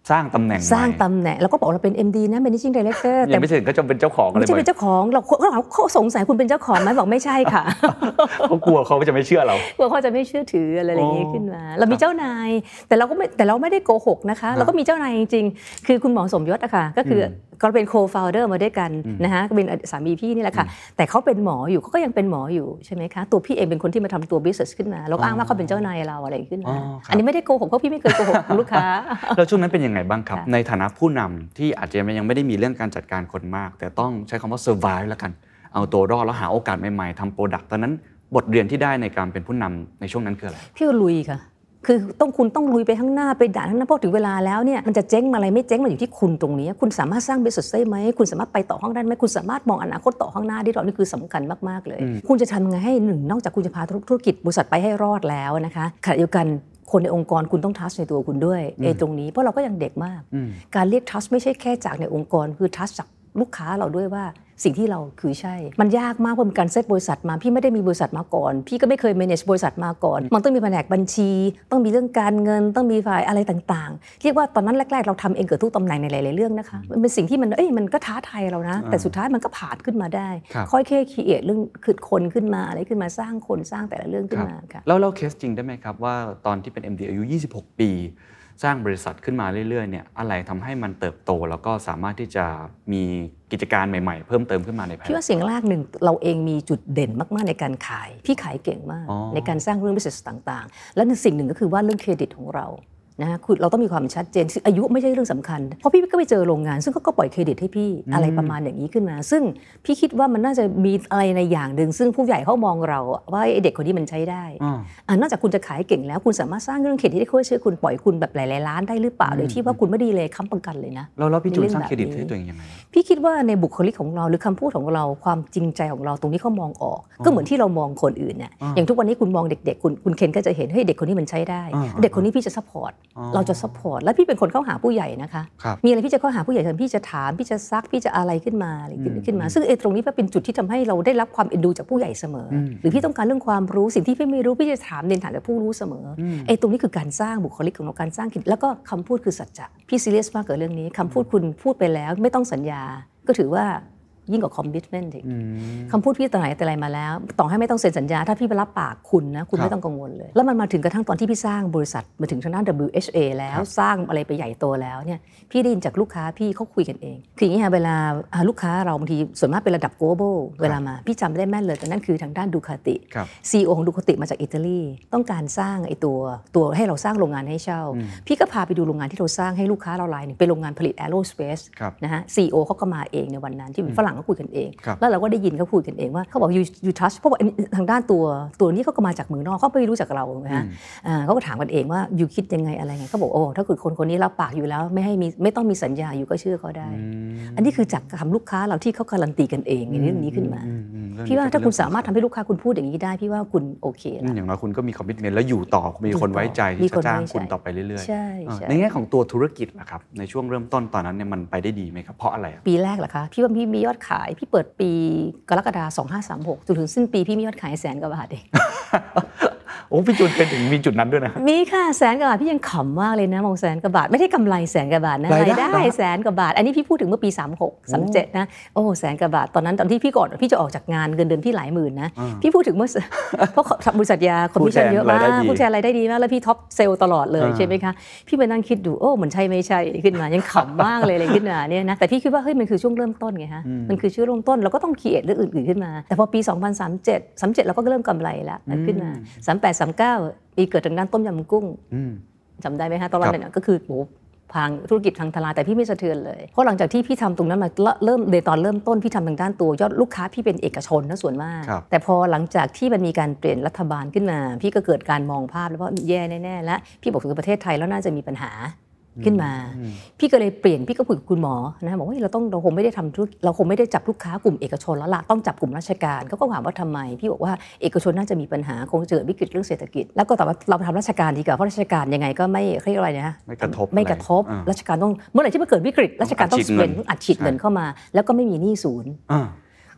สร้างตำแหน่งสร้างตำแหน่งแล้วก็บอกเราเป็น เอ็ม ดี นะ Managing Director แต่ไม่ใช่ก็จะเป็นเจ้าของอะไรไม่ใช่เป็นเจ้าของเราเขาเขาสงสัยคุณเป็นเจ้าของไหมบอกไม่ใช่ค่ะเขากลัวเขาจะไม่เชื่อเรากลัวเขาจะไม่เชื่อถืออะไรอย่างนี้ขึ้นมาเรามีเจ้านายแต่เราก็ไม่แต่เราไม่ได้โกหกนะคะเราก็มีเจ้านายจริงๆคือคุณหมอสมยศอะค่ะก็คือก็เป็น co-founder มาด้วยกันนะคะก็เป็นสามีพี่นี่แหละค่ะแต่เขาเป็นหมออยู่เขาก็ยังเป็นหมออยู่ใช่ไหมคะตัวพี่เองเป็นคนที่มาทำตัว business ขึ้นมาแล้วอ้างว่าเขาเป็นเจ้านายเราอะไรขึ้นมาอันนี้ไม่ได้โกหกเพราะพี่ไม่เคยโกหกลูกค้าแล้วช่วงนั้นเป็นยังไงบ้างครับในฐานะผู้นำที่อาจจะยังไม่ได้มีเรื่องการจัดการคนมากแต่ต้องใช้คำว่า survive แล้วกันเอาตัวรอดแล้วหาโอกาสใหม่ๆทำ product ตอนนั้นบทเรียนที่ได้ในการเป็นผู้นำในช่วงนั้นคืออะไรพี่ก็ลุยค่ะคือต้องคุณต้องลุยไปข้างหน้าไปด่าข้างหน้าพอถึงเวลาแล้วเนี่ยมันจะเจ๊งมาอะไรไม่เจ๊งมาอยู่ที่คุณตรงนี้คุณสามารถสร้าง business ได้ไหมคุณสามารถไปต่อข้างหน้าได้ไหมคุณสามารถมองอนาคตต่อข้างหน้าได้หรอนี่คือสำคัญมากๆเลยคุณจะทำยังไงให้หนึ่งนอกจากคุณจะพาธุรกิจบริษัทไปให้รอดแล้วนะคะขณะเดียวกันคนในองค์กรคุณต้องทัชในตัวคุณด้วยไอ้ตรงนี้เพราะเราก็ยังเด็กมากการเรียกทัชไม่ใช่แค่จากในองค์กรคือทัชจากลูกค้าเราด้วยว่าสิ่งที่เราคือใช่มันยากมากเพราะเป็นการเซตบริษัทมาพี่ไม่ได้มีบริษัทมาก่อนพี่ก็ไม่เคย manage บริษัทมาก่อนมันต้องมีแผนกบัญชีต้องมีเรื่องการเงินต้องมีฝ่ายอะไรต่างๆเรียกว่าตอนนั้นแรกๆเราทำเองเกือบทุกตำแหน่งในหลายๆเรื่องนะคะมันเป็นสิ่งที่มันเอ้ยมันก็ท้าทายเรานะแต่สุดท้ายมันก็ผ่านขึ้นมาได้ค่อยแค่ create เรื่องคือคนขึ้นมาอะไรขึ้นมาสร้างคนสร้างแต่ละเรื่องขึ้นมาค่ะแล้วเราเคสจริงได้ไหมครับว่าตอนที่เป็น เอ็ม ดี อายุยี่สิบหกปีสร้างบริษัทขึ้นมาเรื่อยๆเนี่ยอะไรทำให้มันเติบโตแล้วก็สามารถที่จะมีกิจการใหม่ๆเพิ่มเติมขึ้นมาในภายพี่ว่าสิ่งแรกหนึ่งเราเองมีจุดเด่นมากๆในการขายพี่ขายเก่งมากในการสร้างเรื่อง business ต่างๆและสิ่งหนึ่งก็คือว่าเรื่องเครดิตของเรานะคือเราต้องมีความชัดเจนอายุไม่ใช่เรื่องสำคัญเพราะพี่ก็ไปเจอโรงงานซึ่งเขาก็ปล่อยเครดิตให้พี่อะไรประมาณอย่างนี้ขึ้นมาซึ่งพี่คิดว่ามันน่าจะมีอะไรในอย่างหนึ่งซึ่งผู้ใหญ่เขามองเราว่าไอ้เด็กคนนี้มันใช้ได้อ่านอกจากคุณจะขายเก่งแล้วคุณสามารถสร้างเรื่องเครดิตให้เขาเชื่อคุณปล่อยคุณแบบหลายๆล้านได้หรือเปล่าโดยที่ว่าคุณไม่ดีเลยค้ำประกันเลยนะแล้วแล้วพี่จูนสร้างเครดิตให้ตัวเองยังไงพี่คิดว่าในบุคลิกของเราหรือคำพูดของเราความจริงใจของเราตรงนี้เขามองออกก็เหมือนที่เรามองคนอื่นเนี่ยอย่างทุกวันนี้คุณมองเด็กๆคุณคุณเคนก็จะเห็นเฮ้ยเด็กคนนี้มันใช้ได้เด็กคนนี้พี่จะซัพพอร์ตเราจะซัพพอร์ตแล้วพี่เป็นคนเข้าหาผู้ใหญ่นะคะมีอะไรพี่จะเข้าหาผู้ใหญ่พี่จะถามพี่จะซักพี่จะอะไรขึ้นมาอะไรขึ้นมาซึ่งไอ้ตรงนี้เป็นจุดที่ทำให้เราได้รับความเอ็นดูจากผู้ใหญ่เสมอหรือพี่ต้องการเรื่องความรู้สิ่งที่พี่ไม่รู้พี่จะถามเน้นถามจากผู้รู้เสมอไอ้ตรงนี้คือการสร้างบุคลิกของเราการสร้างแล้วก็คำพูดคือสัจจะพี่ซีเรียสมากกับเรื่องนี้คำพูดคุณพูดไปแล้วไม่ต้องสัญญาก็ถือว่ายิ่งกว่าคอมมิตเมนต์อีกคำพูดพี่ต่างไหนแต่ไรมาแล้วต่อให้ไม่ต้องเซ็นสัญญาถ้าพี่ไปรับปากคุณนะคุณไม่ต้องกังวลเลยแล้วมันมาถึงกระทั่งตอนที่พี่สร้างบริษัทมาถึงทางด้าน ดับเบิลยู เอช เอ แล้วสร้างอะไรไปใหญ่โตแล้วเนี่ยพี่ได้ยินจากลูกค้าพี่เขาคุยกันเองคืออย่างนี้ค่ะเวลาลูกค้าเราบางทีส่วนมากเป็นระดับ global เวลามาพี่จำได้แม่นเลยแต่นั่นคือทางด้านดูคาติ ซี อี โอ ของดูคาติมาจากอิตาลีต้องการสร้างไอ้ตัวตัวให้เราสร้างโรงงานให้เช่าพี่ก็พาไปดูโรงงานที่เราสร้างให้ลูกค้าเรารายนึงเป็นโรงงานผลิต aerospace นะฮะ ซี อี โอ เขาก็มาเองในวันนั้นที่เป็นฝรั่งก็คุยกันเองแล้วเราก็ได้ยินเขาคุยกันเองว่าเขาบอก you you touch เพราะว่าทางด้านตัวตัวนี้เขาก็มาจากเมืองนอกเขาไม่รู้จักเรานะฮะเขาก็ถามกันเองว่า you คิดยังไงอะไรไงเขาบอกโอ้ถ้าเกิดคนคนนี้รับปากอยู่แล้วไม่ให้มีไม่ต้องมีสัญญาอยู่ก็เชื่อเขาได้อันนี้คือจากคำลูกค้าเราที่เขาการันตีกันเองในเรื่องนี้ขึ้นมาพี่ว่าถ้าคุณสามารถทำให้ลูกค้าคุณพูดอย่างนี้ได้พี่ว่าคุณโอเคแล้วอย่างน้อยคุณก็มีคอมมิตเมนต์แล้วอยู่ต่อมีคนไว้ใจที่จะจ้างคุณต่อไปเรื่อยๆในแง่ของตัวธุรกิจล่ะครับในช่วงเริ่มต้นตอนนั้นเนี่ยมันไปได้ดีไหมครับเพราะอะไรปีแรกเหรอคะพี่ว่าพี่มียอดขายพี่เปิดปีกรกฎาคมสองพันห้าร้อยสามสิบหกจนถึงสิ้นปีพี่มียอดขายแสนกว่าบาทเองโอ้พี่จูนเป็นถึงมีจุดนั้นด้วยนะมีค่ะแสนกว่าบาทพี่ยังขำมากเลยนะมองแสนกว่าบาทไม่ได้กำไรแสนกว่าบาทนะรายได้แสนกว่าบาทอันนี้พี่พูดถึงเมื่อปีสามหก สามเจ็ดนะโอ้แสนกว่าบาทตอนนั้นตอนที่พี่ก่อนพี่จะออกจากงานเงินเดือนพี่หลายหมื่นนะพี่พูดถึงเมื่อเพราะบริษัทยาคอมมิชชั่นเยอะมากผู้แทนรายได้ดีมากแล้วพี่ท็อปเซลล์ตลอดเลยใช่ไหมคะพี่ไปนั่งคิดดูโอ้มันใช่ไม่ใช่ขึ้นมายังขำมากเลยอะไรขึ้นมาเนี่ยนะแต่พี่คิดว่าเฮ้ยมันคือช่วงเริ่มต้นไงฮะมันคือช่วงเริ่มต้นเราก็ต้องคิดเรื่องอื่นๆขึ้นมาแต่พอปีสองพันสามสิบเจ็ด สามสิบเจ็ดเราก็เริ่มกำไรแล้วขึ้นมาสามแปด สามเก้าปีเกิดทางด้านต้มยำกุ้งจำได้ไหมฮะตอนนั้นก็คือโอ้พังธุรกิจทางทลายแต่พี่ไม่สะเทือนเลยเพราะหลังจากที่พี่ทำตรงนั้นมาเริ่มในตอนเริ่มต้นพี่ทำทางด้านตัวยอดลูกค้าพี่เป็นเอกชนนะส่วนมากแต่พอหลังจากที่มันมีการเปลี่ยนรัฐบาลขึ้นมาพี่ก็เกิดการมองภาพแล้วว่าแย่แน่ๆแล้วพี่บอกถึงประเทศไทยแล้วน่าจะมีปัญหาขึ้นมาพี่ก็เลยเปลี่ยนพี่ก็คุยกับคุณหมอนะบอกว่าเราต้องเราคงไม่ได้ทำธุรกิจเราคงไม่ได้จับลูกค้ากลุ่มเอกชนแล้วล่ะต้องจับกลุ่มราชการเขาก็ถามว่าทำไมพี่บอกว่าเอกชนน่าจะมีปัญหาคงเจอวิกฤตเรื่องเศรษฐกิจแล้วก็แต่ว่าเราทำราชการดีกว่าเพราะราชการยังไงก็ไม่เรียกอะไรนะไม่กระทบไม่กระทบราชการต้องเมื่อไหร่ที่มันเกิดวิกฤตราชการต้องเงินอัดฉีดเงินเข้ามาแล้วก็ไม่มีหนี้ศูนย์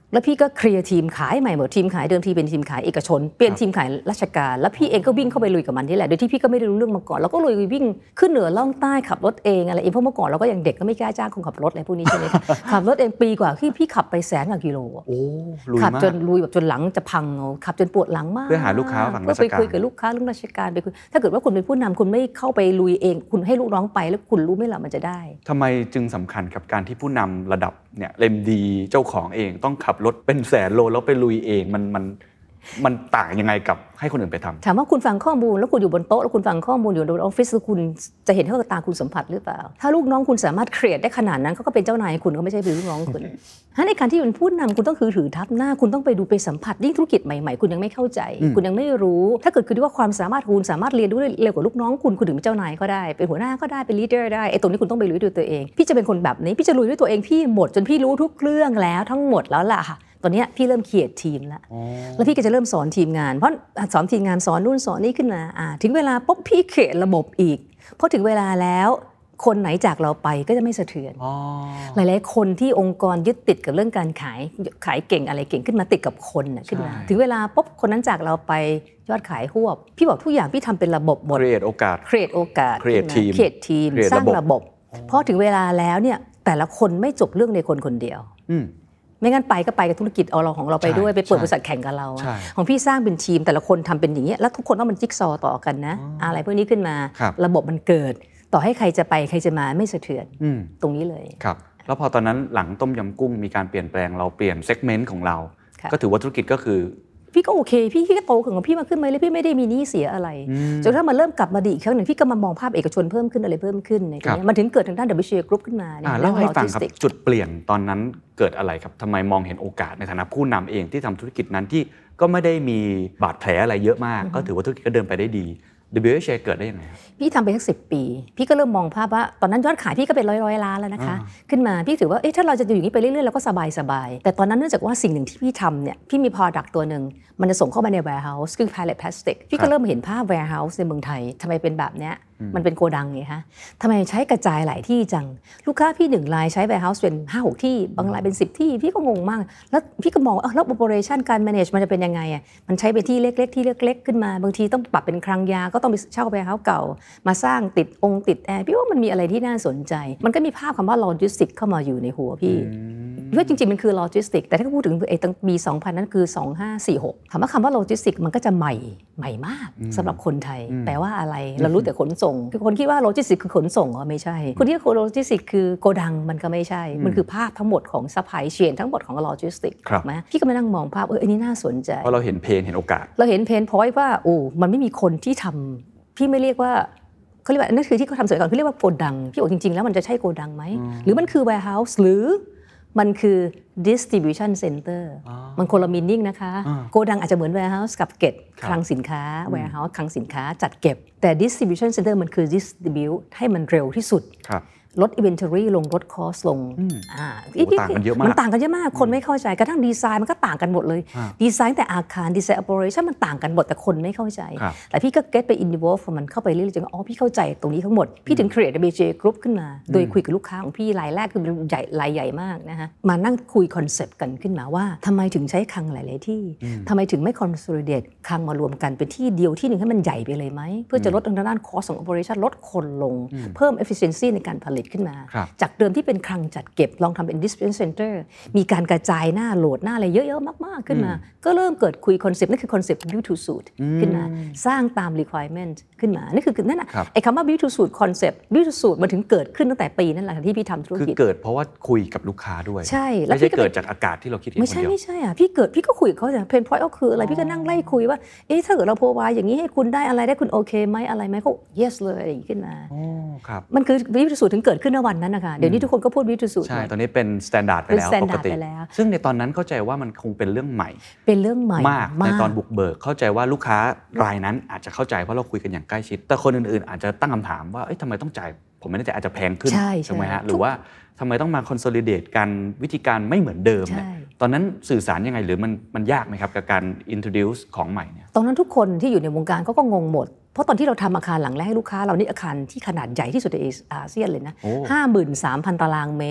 แล้วพี่ก็เคลียร์ทีมขายใหม่หมดทีมขายเดิมทีเป็นทีมขายเอกชนเปลี่ยนทีมขายราชการแล้วพี่เองก็วิ่งเข้าไปลุยกับมันนี่แหละโดยที่พี่ก็ไม่ได้รู้เรื่องมาก่อนแล้วก็ลุยวิ่งขึ้นเหนือล่องใต้ขับรถเองอะไรเองเพราะเมื่อก่อนเราก็ยังเด็กก็ไม่กล้าจ้างคนขับรถอะไรพวกนี้ใช่ไหมคะขับรถเองปีกว่าที่พี่ขับไปแสนกว่ากิโลโอ้ลุยมากขับจนลุยแบบจนหลังจะพังขับจนปวดหลังมากเพื่อหาลูกค้าฝั่งราชการเพื่อไปคุยกับลูกค้าเรื่องราชการไปคุยถ้าเกิดว่าคุณเป็นผู้นำคุณไม่เข้าไปลุยเองคุณให้ลูกน้องไปแล้วคุณรู้ไหมล่ะมันจะได้ทำไมจึงสำคัญกับการที่ผู้นำระดับเนี่ยเล่มดีเจ้าของเองต้องขับรถเป็นแสนโลแล้วไปลุยเองมันมันมันต่างยังไงกับให้คนอื่นไปทำถามว่าคุณฟังข้อมูลแล้วคุณอยู่บนโต๊ะแล้วคุณฟังข้อมูลอยู่ในออฟฟิศแล้วคุณจะเห็นเท่ากับตาคุณสัมผัสหรือเปล่าถ้าลูกน้องคุณสามารถเครียดได้ขนาดนั้นเขาก็เป็นเจ้านายคุณเขาไม่ใช่เป็นลูกน้องคุณถ้าในการที่เป็นผู้นำคุณต้องคือถือทับหน้าคุณต้องไปดูไปสัมผัสยิ่งธุรกิจใหม่ๆคุณยังไม่เข้าใจคุณยังไม่รู้ถ้าเกิดคือว่าความสามารถคุณสามารถเรียนรู้เร็วกว่าลูกน้องคุณคุณถึงเป็นเจ้านายก็ได้เป็นหัวหน้าก็ได้เป็นลีดเดอร์ได้ไอ้ตรงนี้คุณต้องไปลุยด้วยตัวเองพี่จะเป็นคนแบบนี้พี่จะลุยด้วยตัวเองพี่หมดจนพี่รู้ทุกเรื่องแล้วทั้งหมดแล้วล่ะค่ะตอนนี้พี่เริ่มเขียนทีมแล้วแล้วพี่ก็จะเริ่มสอนทีมงานเพราะสอนทีมงานสอนนู่นสอนนี่ขึ้นมาอ่าถึงเวลาปุ๊บพี่เขียนระบบอีกพอถึงเวลาแล้วคนไหนจากเราไปก็จะไม่สะเทือนหลายๆคนที่องค์กรยึดติดกับเรื่องการขายขายเก่งอะไรเก่งขึ้นมาติดกับคนน่ะขึ้นมาถึงเวลาปุ๊บคนนั้นจากเราไปยอดขายหวบพี่บอกทุกอย่างพี่ทำเป็นระบบหมด create โอกาส create โอกาส create team create team สร้างระบบพอถึงเวลาแล้วเนี่ยแต่ละคนไม่จบเรื่องในคนคนเดียวไม่งั้นไปก็ไปกับธุรกิจเอาเราของเราไปด้วยไปเปิดบริษัทแข่งกับเราของพี่สร้างเป็นทีมแต่ละคนทำเป็นอย่างเงี้ยแล้วทุกคนต้องมันจิ๊กซอว์ต่อกันนะอะไรพวกนี้ขึ้นมาระบบมันเกิดต่อให้ใครจะไปใครจะมาไม่สะเทือนตรงนี้เลยครับแล้วพอตอนนั้นหลังต้มยำกุ้งมีการเปลี่ยนแปลงเราเปลี่ยนเซกเมนต์ของเราก็ถือว่าธุรกิจก็คือพี่ก็โอเคพี่พี่ก็โตขึ้นของพี่มาขึ้นมาเลยพี่ไม่ได้มีหนี้เสียอะไรจนถ้ามันเริ่มกลับมาดีอีกครั้งหนึ่งพี่ก็มามองภาพเอกชนเพิ่มขึ้นอะไรเพิ่มขึ้นในตรงนี้มันถึงเกิดทางด้าน ดับเบิลยู เอ Group ขึ้นมาเนี่ยเล่าให้ฟังครับจุดเปลี่ยนตอนนั้นเกิดอะไรครับทำไมมองเห็นโอกาสในฐานะผู้นำเองที่ทำธุรกิจนั้นที่ก็ไม่ได้มีบาดแผลอะไรเยอะมากก็ถือว่าธุรกิจก็เดินไปได้ดี ดับเบิลยู เอช เอ เกิดได้ยังไงพี่ทำไปสักสิบปีพี่ก็เริ่มมองภาพว่าตอนนั้นยอดขายพี่ก็เป็นร้อยๆล้านแล้วนะคะขึ้นมาพี่ถือว่าเอ๊ะถ้าเราจะอยู่อย่างนี้ไปเรื่อยๆเราก็สบายๆแต่ตอนนั้นเนื่องจากว่าสิ่งหนึ่งที่พี่ทำเนี่ยพี่มี product ตัวนึงมันจะส่งเข้ามาใน warehouse คือ pallet plastic พี่ก็เริ่มเห็นภาพ warehouse ในเมืองไทยทำไมเป็นแบบเนี้ยมันเป็นโกดังไงฮะทำไมใช้กระจายหลายที่จังลูกค้าพี่หนึ่งรายใช้ warehouse เป็น ห้าหก ที่บางรายเป็นสิบที่พี่ก็งงมากแล้วพี่ก็มองว่าแล้ว operation การ manage มันจะเป็นยังไงอ่ะมันใช้เป็นที่เล็กๆที่เล็กๆขึ้นมาบางทีต้องปรับเป็นคลังยาก็ต้องไปเช่า warehouse เก่ามาสร้างติดองค์ติดแอร์พี่ว่ามันมีอะไรที่น่าสนใจมันก็มีภาพคำว่า logistics เข้ามาอยู่ในหัวพี่ว่าจริงๆมันคือ logistics แต่ถ้าพูดถึงไอ้ตั้งปีสองพันนั้นคือสองพันห้าร้อยสี่สิบหกถามว่าคำว่า logistics มันก็จะใหม่ใหม่มากสำหรับคนไทยแปลว่าอะไรเรารู้แต่ขนส่งคือคนคิดว่า logistics คือขนส่งก็ไม่ใช่คนที่คิดว่า logistics คือโกดังมันก็ไม่ใช่มันคือภาพทั้งหมดของ supply chain ทั้งหมดของ logistics ถูกไหมพี่ก็มานั่งมองภาพเอออันนี้น่าสนใจเพราะเราเห็นเพนเห็นโอกาสเราเห็นเพนพอยต์ว่าโอ้มันไม่มีคนที่ทำพี่ไม่เรียกว่าเขาเรียกว่านั่นคือที่เขาทำสมัยก่อนเขาเรียกว่าโกดังพี่บอกจริงๆแล้วมันจะใช่โกดังไหมหรือมันคือ warehouse หรือมันคือ distribution center มันคนละ meaning นะคะโกดังอาจจะเหมือน warehouse กับเก็บคลังสินค้า warehouse คลังสินค้าจัดเก็บแต่ distribution center มันคือ distribute ให้มันเร็วที่สุดลด inventory ลงลด cost ลงอ่าต่างกันเยอะมากมันต่างกันเยอะมากคนไม่เข้าใจกระทั่งดีไซน์มันก็ต่างกันหมดเลยดีไซน์แต่อาคารดีไซน์ operation มันต่างกันหมดแต่คนไม่เข้าใจแต่พี่ก็ get ไป involve มันเข้าไปเรื่อยๆจนอ๋อพี่เข้าใจตรงนี้ทั้งหมดพี่ถึง create ดับเบิลยู เอ Group ขึ้นมาโดยคุยกับลูกค้าของพี่รายแรกคือใหญ่รายใหญ่มากนะฮะมานั่งคุยคอนเซปต์กันขึ้นมาว่าทำไมถึงใช้คลังหลายๆที่ทำไมถึงไม่ consolidate คลังมารวมกันเป็นที่เดียวที่นึงให้มันใหญ่ไปเลยไหมเพื่อจะลดทางด้าน cost ของ operation ลดคนลงเพิ่ม efficiency ในการผลิตขึ้นมาจากเดิมที่เป็นคลังจัดเก็บลองทำเป็น distribution center มีการกระจายหน้าโหลดหน้าอะไรเยอะๆมากๆขึ้นมาก็เริ่มเกิดคุยคอนเซปต์นั่นคือคอนเซปต์ build to suit ขึ้นมาสร้างตาม requirement ขึ้นมานี่คือนั่นน่ะไอ้คำว่า build to suit concept build to suit มันถึงเกิดขึ้นตั้งแต่ปีนั่นแหละที่พี่ทำธุรกิจคือเกิดเพราะว่าคุยกับลูกค้าด้วยใช่ไม่ใช่เกิดจากอากาศที่เราคิดเองไม่ใช่ไม่ใช่อ่ะพี่เกิดพี่ก็คุยกับเขาแต่ pain point ก็คืออะไรพี่ก็นั่งไล่คุยว่าเอ๊ะถ้าเกิดเรา provide อย่างนี้ให้คุณได้อะไรได้คุณโอเคไหมอะไรไหมเขา yes เลยอะไรอย่างนี้ขึ้นมามันคือ build to suit ถึงเกิดขึ้นในวันนั้นนะคะเดี๋ยวนี้ทุกคนก็พูด build to suit ใช่ตอนนี้เป็นมาตรฐานไปแล้วปกติซึ่งในตอนนั้นเข้าใจว่ามันคงเป็นเรื่องใหม่เป็นเรื่องใหม่มากในตอนบุกเบิกเข้าใจว่าลูกค้ารายนั้นอาจจะเข้าใจเพราะเราคุยกันอย่างใกล้ชิดแต่คนอื่นๆอาจจะตั้งคำถามว่าเอ๊ะทำไมต้องจ่ายผมไม่แน่ใจอาจจะแพงขึ้นใช่ไหมฮะหรือว่าทำไมต้องมา consolidate กันวิธีการไม่เหมือนเดิมเนี่ยตอนนั้นสื่อสารยังไงหรือมันมันยากไหมครับกับการ introduce ของใหม่เนี่ยตอนนั้นทุกคนที่อยู่ในวงการเขาก็งงหมดเพราะตอนที่เราทำอาคารหลังแรกให้ลูกค้าเรานี่อาคารที่ขนาดใหญ่ที่สุดในอาเซียนเลยนะ ห้าหมื่นสามพัน ตารางเมตร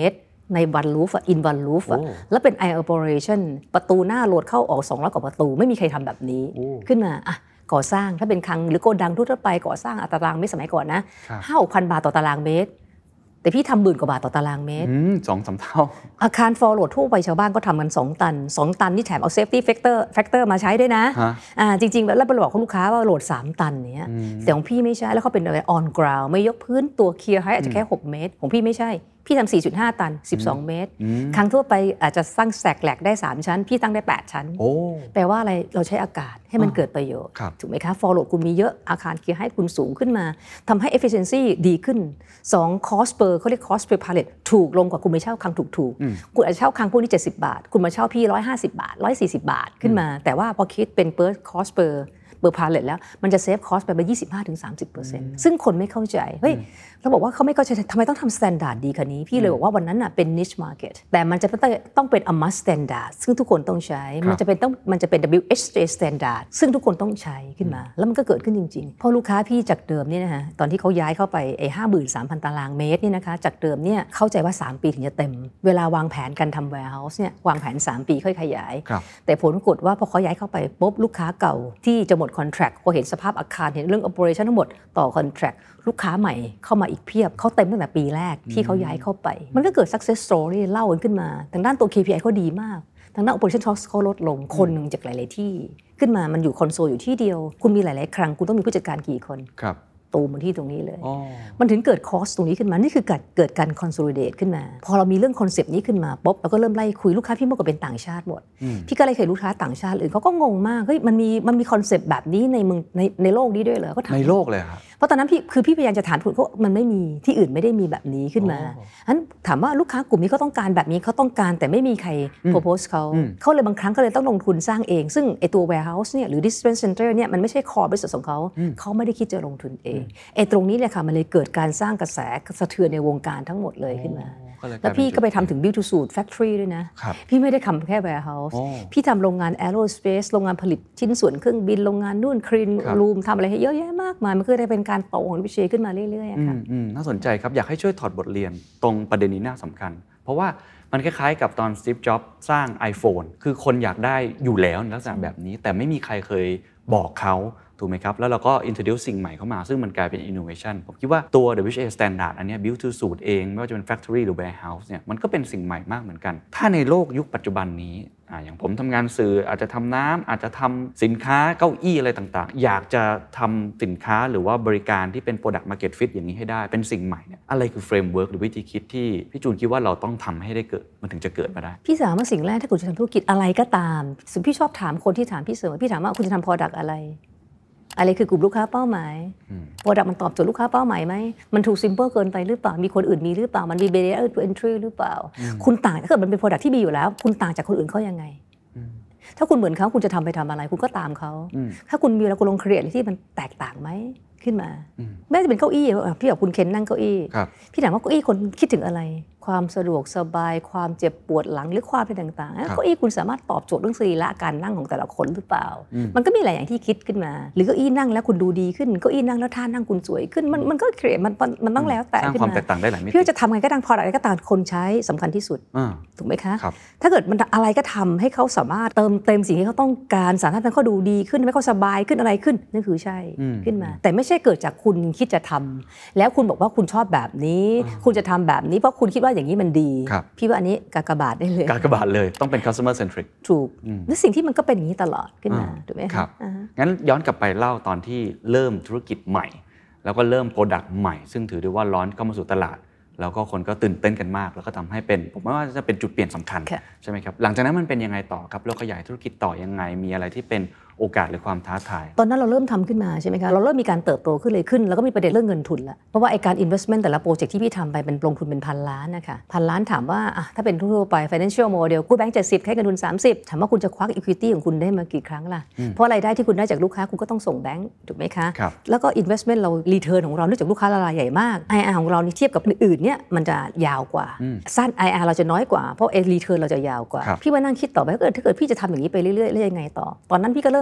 ใน one roof อ่ะ in one roof อ่ะแล้วเป็น air operation ประตูหน้าโหลดเข้าออกสองร้อยกว่าประตูไม่มีใครทำแบบนี้ขึ้นมาอ่ะก่อสร้างถ้าเป็นคลังหรือโกดังทั่วไปก่อสร้างตารางเมตรสมัยก่อนนะ ห้าหกพัน บาทต่อตารางเมตรแต่พี่ทำหมื่นกว่าบาทต่อตารางเมตรอืม สองสาม เท่าอาคารฟอร์โหลดทั่วไปชาวบ้านก็ทำกันสองตันสองตันนี่แถมเอา safety factor factor มาใช้ด้วยนะอ่าจริงๆแล้วเราบอกลูกค้าว่าโหลดสามตันเนี้ยแต่ของพี่ไม่ใช่แล้วเขาเป็นอะไร on ground ไม่ยกพื้นตัว clear height อาจจะแค่หกเมตรของพี่ไม่ใช่พี่ทำ สี่จุดห้า ตันสิบสองเมตรครั้งทั่วไปอาจจะสร้างแสกแหลกได้สามชั้นพี่ตั้งได้แปดชั้นแปลว่าอะไรเราใช้อากาศให้มันเกิดประโยชน์ถูกไหมคะฟอร์โหลดคุณมีเยอะอาคาร clear height คุณสูงขึ้นมาทำให้ efficiency ดีขึ้นสอง cost per เขาเรียก cost per pallet ถูกลงกว่าคุณไปเช่าคลังถูกๆคุณอาจจะเช่าคลังพวกนี้เจ็ดสิบบาทคุณมาเช่าพี่หนึ่งร้อยห้าสิบบาทหนึ่งร้อยสี่สิบบาทขึ้นมาแต่ว่าพอคิดเป็น per cost perเบอร์พาเลตแล้วมันจะเซฟคอสไปประมาณ ยี่สิบห้าถึงสามสิบเปอร์เซ็นต์ ซึ่งคนไม่เข้าใจเฮ้ยเราบอกว่าเขาไม่เข้าใจทำไมต้องทำสแตนดาร์ดดีกว่านี้พี่เลยบอกว่าวันนั้นน่ะเป็น niche market แต่มันจะต้องเป็น a must standard ซึ่งทุกคนต้องใช้มันจะเป็นต้องมันจะเป็น ดับเบิลยู เอช เจ standard ซึ่งทุกคนต้องใช้ขึ้นมาแล้วมันก็เกิดขึ้นจริงๆเพราะลูกค้าพี่จากเดิมเนี่ยนะฮะตอนที่เขาย้ายเข้าไปไอ้ ห้าหมื่นสามพัน ตารางเมตรเนี่ยนะคะจากเดิมเนี่ยเข้าใจว่าสามปีถึงจะเต็มเวลาวางแผนการทำ warehouse เนี่ยวางแผนสามปีค่อยขยายแต่ผลปรากฏว่าพอเขาย้ายเข้าไปปุ๊บลูกค้าเก่าที่จะหมด contract พอเห็นสภาพอาคารเห็นเรื่อง operation ทั้งหมดต่อ contract ลูกค้าใหม่เข้ามาอีกเพียบเขาเต็มตั้งแต่ปีแรกที่เขาย้ายเข้าไปมันก็เกิด success story เล่ากันขึ้นมาทางด้านตัว เค พี ไอ เขาดีมากทางด้าน operation cost เขาลดลงคนหนึ่งจากหลายๆที่ขึ้นมามันอยู่คอนโซลอยู่ที่เดียวคุณมีหลายๆครั้งคุณต้องมีผู้จัดการกี่คนตูมที่ตรงนี้เลยมันถึงเกิดคอสตรงนี้ขึ้นมานี่คือเกิดเกิดการ consolidate ขึ้นมาพอเรามีเรื่องคอนเซปต์นี้ขึ้นมาปุ๊บเราก็เริ่มไล่คุยลูกค้าพี่เมื่อก่อนเป็นต่างชาติหมดพี่ก็เลยเคยลูกค้าต่างชาติอื่นเขาก็งงมากเฮ้ยมันมีมันมีคอนเซปต์แบบนี้ในเมืองในในโลกนี้ด้วยเหรอก็ถามในโลกเลยครับเพราะตอนนั้นพี่คือพี่พยายามจะถามถูกก็มันไม่มีที่อื่นไม่ได้มีแบบนี้ขึ้นมางั้นถามว่าลูกค้ากลุ่มนี้เขาต้องการแบบนี้เขาต้องการแต่ไม่มีใคร propose เขาเขาเลยบางครั้งก็เลยต้องลงทุนสร้างเองซึ่งไอตัว warehouse เนี่ยหรือ distribution center เนี่ยมันไม่ใช่ core business ของเขาเขาไม่ได้คิดจะลงทุนเองไอตรงนี้เลยค่ะมันเลยเกิดการสร้างกระแสสะเทือนในวงการทั้งหมดเลยขึ้นมาแล้วพี่ก็ไปทำถึง build to suit factory ด้วยนะพี่ไม่ได้ทำแค่ warehouse พี่ทำโรงงาน aerospace โรงงานผลิตชิ้นส่วนเครื่องบินโรงงานนู่น clean room ทำอะไรให้เยอะแยะมากมายมันก็ได้เป็นการโตของวิเชียขึ้นมาเรื่อยๆค่ะน่าสนใจครับอยากให้ช่วยถอดบทเรียนตรงประเด็นนี้น่าสำคัญเพราะว่ามันคล้ายๆกับตอน Steve Jobs สร้าง iPhone คือคนอยากได้อยู่แล้วในลักษณะแบบนี้แต่ไม่มีใครเคยบอกเขาถูกไหมครับแล้วเราก็ introduce สิ่งใหม่เข้ามาซึ่งมันกลายเป็น innovation ผมคิดว่าตัว ดับเบิลยู เอช เอ standard อันนี้ build to suit เองไม่ว่าจะเป็น factory หรือ warehouse เนี่ยมันก็เป็นสิ่งใหม่มากเหมือนกันถ้าในโลกยุคปัจจุบันนี้อ่าอย่างผมทำงานสื่ออาจจะทำน้ำอาจจะทำสินค้าเก้าอี้อะไรต่างๆอยากจะทำสินค้าหรือว่าบริการที่เป็น product market fit อย่างนี้ให้ได้เป็นสิ่งใหม่เนี่ยอะไรคือ framework หรือวิธีคิดที่พี่จูนคิดว่าเราต้องทำให้ได้เกิดมันถึงจะเกิดมาได้พี่สามว่าสิ่งแรกถ้าคุณจะทำธุรกิจอะไรก็ตามสิ่งพี่ชอบถามคนที่ถามพี่เสมอพี่ถามว่าคุณจะทำ product อะไรอะไรคือกลุ่มลูกค้าเป้าหมายโปรดักต์มันตอบโจทย์ลูกค้าเป้าหมายไหมมันถูกซิมเปิลเกินไปหรือเปล่ามีคนอื่นมีหรือเปล่ามันมี barrier to entry หรือเปล่าคุณต่างถ้าเกิดมันเป็นโปรดักต์ที่มีอยู่แล้วคุณต่างจากคนอื่นเขายังไงถ้าคุณเหมือนเขาคุณจะทำไปทำอะไรคุณก็ตามเขาถ้าคุณมีแล้วคุณลองเครียดที่มันแตกต่างไหมขึ้นมาแม้จะเป็นเก้าอี้พี่บอกคุณเคนนั่งเก้าอี้พี่ถามว่าเก้าอี้คนคิดถึงอะไรความสะดวกสบายความเจ็บปวดหลังหรือความอะไรต่างๆเก้าอี้คุณสามารถตอบโจทย์เรื่องสรีระการนั่งของแต่ละคนหรือเปล่ามันก็มีหลายอย่างที่คิดขึ้นมาหรือเก้าอี้นั่งแล้วคุณดูดีขึ้นเก้าอี้นั่งแล้วท่านั่งคุณสวยขึ้นมันมันก็เครียดมันมันต้องแล้วแต่สร้างความแตกต่างได้หลายมิติพี่จะทำไงก็ตามพออะไรก็ตามคนใช้สำคัญที่สุดถูกไหมคะถ้าเกิดมันอะไรก็ทำให้เขาสามารถเติมเต็มสิ่งที่เขาต้องการสามารถทำให้เขาดูดีขึ้นทำให้เขาสบายขึ้นอะไรขึ้นนั่นคือใช่ขึ้นมาแต่ไม่ใช่เกิดจากคุณคิดจะทำแล้วคุณบอกว่าคุณชอบแบบนี้คุณจะทำแบบนี้เพราะคุณคิดว่าอย่างนี้มันดีพี่ว่าอันนี้กากบาทได้เลยกากบาทเลยต้องเป็น customer centric ถูกและสิ่งที่มันก็เป็นอย่างนี้ตลอดขึ้นมาถูกไหมครับงั้นย้อนกลับไปเล่าตอนที่เริ่มธุรกิจใหม่แล้วก็เริ่ม product ใหม่ซึ่งถือได้ว่าร้อนเข้ามาสู่ตลาดแล้วก็คนก็ตื่นเต้นกันมากแล้วก็ทำให้เป็นผมว่าจะเป็นจุดเปลี่ยนสำคัญใช่ไหมครับหลังจากนั้นมันเป็นยังไงต่อครับเราขยายธุรกิจต่อยังไงมีอะไรที่เป็นโอกาสหรือความท้าทายตอนนั้นเราเริ่มทำขึ้นมาใช่ไหมคะเราเริ่มมีการเติบโตขึ้นเลยขึ้นแล้วก็มีประเด็นเรื่องเงินทุนละเพราะว่าไอ้การ investment แต่ละโปรเจกต์ที่พี่ทำไปเป็นลงทุนเป็นพันล้านนะคะพันล้านถามว่าอ่ะถ้าเป็นทั่วไป financial model กู้แบงก์เจ็ดสิบให้เงินทุนสามสิบถามว่าคุณจะควัก equity ของคุณได้มากี่ครั้งล่ะเพราะรายได้ที่คุณได้จากลูกค้าคุณก็ต้องส่งแบงก์ถูกไหมคะแล้วก็ investment เรา return ของเราเนื่องจากลูกค้ารายใหญ่มาก ไอ อาร์ ของเรานี่เทียบกับอื่นๆเนี่ยมันจะยาวกว่าสั้น ไอ อาร์ เราจะน้อยกว่าเพราะ return เราจะยาวกว่าพี่ว่านั่งคิดต่อไปถ้าเกิดถ้าเกิดพี่จะทำอย่างนี้ไปเรื่อยๆแล้วยังไงต่อตอนนั้นพี่ก็เริ่ม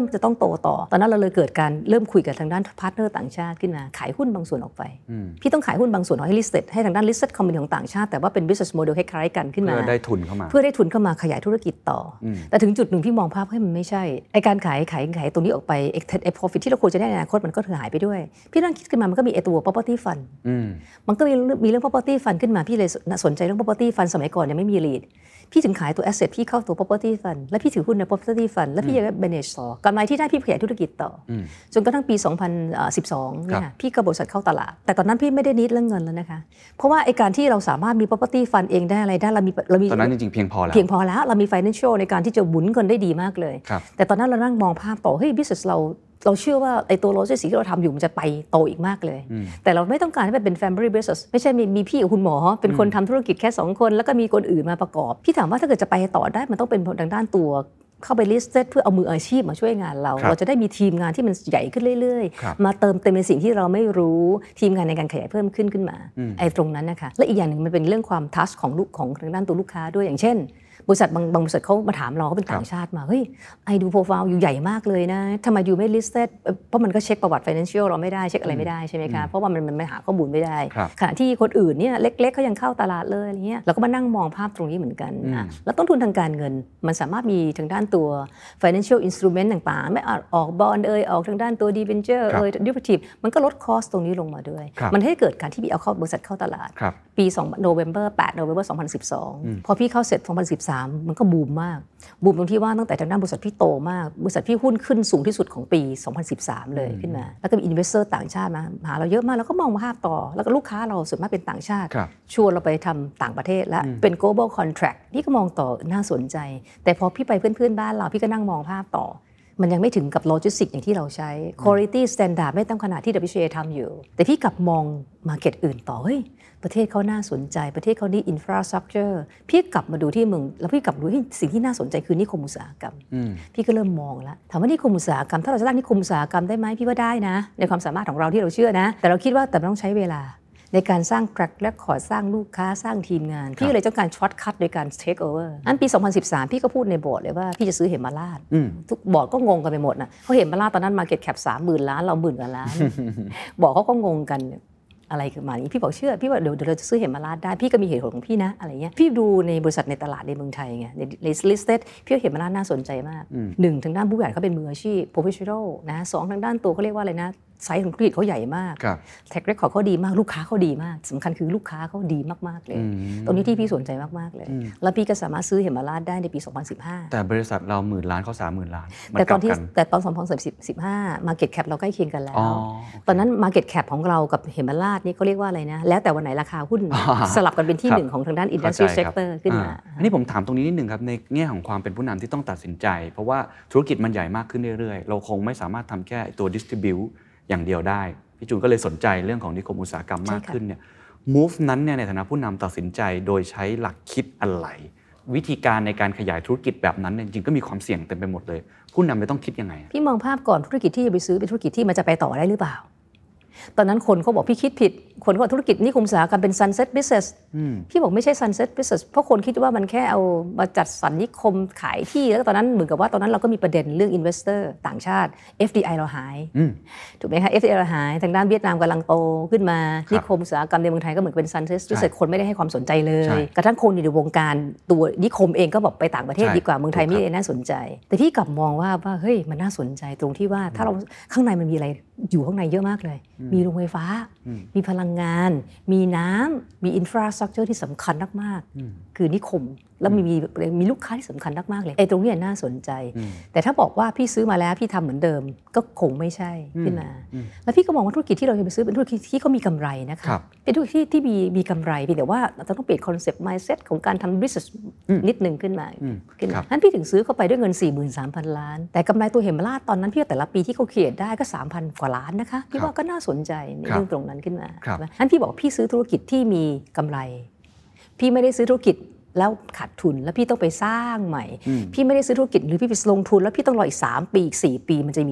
จะต้องโตต่อตอนนั้นเราเลยเกิดการเริ่มคุยกับทางด้านพาร์ทเนอร์ต่างชาติขึ้นมาขายหุ้นบางส่วนออกไปพี่ต้องขายหุ้นบางส่วนให้ listed ให้ทางด้าน listed company ของต่างชาติแต่ว่าเป็น business model คล้ายๆกันขึ้นมาเพื่อได้ทุนเข้ามาเพื่อได้ทุนเข้ามาขยายธุรกิจต่อแต่ถึงจุดหนึ่งพี่มองภาพให้มันไม่ใช่ไอ้การขายขายขายตรงนี้ออกไปไอ้ profit ที่เราควรจะได้ในอนาคตมันก็ถือหายไปด้วยพี่นั่งคิดขึ้นมามันก็มีไอ้ตัว property fund มันก็มีมีเรื่อง property fund ขึ้นมาพี่เลยสนใจเรื่อง property fund สมัยก่อนยังไม่มี lead พี่ถึงขายตัว asset พี่เข้าตัว property fund และพี่ถือหุ้นใน property fund และพี่ยัง manage ต่อกำไรที่ได้พี่ขยายธุรกิจต่อจนกระทั่งปีสองพันสิบสองเนี่ยพี่ก็บริษัทเข้าตลาดแต่ตอนนั้นพี่ไม่ได้นิดเรื่องเงินแล้วนะคะเพราะว่าไอ้การที่เราสามารถมี property fund เองได้อะไรได้เรามีเรามีตอนนั้นจริงๆเพียงพอแล้วเพียงพอแล้วเรามี financial ในการที่จะหมุนเงินได้ดีมากเลยแต่ตอนนั้นเรานั่งมองภาพต่อเฮ้ย business เราเราเชื่อว่าไอ้ตัวโลจิสติกส์ที่เราทำอยู่มันจะไปโตอีกมากเลยแต่เราไม่ต้องการให้มันเป็น family business ไม่ใช่มีมีพี่กับคุณหมอเป็นคนทำธุรกิจแค่สองคนแล้วก็มีคนอื่นมาประกอบพี่ถามว่าถ้าเกิดจะไปต่อได้มันต้องเป็นทางด้านตัวเข้าไป listed เพื่อเอามืออาชีพมาช่วยงานเราเราจะได้มีทีมงานที่มันใหญ่ขึ้นเรื่อยๆมาเติมเต็มในสิ่งที่เราไม่รู้ทีมงานในการขยายเพิ่มขึ้นขึ้นมาไอ้ตรงนั้นนะคะและอีกอย่างหนึ่งมันเป็นเรื่องความทัชของลูกของทางด้านตัวลูกค้าด้วยอย่างเช่นบริษัทบางบางบริษัทเขามาถามเราเขาเป็นต่างชาติมาเฮ้ยไอดูโปรไฟล์อยู่ใหญ่มากเลยนะทำไมอยู่ไม่ listed เพราะมันก็เช็คประวัติ financial เราไม่ได้เช็คอะไรไม่ได้ใช่ไหมคะเพราะว่ามันมันไม่หาข้อมูลไม่ได้ขณะที่คนอื่นเนี่ยเล็กๆเขายังเข้าตลาดเลยอะไรเงี้ยเราก็มานั่งมองภาพตรงนี้เหมือนกันนะแล้วต้นทุนทางการเงินมันสามารถมีทางด้านตัว financial instrument ต่างๆไม่ออกบอนด์เอ่ยออกทางด้านตัว debenture เอ่ย derivative มันก็ลดคอสตรงนี้ลงมาด้วยมันให้เกิดการที่มีเอาเข้าบริษัทเข้าตลาดปี2 November แปด November สองพันสิบสองพอพี่เข้าเสร็จสองพันสิบสามมันก็บูมมากบูมตรงที่ว่าตั้งแต่ทางด้านบริษัทพี่โตมากบริษัทพี่หุ้นขึ้นสูงที่สุดของปีสองพันสิบสามเลยขึ้นมาแล้วก็มีอินเวสเตอร์ต่างชาติมาหาเราเยอะมากแล้วก็มองภาพต่อแล้วก็ลูกค้าเราส่วนมากเป็นต่างชาติชวนเราไปทำต่างประเทศและเป็น global contract พี่ก็มองต่อน่าสนใจแต่พอพี่ไปเพื่อนๆบ้านเราพี่ก็นั่งมองภาพต่อมันยังไม่ถึงกับโลจิสติกส์อย่างที่เราใช้ quality standard ไม่ต้องขนาดที่ ดับเบิลยู ซี เอ ทำอยู่แต่พี่กลับมอง market อื่นต่อเฮ้ยประเทศเขาน่าสนใจประเทศเขานี่ infrastructure พี่กลับมาดูที่เมืองแล้วพี่กลับดูให้สิ่งที่น่าสนใจคือนิคมอุตสาหกรรมพี่ก็เริ่มมองแล้วถามว่านิคมอุตสาหกรรมถ้าเราจะตั้งนิคมอุตสาหกรรมได้ไหมพี่ว่าได้นะในความสามารถของเราที่เราเชื่อนะแต่เราคิดว่าแต่ต้องใช้เวลาในการสร้าง track record สร้างลูกค้าสร้างทีมงานพี่เลยต้องการช็อตคัทโดยการ take over อันปีสองพันสิบสามพี่ก็พูดในบอร์ดเลยว่าพี่จะซื้อเหมราชทุกบอร์ดก็งงกันไปหมดนะเพราะเหมราชตอนนั้น market cap สามหมื่นล้านเราหมื่นกว่าล้านบอร์ดเขาก็งงกันอะไรคือมานี้พี่บอกเชื่อพี่ว่าเดี๋ยวเราจะซื้อเหมราชได้พี่ก็มีเหตุผลของพี่นะอะไรเงี้ยพี่ดูในบริษัทในตลาดในเมืองไทยไงในใน listed พี่ว่าเหมราชน่าสนใจมากหนึ่งทางด้านผู้บริหารเขาเป็นมืออาชีพ professional นะสองทางด้านตัวเขาเรียกว่าอะไรนะไซส์ของธุรกิจเขาใหญ่มากแท็กเรคคอร์ดเขาดีมากลูกค้าเขาดีมากสำคัญคือลูกค้าเขาดีมากๆเลยตรงนี้ที่พี่สนใจมากๆเลยแล้วพี่ก็สามารถซื้อเหมราชได้ในปีสองพันสิบห้าแต่บริษัทเราหมื่นล้านเขาสามหมื่นล้านแต่ตอนที่แต่ตอนสองพันสิบห้า market cap เราใกล้เคียงกันแล้วตอนนั้น market cap ของเรากับเหมราชนี่เขาเรียกว่าอะไรนะแล้วแต่วันไหนราคาหุ้นสลับกันเป็นที่หนึ่งของทางด้าน industry sector ขึ้นมาอันนี้ผมถามตรงนี้นิดนึงครับในแง่ของความเป็นผู้นำที่ต้องตัดสินใจเพราะว่าธุรกิจมันใหญ่มากขึ้นเรื่อยๆเราคงไม่สามารถทำแค่ตัว distribute อย่างเดียวได้พี่จูนก็เลยสนใจเรื่องของนิคมอุตสาหกรรมมากขึ้นเนี่ย move นั้นเนี่ยในฐานะผู้นำตัดสินใจโดยใช้หลักคิดอะไรวิธีการในการขยายธุรกิจแบบนั้นจริงๆก็มีความเสี่ยงเต็มไปหมดเลยผู้นำไม่ต้องคิดยังไงพี่มองภาพก่อนธุรกิจที่จะไปซื้อเป็นธุรกิจที่มันจะไปต่อได้หรือเปล่าตอนนั้นคนเขาบอกพี่คิดผิดคนเขาบอกธุรกิจนิคมอุตสาหกรรมเป็น sunset business พี่บอกไม่ใช่ sunset business เพราะคนคิดว่ามันแค่เอามาจัดสรรนิคมขายที่แล้วตอนนั้นเหมือนกับว่าตอนนั้นเราก็มีประเด็นเรื่อง investor ต่างชาติ เอฟ ดี ไอ เราหายถูกไหมคะ เอฟ ดี ไอ เราหายทางด้านเวียดนามกำลังโตขึ้นมานิคมอุตสาหกรรมในเมืองไทยก็เหมือนเป็น sunset business คนไม่ได้ให้ความสนใจเลยกระทั่งคนในวงการตัวนิคมเองก็บอกไปต่างประเทศดีกว่าเมืองไทยไม่ได้น่าสนใจแต่พี่กลับมองว่าว่าเฮ้ยมันน่าสนใจตรงที่ว่าถ้าเราข้างในมันมีอะไรอยู่ข้างในเยอะมากเลยมีโรงไฟฟ้ามีพลังงานมีน้ำมีอินฟราสตรัคเจอร์ที่สำคัญมากๆคือนิคมแล้วมีมีมีลูกค้าที่สำคัญมากๆเลยไอ้ตรงนี้น่าสนใจแต่ถ้าบอกว่าพี่ซื้อมาแล้วพี่ทำเหมือนเดิมก็คงไม่ใช่ขึ้นมาแล้วพี่ก็มองว่าธุรกิจที่เราจะไปซื้อเป็นธุรกิจที่เขามีกำไรนะคะเป็นธุรกิจที่ที่มีมีกำไรเพียงแต่ว่าเราต้องเปลี่ยนคอนเซ็ปต์ mindset ของการทำ business นิดนึงขึ้นมาขึ้นมานั้นพี่ถึงซื้อเข้าไปด้วยเงิน สี่หมื่นสามพัน ล้านแต่กำไรตัวเหมราชตอนนั้นพี่แต่ละปีที่เขาเขียนได้ก็ สามพัน กว่าล้านนะคะพี่ว่าก็น่าสนใจในเรื่องตรงนั้นขึ้นมานั้นพี่บอกพี่ซื้อธุรกิจที่มีกำไรพี่ไม่ได้ซื้อธุรกิจแล้วขาดทุนแล้วพี่ต้องไปสร้างใหม่พี่ไม่ได้ซื้อธุรกิจหรือพี่ไปลงทุนแล้วพี่ต้องรออีกสามปีอีกสี่ปีมันจะมี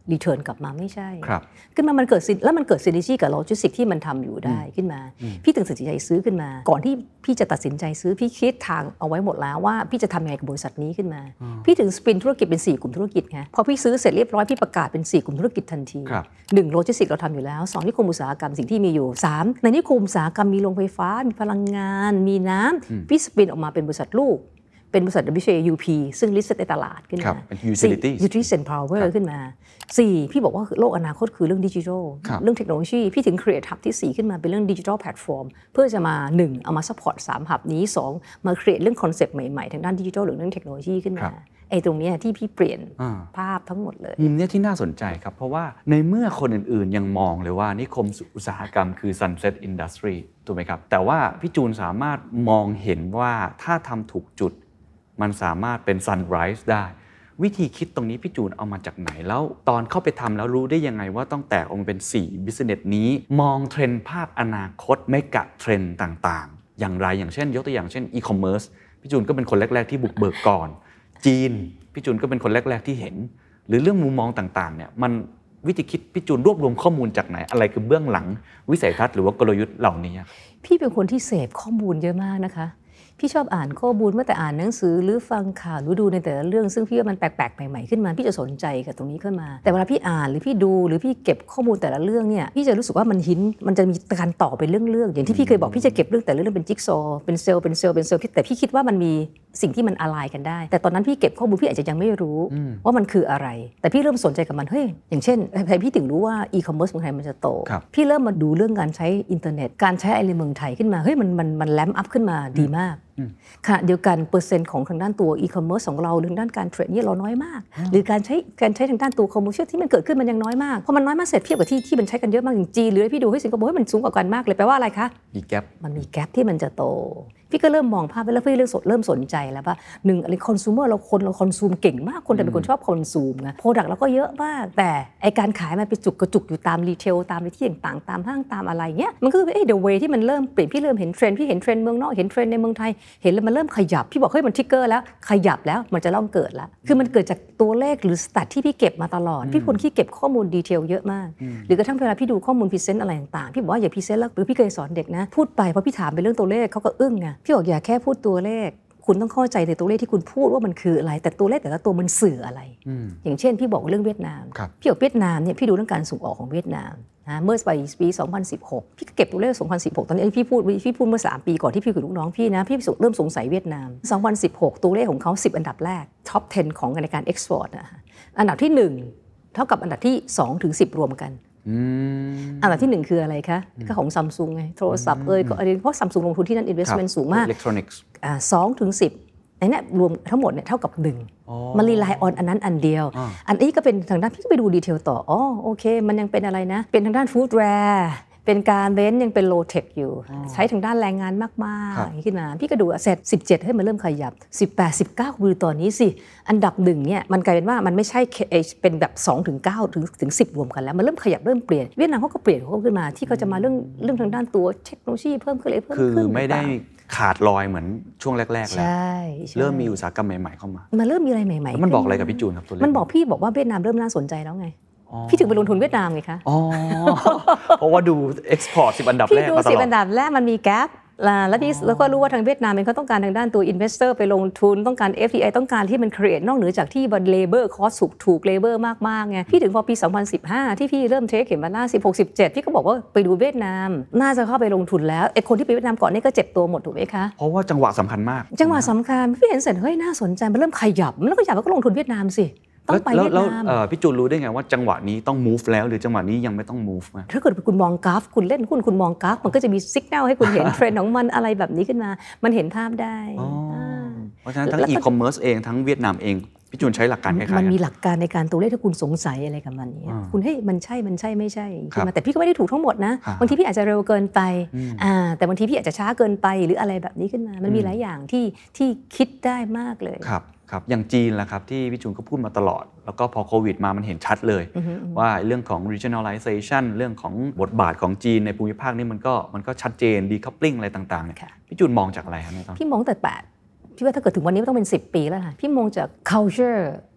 รีเทิร์นกลับมาไม่ใช่ครับขึ้นมามันเกิดแล้วมันเกิดซินดิจี้กับโลจิสติกที่มันทำอยู่ได้ขึ้นมาพี่ถึงตัดสินใจซื้อขึ้นมาก่อนที่พี่จะตัดสินใจซื้อพี่คิดทางเอาไว้หมดแล้วว่าพี่จะทำยังไงกับบริษัทนี้ขึ้นมาพี่ถึงสปินธุรกิจเป็นสี่กลุ่มธุรกิจไงพอพี่ซื้อเสร็จเรียบร้อยพี่ประกาศเป็นสี่กลุ่มธุรกิจทันทีหนึ่งโลจิสติกเราทำอยู่แล้วสองนิคมอุตสาหกรรมสิ่งที่มีอยู่สามในนิคมอุตสาหกรรมมีโรงไฟฟ้ามีพลังงานมีน้ำพี่สปินออกมาเป็นบริษัทลูกเป็นบริษัท ดับเบิลยู เอ ยู พี ซึ่ง listed ในตลาดขึ้นมาเป็น utilities utilities and power ขึ้นมาสี่พี่บอกว่าโลกอนาคตคือเรื่องดิจิทัลเรื่องเทคโนโลยีพี่ถึง create hub ที่สี่ขึ้นมาเป็นเรื่องดิจิทัลแพลตฟอร์มเพื่อจะมาหนึ่งเอามา support สาม hub นี้สองมา create เรื่องคอนเซปต์ใหม่ๆทางด้านดิจิทัลหรือเรื่องเทคโนโลยีขึ้นมาไอ้ตรงนี้ที่พี่เปลี่ยนภาพทั้งหมดเลยมุมนี้ที่น่าสนใจครับเพราะว่าในเมื่อคนอื่นๆยังมองเลยว่านิคมอุตสาหกรรมคือ sunset industry ถูกไหมครับแต่ว่าพี่จูนสามารถมองเห็นว่าถ้าทำถูกจุดมันสามารถเป็น sunrise ได้วิธีคิดตรงนี้พี่จูนเอามาจากไหนแล้วตอนเข้าไปทำแล้วรู้ได้ยังไงว่าต้องแตกออกมาเป็นสี่ business นี้มองเทรนด์ภาพอนาคตเมกะเทรนด์ต่างๆอย่างไรอย่างเช่นยกตัวอย่างเช่น e-commerce พี่จูนก็เป็นคนแรกๆที่บุกเบิกก่อนจีนพี่จูนก็เป็นคนแรกๆที่เห็นหรือเรื่องมุมมองต่างๆเนี่ยมันวิธีคิดพี่จูนรวบรวมข้อมูลจากไหนอะไรคือเบื้องหลังวิสัยทัศน์หรือว่ากลยุทธ์เหล่านี้พี่เป็นคนที่เสพข้อมูลเยอะมากนะคะพี่ชอบอ่านข้อมูลเมื่อแต่อ่านหนังสือหรือฟังข่าวหรือดูในแต่ละเรื่องซึ่งพี่ว่ามันแปลกๆใหม่ๆขึ้นมาพี่จะสนใจกับตรงนี้ขึ้นมาแต่เวลาพี่อ่านหรือพี่ดูหรือพี่เก็บข้อมูลแต่ละเรื่องเนี่ยพี่จะรู้สึกว่ามันหินมันจะมีการต่อเป็นเรื่องๆอย่างที่พี่เคยบอกพี่จะเก็บเรื่องแต่ละเรื่องเป็นจิ๊กซอว์เป็นเซลล์เป็นเซลล์เป็นเซลล์แต่พี่คิดว่ามันมีสิ่งที่มันอะไลน์กันได้แต่ตอนนั้นพี่เก็บข้อมูลพี่อาจจะยังไม่รู้ว่ามันคืออะไรแต่พี่เริ่มสนใจกับมันเฮ้ยอย่างเช่นใครพี่ถึงรู้ว่าอีคอมเมิร์ซเมืองไทยมันจะโตพี่เริ่มมาดูเรื่องการใช้อินเทอร์เน็ตการใช้ไอในเมืองไทยขึ้นมาเฮ้ยมันมันมันแลมป์อัพขึ้นมาดีมากขณะเดียวกันเปอร์เซ็นต์ของทางด้านตัวอีคอมเมิร์ซของเราทางด้านการเทรดนี่เราน้อยมากหรือการใช้การใช้ทางด้านตัวคอมเมอร์เชียลที่มันเกิดขึ้นมันยังน้อยมากพอมันน้อยมากเสร็จเทียบกับที่ที่มันใช้กันเยอะมากอย่างจีนหรือพี่ดูให้สิงคโปร์ให้มันสูงกว่ากันมากเลยแปลว่าอะไรคะมีแกปมันมีแกปที่มันจะโตพี่ก็เริ่มมองภาพไปแล้วพี่เริ่มสนเริ่มสนใจแล้วว่าหนึ่งอะไรคอน sumer เราคนเราคอนซูมเก่งมากคนแต่เป็นคนชอบคอนซูมไงโปรดักต์เราก็เยอะมากแต่ไอการขายมันไปจุกกระจุกอยู่ตามรีเทลตามที่ต่างๆตามห้างตามอะไรเงี้ยมันก็เอ้ the way ที่มันเริ่มเปลี่ยนพี่เริ่มเห็นเทรนด์พี่เห็นเทรนด์เมืองนอกเห็นเทรนด์ในเมืองไทยเห็นแล้วมันเริ่มขยับพี่บอกเฮ้ยมันทริกเกอร์แล้วขยับแล้วมันจะต้องเกิดแล้วคือมันเกิดจากตัวเลขหรือสแตทที่พี่เก็บมาตลอดพี่คนที่เก็บข้อมูลดีเทลเยอะมากหรือกระทั่งเวลาพี่ดูข้อมูลพรีเซนต์อะไรต่างๆพี่บอกว่าอย่าพรีเซนต์แล้วหรือพี่เคยสอนเด็กนะพูดไปพอพี่ถามไปเรื่องตัวเลขเขาก็อึ้งไงพี่บอกอย่าแค่พูดตัวเลขคุณต้องเข้าใจในตัวเลขที่คุณพูดว่ามันคืออะไรแต่ตัวเลขแต่ละตัวมันสื่ออะไรอย่างเช่นพี่บอกเรื่องเวียดนามพี่บอกเวียดนามเนี่ยพี่ดูเรื่องการส่งออกของเวียดนามนะเมื่อปีสองพันสิบหกพี่ก็เก็บตัวเลขสองพันสิบหกตอนนี้พี่พูดพี่พูดเมื่อสามปีก่อนที่พี่คุยกับลูกน้องพี่นะพี่เริ่มสงสัยเวียดนามสองพันสิบหกตัวเลขของเขาสิบอันดับแรกท็อปสิบของในการเอ็กซ์พอร์ตนะอันดับที่หนึ่งเท่ากับอันดับที่สองถึงสิบรวมกันอันดับที่หนึ่งคืออะไรคะก็ของ Samsung ไงโทรศัพท์เอ่ยก็เพราะ Samsung ลงทุนที่นั่น investment สูงมาก electronics อ่าสองถึงสิบในนี้รวมทั้งหมดเนี่ยเท่ากับหนึ่งมันรีไลน์ออนอันนั้นอันเดียวอันนี้ก็เป็นทางด้านพี่ก็ไปดูดีเทลต่ออ๋อโอเคมันยังเป็นอะไรนะเป็นทางด้านฟู้ดแวร์เป็นการเบนซ์ยังเป็นโลเทคอยู่ใช้ทางด้านแรงงานมากๆอย่างนี้ขึ้นมาพี่ก็ดูเสร็จสิบเจ็ดให้มันเริ่มขยับสิบแปด สิบเก้าคือตอนนี้สิอันดับหนึ่งเนี่ยมันกลายเป็นว่ามันไม่ใช่เป็นแบบสองถึงเก้าถึงถึงสิบรวมกันแล้วมันเริ่มขยับเริ่มเปลี่ยนเวียดนามเขาก็เปลี่ยนเขาขึ้นมาที่เขาจะมาเรื่องเรื่องทางด้านตัวเทคโนโลยีเพิ่มขึ้นเลยเพิ่มขึ้นคือไม่ได้ขาดลอยเหมือนช่วงแรกๆแล้วเริ่มมีอุตสาหกรรมใหม่ๆเข้ามามันเริ่มมีอะไรใหม่ๆมันบอกอะไรกับพี่จูนครับตัวเลขมันบอกพี่บอกว่าเวียดนามเริ่มน่าสนใจแล้วไงพี่ถึงไปลงทุนเวียดนามไงคะอ๋อเพราะว่าดูเอ็กซ์พอร์ตสิบอันดับแรกมาตลอดพี่ดูสิบอันดับแรกมันมีแกปแล้วพี่แล้วก็รู้ว่าทางเวียดนามเป็นเขาต้องการทางด้านตัว investor ไปลงทุนต้องการ เอฟ ดี ไอ ต้องการที่มัน create นอกเหนือจากที่บน labor cost ถูกถูก labor มากๆไงพี่ถึงพอปีสองพันสิบห้าที่พี่เริ่มเทคเข็มมาล่าสิบหก สิบเจ็ดพี่ก็บอกว่าไปดูเวียดนามน่าจะเข้าไปลงทุนแล้วไอ้คนที่ไปเวียดนามก่อนนี่ก็เจ็บตัวหมดถูกไหมคะเพราะว่าจังหวะสำคัญมากจังหวะสำคัญพี่เห็นเสร็จเฮ้ยน่าสนใจมันเริ่มขยับมันแล้วก็อยากก็ลงทุนเวียดนามสิต้องไปเวียดนามแล้วพี่จูนรู้ได้ไงว่าจังหวะนี้ต้อง move แล้วหรือจังหวะนี้ยังไม่ต้อง move มั้ยถ้าเกิดคุณมองกราฟคุณเล่นหุ้นคุณมองกราฟมันก็จะมีสัญญาณให้คุณเห็นเทรนด์ของมันอะไรแบบนี้ขึ้นมามันเห็นภาพได้เพราะฉะนั้นทั้ง e-commerce เองทั้งเวียดนามเองพี่จูนใช้หลักการคล้ายๆกันมันมีหลักการในการตัวเลขที่คุณสงสัยอะไรกับมันเนี่ยคุณเฮ้ยมันใช่มันใช่ไม่ใช่ขึ้นมาแต่พี่ก็ไม่ได้ถูกทั้งหมดนะบางทีพี่อาจจะเร็วเกินไปอ่าแต่บางทีพี่อาจจะช้าเกินไปหรืออะไรแบบนี้ขึ้นมามันมีหลายอย่างที่ที่คิดได้มากเลยครับครับอย่างจีนล่ะครับที่พี่จูนก็พูดมาตลอดแล้วก็พอโควิดมามันเห็นชัดเลยว่าเรื่องของ regionalization เรื่องของบทบาทของจีนในภูมิภาคนี่มันก็มันก็ชัดเจน decoupling อะไรต่างๆเนี่ยพี่จูนมองจากอะไรครับเนี่ยพี่มองแต่แปดพี่ว่าถ้าเกิดถึงวันนี้ต้องเป็นสิบปีแล้วค่ะพี่มองจาก culture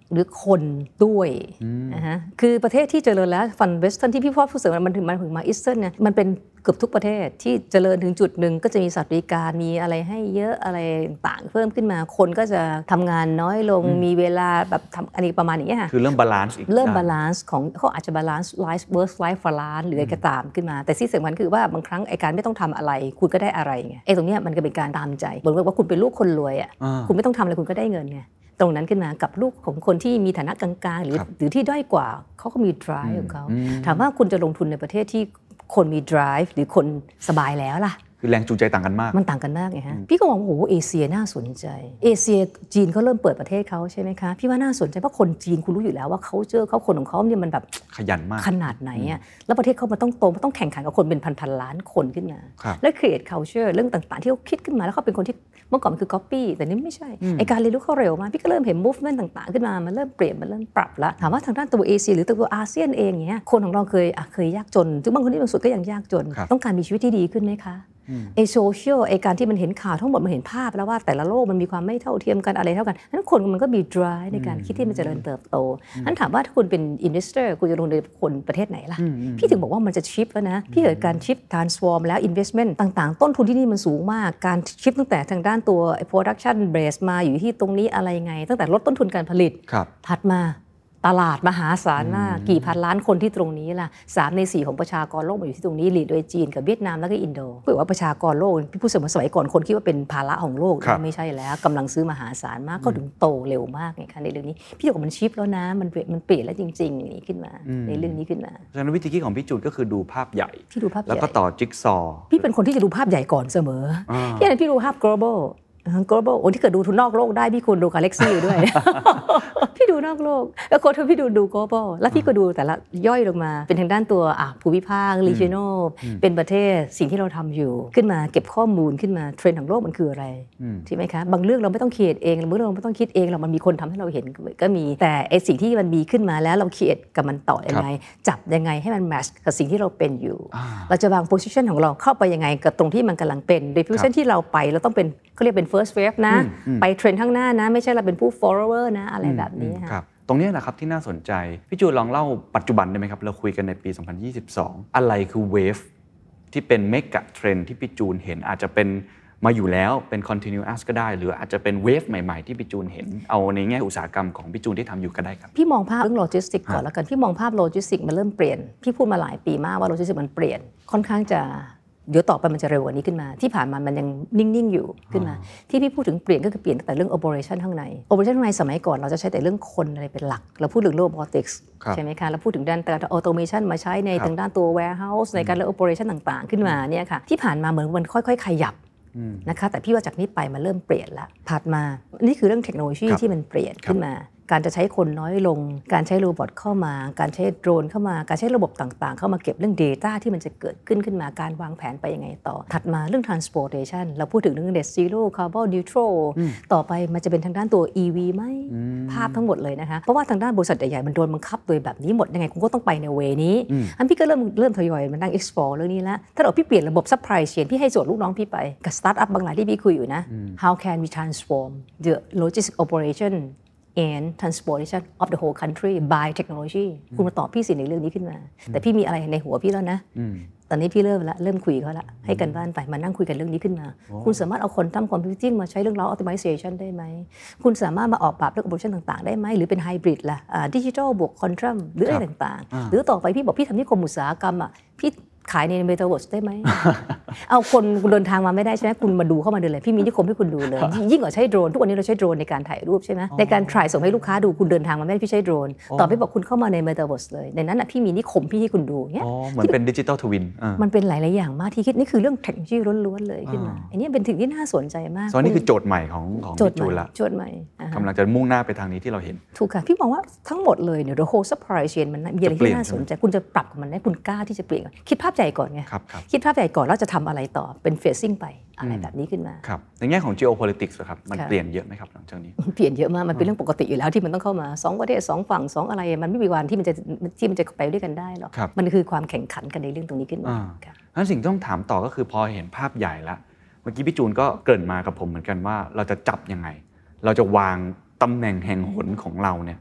หรือคนด้วยนะฮะคือประเทศที่เจริญแล้วฝั่งเวสเทิร์นที่พี่พ่อพูดเสริมมันถึงมันถึงมาอีสเทิร์นเนี่ยมันเป็นเกือบทุกประเทศที่เจริญถึงจุดหนึ่งก็จะมีสวัสดิการมีอะไรให้เยอะอะไรต่างเพิ่มขึ้นมาคนก็จะทำงานน้อยลงมีเวลาแบบทำอันนี้ประมาณอย่างเงี้ยค่ะคือเริ่มบาลานซ์อีกเริ่มบาลานซ์ของเขาอาจจะบาลานซ์ไลฟ์เวิร์กไลฟ์บาลานซ์หรืออะไรก็ตามขึ้นมาแต่ที่สำคัญคือว่าบางครั้งไอ้การไม่ต้องทำอะไรคุณก็ได้อะไรไงไอ้ตรงเนี้ยมันก็เป็นการตามใจเหมือนว่าคุณเป็นลูกคนรวยอ่ะคุณไม่ต้องทำอะไรคุณก็ได้เงินไงตรงนั้นขึ้นมากับลูกของคนที่มีฐานะกลางๆหรือหรือที่ด้อยกว่าเขาก็มี drive ของเขาถามว่าคุณจะลงทุนในประเทศที่คนมี drive หรือคนสบายแล้วล่ะคือแรงจูงใจต่างกันมากมันต่างกันมากไงฮะพี่ก็มองว่าโอ้โหเอเชียน่าสนใจเอเชียจีนเขาเริ่มเปิดประเทศเขาใช่ไหมคะพี่ว่าน่าสนใจเพราะคนจีนคุณรู้อยู่แล้วว่าเขาเจอเขาคนของเขาเนี่ยมันแบบขยันมากขนาดไหนอ่ะแล้วประเทศเขามันต้องโตมันต้องแข่งขันกับคนเป็นพันๆล้านคนขึ้นมาแล้ว create culture เรื่องต่างๆที่เขาคิดขึ้นมาแล้วเขาเป็นคนที่เมื่อก่อนมันคือ copy แต่นี่ไม่ใช่ไอการเรียนรู้เขาเร็วมากพี่ก็เริ่มเห็น movement ต่างๆขึ้นมามันเริ่มเปลี่ยนมันเริ่มปรับแล้วถามว่าทางด้านตัวเอเชียหรือตัวอาเซียนเองเนี้ยคนของเราเคยอ่ะเคยยากจนถึงบางคนที่บางส่วนก็ยังยากจนต้องการมีชีวิตที่ดีขึ้นไหมคะไอโซเชียลไอการที่มันเห็นข่าวทั้งหมดมันเห็นภาพแล้วว่าแต่ละโลกมันมีความไม่เท่าเทียมกันอะไรเท่ากันนั้นคนมันก็มี drive ในการคิดที่มันจะเจริญเติบโตนั้นถามว่าถ้าคุณเป็น investor คุณจะลงในคนประเทศไหนล่ะพี่ถึงบอกว่ามันจะชิฟแล้วนะพี่เกิดการชิฟ transform แล้ว investment ต่างๆต้นทุนที่นี่มันสูงมากการชิฟตั้งแต่ทางด้านตัว production base มาอยู่ที่ตรงนี้อะไรไงตั้งแต่ลดต้นทุนการผลิตถัดมาตลาดมหาศาลมากกี่พันล้านคนที่ตรงนี้ล่ะสามในสี่ของประชากรโลกมาอยู่ที่ตรงนี้ลีดโดยจีนกับเวียดนามแล้วก็อินโดเผื่อว่าประชากรโลกพี่พูดเสมอสมัยก่อนคนคิดว่าเป็นภาระของโลกไม่ใช่แล้วกำลังซื้อมหาศาลมากเขาถึงโตเร็วมากไงคะในเรื่องนี้พี่บอกว่ามันชิปแล้วนะมันมันเปลี่ยนแล้วจริงๆอย่างนี้ขึ้นมาในเรื่องนี้ขึ้นมาฉะนั้นวิธีคิดของพี่จูนก็คือดูภาพใหญ่พี่ดูภาพใหญ่แล้วก็ต่อจิ๊กซอว์พี่เป็นคนที่จะดูภาพใหญ่ก่อนเสมอพี่อะไรพี่ดูภาพ global global โอ้ที่เกิดดูทุนนอกโลกได้พี่ควรดู Galaxy ด้วย พี่ดูนอกโลกแล้วโค้ดพี่ดูดู global แล้วพี่ก็ดูแต่ละย่อยลงมาเป็นทางด้านตัวอ่ะภูมิภาค regional เป็นประเทศสิ่งที่เราทำอยู่ขึ้นมาเก็บข้อมูลขึ้นมาเทรนด์ของโลกมันคืออะไรใช่ไหมคะบางเรื่องเราไม่ต้องคิดเองบางเรื่องเราไม่ต้องคิดเองเรามันมีคนทำให้เราเห็นก็มีแต่ไอสิ่งที่มันมีขึ้นมาแล้วเราคิดกับมันต่อยังไงจับยังไงให้มันแมทช์กับสิ่งที่เราเป็นอยู่เราจะวาง position ของเราเข้าไปยังไงกับตรงที่มันกำลังเป็นโดย position ที่เราไปเราต้องเป็นเขาเรียกเป็น first wave นะไปเทรนด์ข้างหน้านะไม่ใช่เราเป็นผู้ follower นะอะไรแบบนี้ค่ะตรงนี้แหละครับที่น่าสนใจพี่จูนลองเล่าปัจจุบันได้ไหมครับเราคุยกันในปีสองพันยี่สิบสองอะไรคือ wave ที่เป็น mega trend ที่พี่จูนเห็นอาจจะเป็นมาอยู่แล้วเป็น continuous ก็ได้หรืออาจจะเป็น wave ใหม่ๆที่พี่จูนเห็นเอาในแง่อุตสาหกรรมของพี่จูนที่ทำอยู่ก็ได้ครับพี่มองภาพเรื่องโลจิสติกก่อนแล้วกันพี่มองภาพโลจิสติกมันเริ่มเปลี่ยนพี่พูดมาหลายปีมากว่าโลจิสติกมันเปลี่ยนค่อนข้างจะเดี๋ยวต่อไปมันจะเร็วกว่านี้ขึ้นมาที่ผ่านมามันยังนิ่งๆอยู่ขึ้นมาที่พี่พูดถึงเปลี่ยนก็คือเปลี่ยนตั้งแต่เรื่อง operation ข้างใน operation ข้างในสมัยก่อนเราจะใช้แต่เรื่องคนอะไรเป็นหลักเราพูดถึง robotics ใช่ไหมคะเราพูดถึงด้านการ automation มาใช้ในทางด้านตัว warehouse ในการเรื่อง operation ต่างๆขึ้นมาเนี่ยค่ะที่ผ่านมาเหมือนมันค่อยๆขยับนะคะแต่พี่ว่าจากนี้ไปมันเริ่มเปลี่ยนละถัดมานี่คือเรื่องเทคโนโลยีที่มันเปลี่ยนขึ้นมาการจะใช้คนน้อยลงการใช้โรบอทเข้ามาการใช้โดรนเข้ามาการใช้ระบบต่างๆเข้ามาเก็บเรื่อง data ที่มันจะเกิดขึ้นขึ้นมาการวางแผนไปยังไงต่อถัดมาเรื่อง transportation เราพูดถึงเรื่อง net zero carbon neutral ต่อไปมันจะเป็นทางด้านตัว อี วี ไหมภาพทั้งหมดเลยนะคะเพราะว่าทางด้านบริษัทใหญ่ๆมันโดนบังคับโดยแบบนี้หมดยังไงคุณก็ต้องไปในเวนี้อันพี่ก็เริ่มเริ่มทยอยมานั่ง explore เรื่องนี้แล้วถ้าเราพี่เปลี่ยนระบบ supply chain พี่ให้โจทย์ลูกน้องพี่ไปกับ startup บางรายที่พี่คุยอยู่นะ how can we transform the logistic operation and transportation of the whole country by technology คุณมาตอบพี่สิในเรื่องนี้ขึ้นมาแต่พี่มีอะไรในหัวพี่แล้วนะตอนนี้พี่เริ่มละเริ่มคุยเขาละให้กันบ้านไปมานั่งคุยกันเรื่องนี้ขึ้นมาคุณสามารถเอาคนทำ computing มาใช้เรื่อง route optimization ได้ไหมคุณสามารถมาออกแบบเรื่อง operation ต่างๆได้ไหมหรือเป็น hybrid ล่ะ digital บวก quantum หรืออะไรต่างๆหรือต่อไปพี่บอกพี่ทำนิคมอุตสาหกรรมอ่ะพี่ขายในเมตาเวิร์สได้ไหม เอาคนเดินทางมาไม่ได้ใช่ไหมคุณมาดูเข้ามาดูเลยพี่มีนิคมให้คุณดูเลยยิ่งกว่าใช้โดรนทุกวันนี้เราใช้โดรนในการถ่ายรูปใช่ไหมในการถ่ายส่งให้ลูกค้าดูคุณเดินทางมาไม่ได้พี่ใช้โดรนต่อไปบอกคุณเข้ามาในเมตาเวิร์สเลยในนั้นอ่ะพี่มีนิคมพี่ให้คุณดูเนี่ยเหมือนเป็นดิจิตอลทวินมันเป็นหลายๆอย่างมากที่คิดนี่คือเรื่องเทคโนโลยีล้วนๆเลยขึ้นมาอันนี้เป็นสิ่งที่น่าสนใจมากตอนนี้คือโจทย์ใหม่ของของพี่จูนละโจทย์ใหม่กำลังจะมุ่งหน้าไปทางนี้ที่เราเห็นถูกค่ะพี่มองว่าทั้งหมดเลยเนี่ย the whole supply chain มันมีอะไรที่น่าสนใจคุณจะปรับกับมันได้คุณกล้าที่จะเปลี่ยนคิดภาพใหญ่ก่อนไงคิดภาพใหญ่ก่อนแล้วจะทำอะไรต่อเป็น phasing ไปอะไรแบบนี้ขึ้นมาครับในแง่ของ geopolitics ครับมันเปลี่ยนเยอะไหมครับหลังจากนี้เปลี่ยนเยอะมากมันเป็นเรื่องปกติอยู่แล้วที่มันต้องเข้ามาสองประเทศสองฝั่งสองอะไรมันไม่มีวันที่มันจะที่มันจะไปด้วยกันได้หรอกมันคือความแข่งขันกันในเรื่องตรงนี้ขึ้นมาค่ะงั้นสิ่งที่ต้องถามต่อก็คือพอเห็นภาพใหญ่แล้วเมื่อกี้พี่จูนก็เกริ่นมากับผมเหมือนกันว่าเราจะจับยังไงเราจะวางตำแหน่งแห่งหนของเราเนี่ย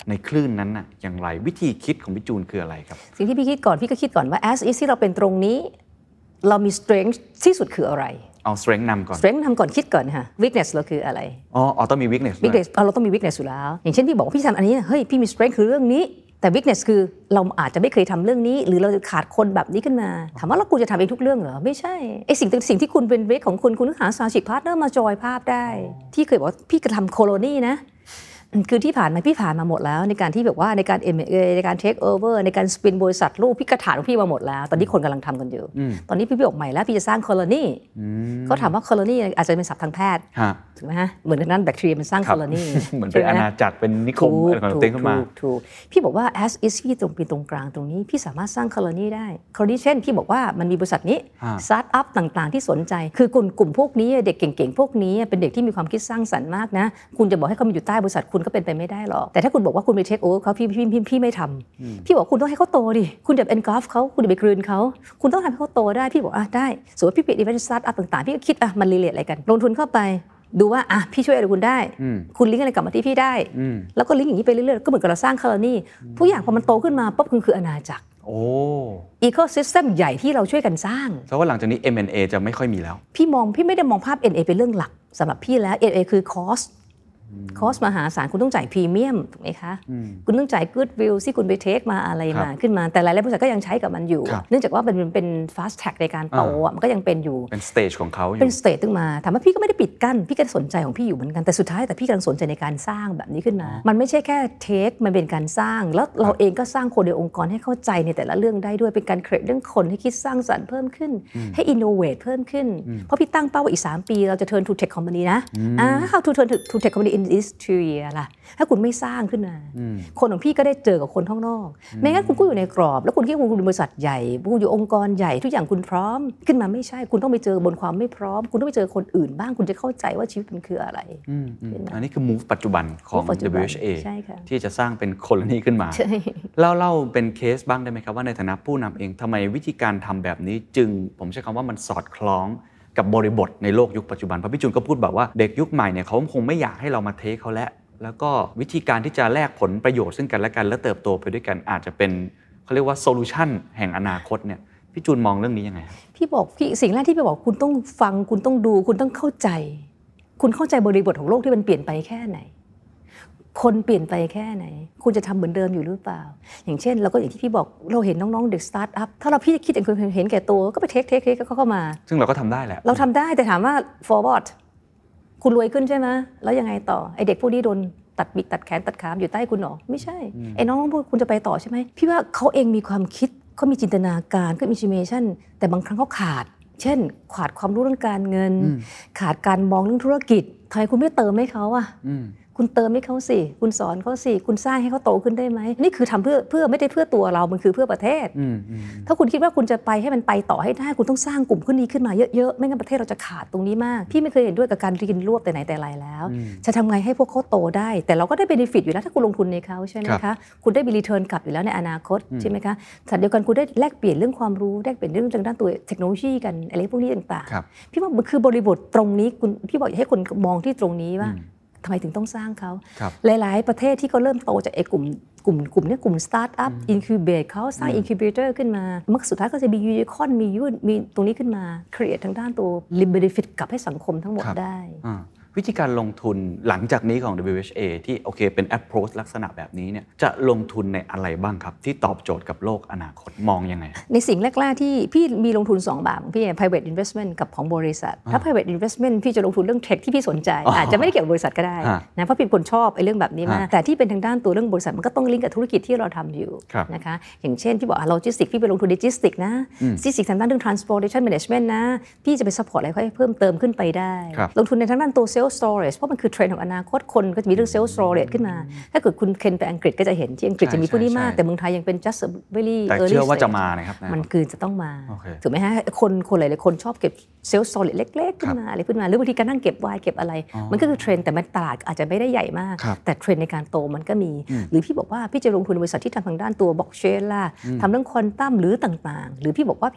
ในคลื่นนั้นน่ะอย่างไรวิธีคิดของพี่จูนคืออะไรครับสิ่งที่พี่คิดก่อนพี่ก็คิดก่อนว่า as is ที่เราเป็นตรงนี้เรามี strength ที่สุดคืออะไรเอา strength นำก่อน strength นำก่อนคิดก่อนค่ะ weakness เราคืออะไรอ๋อต้องมี weakness weakness เราต้องมี weakness อยู่แล้วอย่างเช่นพี่บอกว่าพี่ทำอันนี้เฮ้ยพี่มี strength คือเรื่องนี้แต่ weakness คือเราอาจจะไม่เคยทำเรื่องนี้หรือเราขาดคนแบบนี้ขึ้นมาถามว่าแล้วคุณจะทำเองทุกเรื่องเหรอไม่ใช่ไอ้สิ่งสิ่งที่คุณเป็น weak ของคุณคุณต้องหา strategic partner มาจอยภาพได้ที่เคยบอกว่าพี่ก็ทำ colony นะคือที่ผ่านมาพี่ผ่านมาหมดแล้วในการที่แบบว่าในการ เอ็ม เอ ในการ take over ในการ spin บริษัทลูกพี่กระถางของพี่มาหมดแล้วตอนนี้คนกำลังทำกันอยู่ตอนนี้พี่พี่ออกใหม่แล้วพี่จะสร้าง colony ก็ถามว่า colony อาจจะเป็นศัพท์ทางแพทย์ถูกไหมฮะเหมือนนั้นแบคทีเรียมันสร้าง colony เหมือนเป็นอาณาจักรเป็นนิคมอะไรของตัวเองขึ้นมาถูกพี่บอกว่า as is พี่ตรงเป็นตรงกลางตรงนี้พี่สามารถสร้าง colony ได้ colony เช่นพี่บอกว่ามันมีบริษัทนี้ start up ต่างๆที่สนใจคือกลุ่มกลุ่มพวกนี้เด็กเก่งๆพวกนี้เป็นเด็กที่มีความคิดสร้างสรรค์มากนะคุณจะบอกให้เขามาอยู่ใต้บริษัทคุณก็เป็นไปไม่ได้หรอกแต่ถ้าคุณบอกว่าคุณไปเทคโอเวอร์เขาพี่พี่พี่พี่ไม่ทำพี่บอกคุณต้องให้เขาโตดิคุณจะเป็นกอล์ฟเขาคุณจะไปกลืนเขาคุณต้องทำให้เขาโตได้พี่บอกอ่ะได้สมมติพี่เปิดอีเวนต์สตาร์ทอัพต่างๆพี่ก็คิดอ่ะมันรีเลทอะไรกันลงทุนเข้าไปดูว่าอ่ะพี่ช่วยอะไรคุณได้คุณลิงก์อะไรกลับมาที่พี่ได้แล้วก็ลิงก์อย่างนี้ไปเรื่อยๆก็เหมือนกับเราสร้างคอลนีทุกอย่างพอมันโตขึ้นมาปุ๊บคือคืออาณาจักรโอ้อีโคซิสเต็มใหญ่ที่เราช่วยกันสร้างเพราะว่าหลังจากนี้ เอ็ม แอนด์ เอ จะไม่ค่อยมีแล้วพี่มองพี่ไม่ได้มองภาพ เอ็น เอ เป็นเรื่องหลักสำหรับพี่แล้ว เอ็น เอ คือคอสคอสมหาศาลคุณต้องจ่ายพรีเมียมถูกไหมคะคุณต้องจ่ายกู๊ดวิลที่คุณไปเทคมาอะไรมาขึ้นมาแต่หลายๆบริษัทก็ยังใช้กับมันอยู่เนื่องจากว่ามันเป็นฟาสต์แท็กในการโตมันก็ยังเป็นอยู่เป็นสเตจของเขาอยู่เป็นสเตจขึ้นมาถามว่าพี่ก็ไม่ได้ปิดกั้นพี่ก็สนใจของพี่อยู่เหมือนกันแต่สุดท้ายแต่พี่กำลังสนใจในการสร้างแบบนี้ขึ้นมามันไม่ใช่แค่เทคมันเป็นการสร้างแล้วเราเองก็สร้างคนในองค์กรให้เข้าใจในแต่ละเรื่องได้ด้วยเป็นการเครียดเรื่องคนให้คิดสร้างสรรค์เพิ่มขึ้นให้อินโนเวทเพิ่มขึ้นเพราะพี่ตั้งเป้าว่าอีกสามปีเราจะ turn to tech company นะอ่า how to turn to tech company in this two year ล่ะถ้าคุณไม่สร้างขึ้นมาคนของพี่ก็ได้เจอกับคนข้างนอกไม่งั้นคุณก็อยู่ในกรอบแล้วคุณคิดว่าคุณเป็นบริษัทใหญ่คุณอยู่องค์กรใหญ่ทุกอย่างคุณพร้อมขึ้นมาไม่ใช่คุณต้องไปเจอบนความไม่พร้อมคุณต้องไปเจอคนอื่นบ้างคุณจะเข้าใจว่าชีวิตมันคืออะไรอันนี้คือ move ปัจจุบันของ ดับเบิลยู เอช เอ ที่จะสร้างเป็นโคโลนีขึ้นมาเล่าเล่าเป็นเคสบ้างได้ไหมครับว่าในฐานะผู้นำเองทำไมวิธีการทำแบบนี้จึงผมใช้คำว่ามันสอดคล้องกับบริบทในโลกยุคปัจจุบันเพราะพี่จุนก็พูดแบบว่าเด็กยุคใหม่เนี่ยเขาคงไม่อยากให้เรามาเทคเขาแล้วแล้วก็วิธีการที่จะแลกผลประโยชน์ซึ่งกันและกันและเติบโตไปด้วยกันอาจจะเป็นเขาเรียกว่าโซลูชันแห่งอนาคตเนี่ยพี่จูนมองเรื่องนี้ยังไงพี่บอกพี่สิ่งแรกที่พี่บอกคุณต้องฟังคุณต้องดูคุณต้องเข้าใจคุณเข้าใจบริบทของโลกที่มันเปลี่ยนไปแค่ไหนคนเปลี่ยนไปแค่ไหนคุณจะทำเหมือนเดิมอยู่หรือเปล่าอย่างเช่นเราก็อย่างที่พี่บอกเราเห็นน้องๆเด็กสตาร์ทอัพถ้าเราพี่คิดอย่างคนเห็นแก่ตัวก็ไปเทคเทคเทคก็เข้ามาซึ่งเราก็ทำได้แหละเราทำได้แต่ถามว่า forward คุณรวยขึ้นใช่ไหมแล้วยังไงต่อไอเด็กพวกนี้โดนตัดบิดตัดแขนตัดขาอยู่ใต้คุณหรอไม่ใช่ไอ้น้องๆพวกคุณจะไปต่อใช่ไหมพี่ว่าเขาเองมีความคิดเขามีจินตนาการเขามี imagination แต่บางครั้งเขาขาดเช่นขาดความรู้เรื่องการเงินขาดการมองเรื่องธุรกิจทำไมคุณไม่เติมให้เขาอ่ะคุณเติมให้เขาสิคุณสอนเขาสิคุณสร้างให้เขาโตขึ้นได้ไหมนี่คือทำเพื่อเพื่อไม่ได้เพื่อตัวเรามันคือเพื่อประเทศถ้าคุณคิดว่าคุณจะไปให้มันไปต่อให้ได้คุณต้องสร้างกลุ่มขึ้นนี้ขึ้นมาเยอะๆไม่งั้นประเทศเราจะขาดตรงนี้มากพี่ไม่เคยเห็นด้วยกับการกินรวบแต่ไหนแต่ไรแล้วจะทำไงให้พวกเขาโตได้แต่เราก็ได้เบเนฟิตอยู่แล้วถ้าคุณลงทุนในเขาใช่ไหมคะคุณได้มีรีเทิร์นกลับอยู่แล้วในอนาคตใช่ไหมคะแต่เดียวกันคุณได้แลกเปลี่ยนเรื่องความรู้แลกเปลี่ยนเรื่องทางด้านตัวเทคโนโลยีกันอะไรพวกนี้ต่างๆพี่ว่ามันคือบริบทตรงนี้คุณพี่บอกอยากให้คนมองที่ตรงนี้ว่าทำไมถึงต้องสร้างเขาหลายๆประเทศที่เขาเริ่มโตจากไอ้กลุ่มกลุ่มกลุ่มนี้กลุ่มสตาร์ทอัพอินคิวเบตเขาสร้างอินคิวเบเตอร์ขึ้นมามักสุดท้ายก็จะมียูนิคอร์นมียูมีตรงนี้ขึ้นมาครีเอททางด้านตัวลิเบเนฟิตกลับให้สังคมทั้งหมดได้วิธีการลงทุนหลังจากนี้ของ ดับเบิลยู เอช เอ ที่โอเคเป็น approach ลักษณะแบบนี้เนี่ยจะลงทุนในอะไรบ้างครับที่ตอบโจทย์กับโลกอนาคตมองยังไงในสิ่งแรกๆที่พี่มีลงทุนสองแบบพี่ private investment กับของบริษัทถ้า private investment พี่จะลงทุนเรื่องเทคที่พี่สนใจอาจจะไม่ได้เกี่ยวกับบริษัทก็ได้นะเพราะพี่เป็นคนชอบไอ้เรื่องแบบนี้มากแต่ที่เป็นทางด้านตัวเรื่องบริษัทมันก็ต้องลิงก์กับธุรกิจที่เราทำอยู่นะคะอย่างเช่นพี่บอกโลจิสติกพี่ไปลงทุนในโลจิสติกนะโลจิสติกทางด้านเรื่อง transportation management นะพี่จะไป support อะไรให้เพิ่มเติมขึ้นไปได้ลงทุนในทางด้านตัว self storage เพราะมันคือเทรนด์ของอนาคตคนก็จะมีเรื่องเซลล์สโตรเรจขึ้นมาถ้าเกิดคุณเคนไปอังกฤษก็จะเห็นที่อังกฤษจะมีพวกนี้มากแต่เมืองไทยยังเป็น just very early แต่เชื่อว่าจะมานะครับมันคือจะต้องมาถูกไหมฮะคนคนหลายๆคนชอบเก็บเซลล์สโตรเรจเล็กๆขึ้นมาอะไรขึ้นมาหรือบางทีการนั่งเก็บไวน์เก็บอะไรมันก็คือเทรนด์แต่มันตลาดอาจจะไม่ได้ใหญ่มากแต่เทรนด์ในการโตมันก็มีหรือพี่บอกว่าพี่จะลงทุนในบริษัทที่ทำทางด้านตัวบล็อกเชนล่ะทำเรื่องควอนตัมหรือต่างๆหรือพี่บอกว่าพี่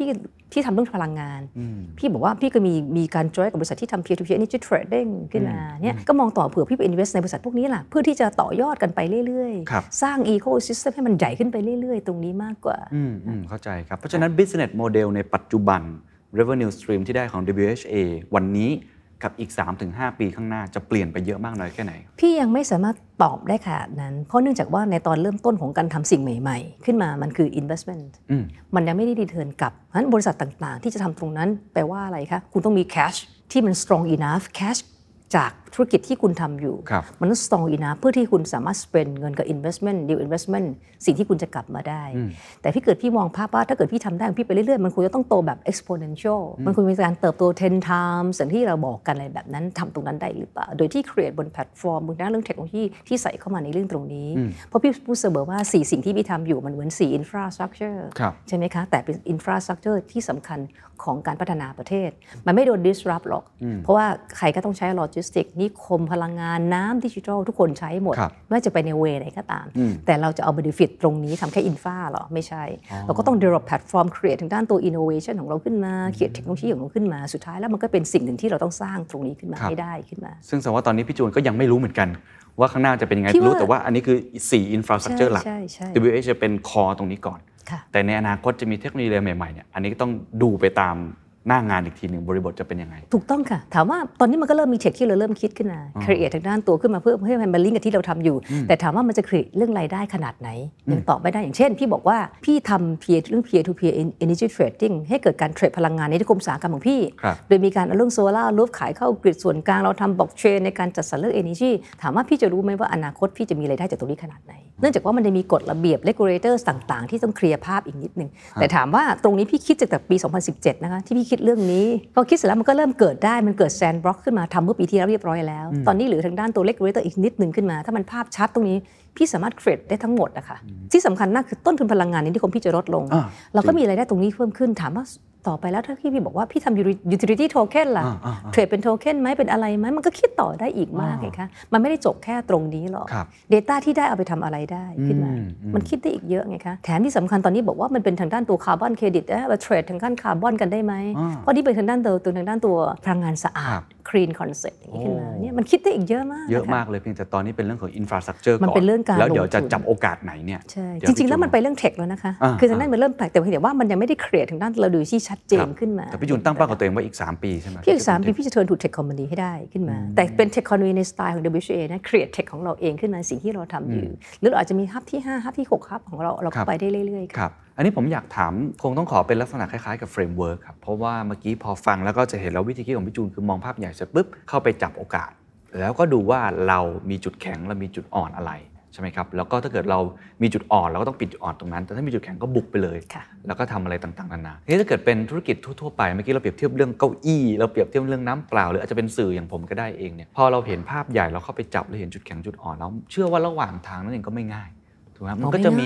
ที่ทำเรื่องพลังงานพี่บอกว่าพี่ก็มีมีการ join กับบริษัทที่ทำ peer to peer energy trading ขึ้นมาเนี่ยก็มองต่อเผื่อพี่ไป invest ในบริษัทพวกนี้ล่ะเพื่อที่จะต่อยอดกันไปเรื่อยๆสร้าง ecosystem ให้มันใหญ่ขึ้นไปเรื่อยๆตรงนี้มากกว่าอืมอืมเข้าใจครับเพราะฉะนั้น business model ในปัจจุบัน revenue stream ที่ได้ของ ดับเบิลยู เอช เอ วันนี้กับอีก สามถึงห้า ปีข้างหน้าจะเปลี่ยนไปเยอะมากน้อยแค่ไหนพี่ยังไม่สามารถตอบได้ขนาดนั้นเพราะเนื่องจากว่าในตอนเริ่มต้นของการทำสิ่งใหม่ๆขึ้นมามันคือ investment มันยังไม่ได้รีเทิร์นกลับเพราะฉะนั้นบริษัทต่างๆที่จะทำตรงนั้นแปลว่าอะไรคะคุณต้องมี cash ที่มัน strong enough cash จากธุรกิจที่คุณทำอยู่มันต้อง strong enough เพื่อที่คุณสามารถ spend เงินกับ investment new investment สิ่งที่คุณจะกลับมาได้แต่พี่เกิดพี่มองภาพว่าถ้าเกิดพี่ทำได้พี่ไปเรื่อยๆมันควรจะต้องโตแบบ exponential มันควรมีการเติบโต ten times อย่างที่เราบอกกันอะไรแบบนั้นทำตรงนั้นได้หรือเปล่าโดยที่ create บนแพลตฟอร์มบนด้านเรื่องเทคโนโลยีที่ใส่เข้ามาในเรื่องตรงนี้เพราะพี่พูดเสมอว่าสี่สิ่งที่พี่ทำอยู่มันเหมือนสี่ infrastructure ใช่ไหมคะแต่เป็น infrastructure ที่สำคัญของการพัฒนาประเทศมันไม่โดน disrupt หรอกเพราะว่าใครก็ต้องใช้โลจิสติกส์นิคมพลังงานน้ำดิจิทัลทุกคนใช้หมดไม่ว่าจะไปในเวไหนก็ตามแต่เราจะเอา benefit ตรงนี้ทำแค่อินฟราหรอไม่ใช่เราก็ต้อง develop platform create ทางด้านตัว innovation ของเราขึ้นมา create เทคโนโลยีของเราขึ้นมาสุดท้ายแล้วมันก็เป็นสิ่งหนึ่งที่เราต้องสร้างตรงนี้ขึ้นมาให้ได้ขึ้นมาซึ่งแสดงว่าตอนนี้พี่จูนก็ยังไม่รู้เหมือนกันว่าข้างหน้าจะเป็นยังไงรู้แต่ว่าอันนี้คือสี่ infrastructure หลัก ดับเบิลยู เอช จะเป็น core ตรงนี้ก่อนแต่ในอนาคตจะมีเทคโนโลยีใหม่ๆเนี่ยอันนี้ก็ต้องดูไปตามหน้างานอีกทีหนึ่งบริบทจะเป็นยังไงถูกต้องค่ะถามว่าตอนนี้มันก็เริ่มมีเทคที่เราเริ่มคิดขึ้นมา create ทางด้านตัวขึ้นมาเพื่อให้มันลิงก์กับที่เราทำอยู่แต่ถามว่ามันจะ create เรื่องรายได้ขนาดไหนยังตอบไม่ได้อย่างเช่นพี่บอกว่าพี่ทำ peer เรื่อง peer to peer energy trading ให้เกิดการเทรดพลังงานในนิคมอุตสาหกรรมของพี่โดยมีการเอาเรื่องโซล่ารูฟขายเข้ากริดส่วนกลางเราทำบล็อกเชนในการจัดสรรเรื่อง energy ถามว่าพี่จะรู้ไหมว่าอนาคตพี่จะมีรายได้จากตรงนี้ขนาดไหนเนื่องจากว่ามันจะมีกฎระเบียบ regulators ต่างๆที่ต้องเคลียร์ภาพอีกนิดนึงแต่ถามว่าตรงนี้พี่คิดจากปีสองพันสิบเจ็ดนะคะที่พี่คิดเรื่องนี้พอคิดเสร็จแล้วมันก็เริ่มเกิดได้มันเกิดแซนด์บล็อกขึ้นมาทำเมื่อปีที่แล้วเรียบร้อยแล้วตอนนี้เหลือทางด้านตัว regulator อีกนิดนึงขึ้นมาถ้ามันภาพชัดตรงนี้พี่สามารถเทรดได้ทั้งหมดนะคะที่สำคัญน่าคือต้นทุนพลังงานในนิคมพี่จะลดลงเราก็มีรายได้ตรงนี้เพิ่มขึ้นถามว่าต่อไปแล้วถ้าพี่บอกว่าพี่ทำ utility token ล่ะเทรดเป็นโทเค็นไหมเป็นอะไรไหมมันก็คิดต่อได้อีกมากเลยค่ะมันไม่ได้จบแค่ตรงนี้หรอก data ที่ได้เอาไปทำอะไรได้ขึ้นมามันคิดได้อีกเยอะไงคะแถมที่สำคัญตอนนี้บอกว่ามันเป็นทางด้านตัวคาร์บอนเครดิตมาเทรดทางด้านคาร์บอนกันได้ไหมเพราะนี่เป็นทางด้านตัวทางด้านตัวพลังงานสะอาด clean concept อย่างนี้ขึ้นมาเนี่ยมันคิดได้อีกเยอะมากเยอะมากเลยเพียงแต่ตอนนี้เป็นเรื่องของ infrastructure ก่อนมันเป็นเรื่องการแล้วเดี๋ยวจะจับโอกาสไหนเนี่ยใช่จริงๆแล้วมันไปเรื่องเทคแล้วนะคะคือทางด้านมันเริ่มแปลกแต่เพียงแต่ว่ามันยังไม่ได้ create ทางด้านเราดูที่ชัดเจนขึ้นมาแต่พี่จูนตั้งเป้ากับตัวเองว่าอีกสามปีใช่ไหมพี่อีกสามปีพี่จะ turn to tech company ให้ได้ขึ้นมาแต่เป็น tech company ในสไตล์ของ ดับเบิลยู เอช เอ นะ create tech ของเราเองขึ้นมาสิ่งที่เราทำอยู่หรือเราอาจจะมีฮับที่ห้าฮับที่หกฮับของเราเราไปได้เรื่อยๆครับอันนี้ผมอยากถามคงต้องขอเป็นลักษณะคล้ายๆกับเฟรมเวิร์คครับเพราะว่าเมื่อกี้พอฟังแล้วก็จะเห็นแล้ววิธีคิดของพี่จูนคือมองภาพใหญ่เสร็จปุ๊บเข้าไปจับโอกาสแล้วก็ดูว่าเรามีจุดแข็งและมีจุดอ่อนอะไรใช่ไหมครับแล้วก็ถ้าเกิดเรามีจุดอ่อนเราก็ต้องปิดจุดอ่อนตรงนั้นแต่ถ้ามีจุดแข็งก็บุกไปเลยแล้วก็ทำอะไรต่างๆนานาทีนี้ถ้าเกิดเป็นธุรกิจทั่วๆไปเมื่อกี้เราเปรียบเทียบเรื่องเก้าอี้เราเปรียบเทียบเรื่องน้ำเปล่าหรืออาจจะเป็นสื่ออย่างผมก็ได้เองเนี่ยพอเราเห็นภาพใหญ่เราเข้าไปจับเราเห็นจุดแข็งจุดอ่อนแล้วเชื่อว่าระหว่างทางนั้นเองก็ไม่ง่ายถูกไหมมันก็จะมี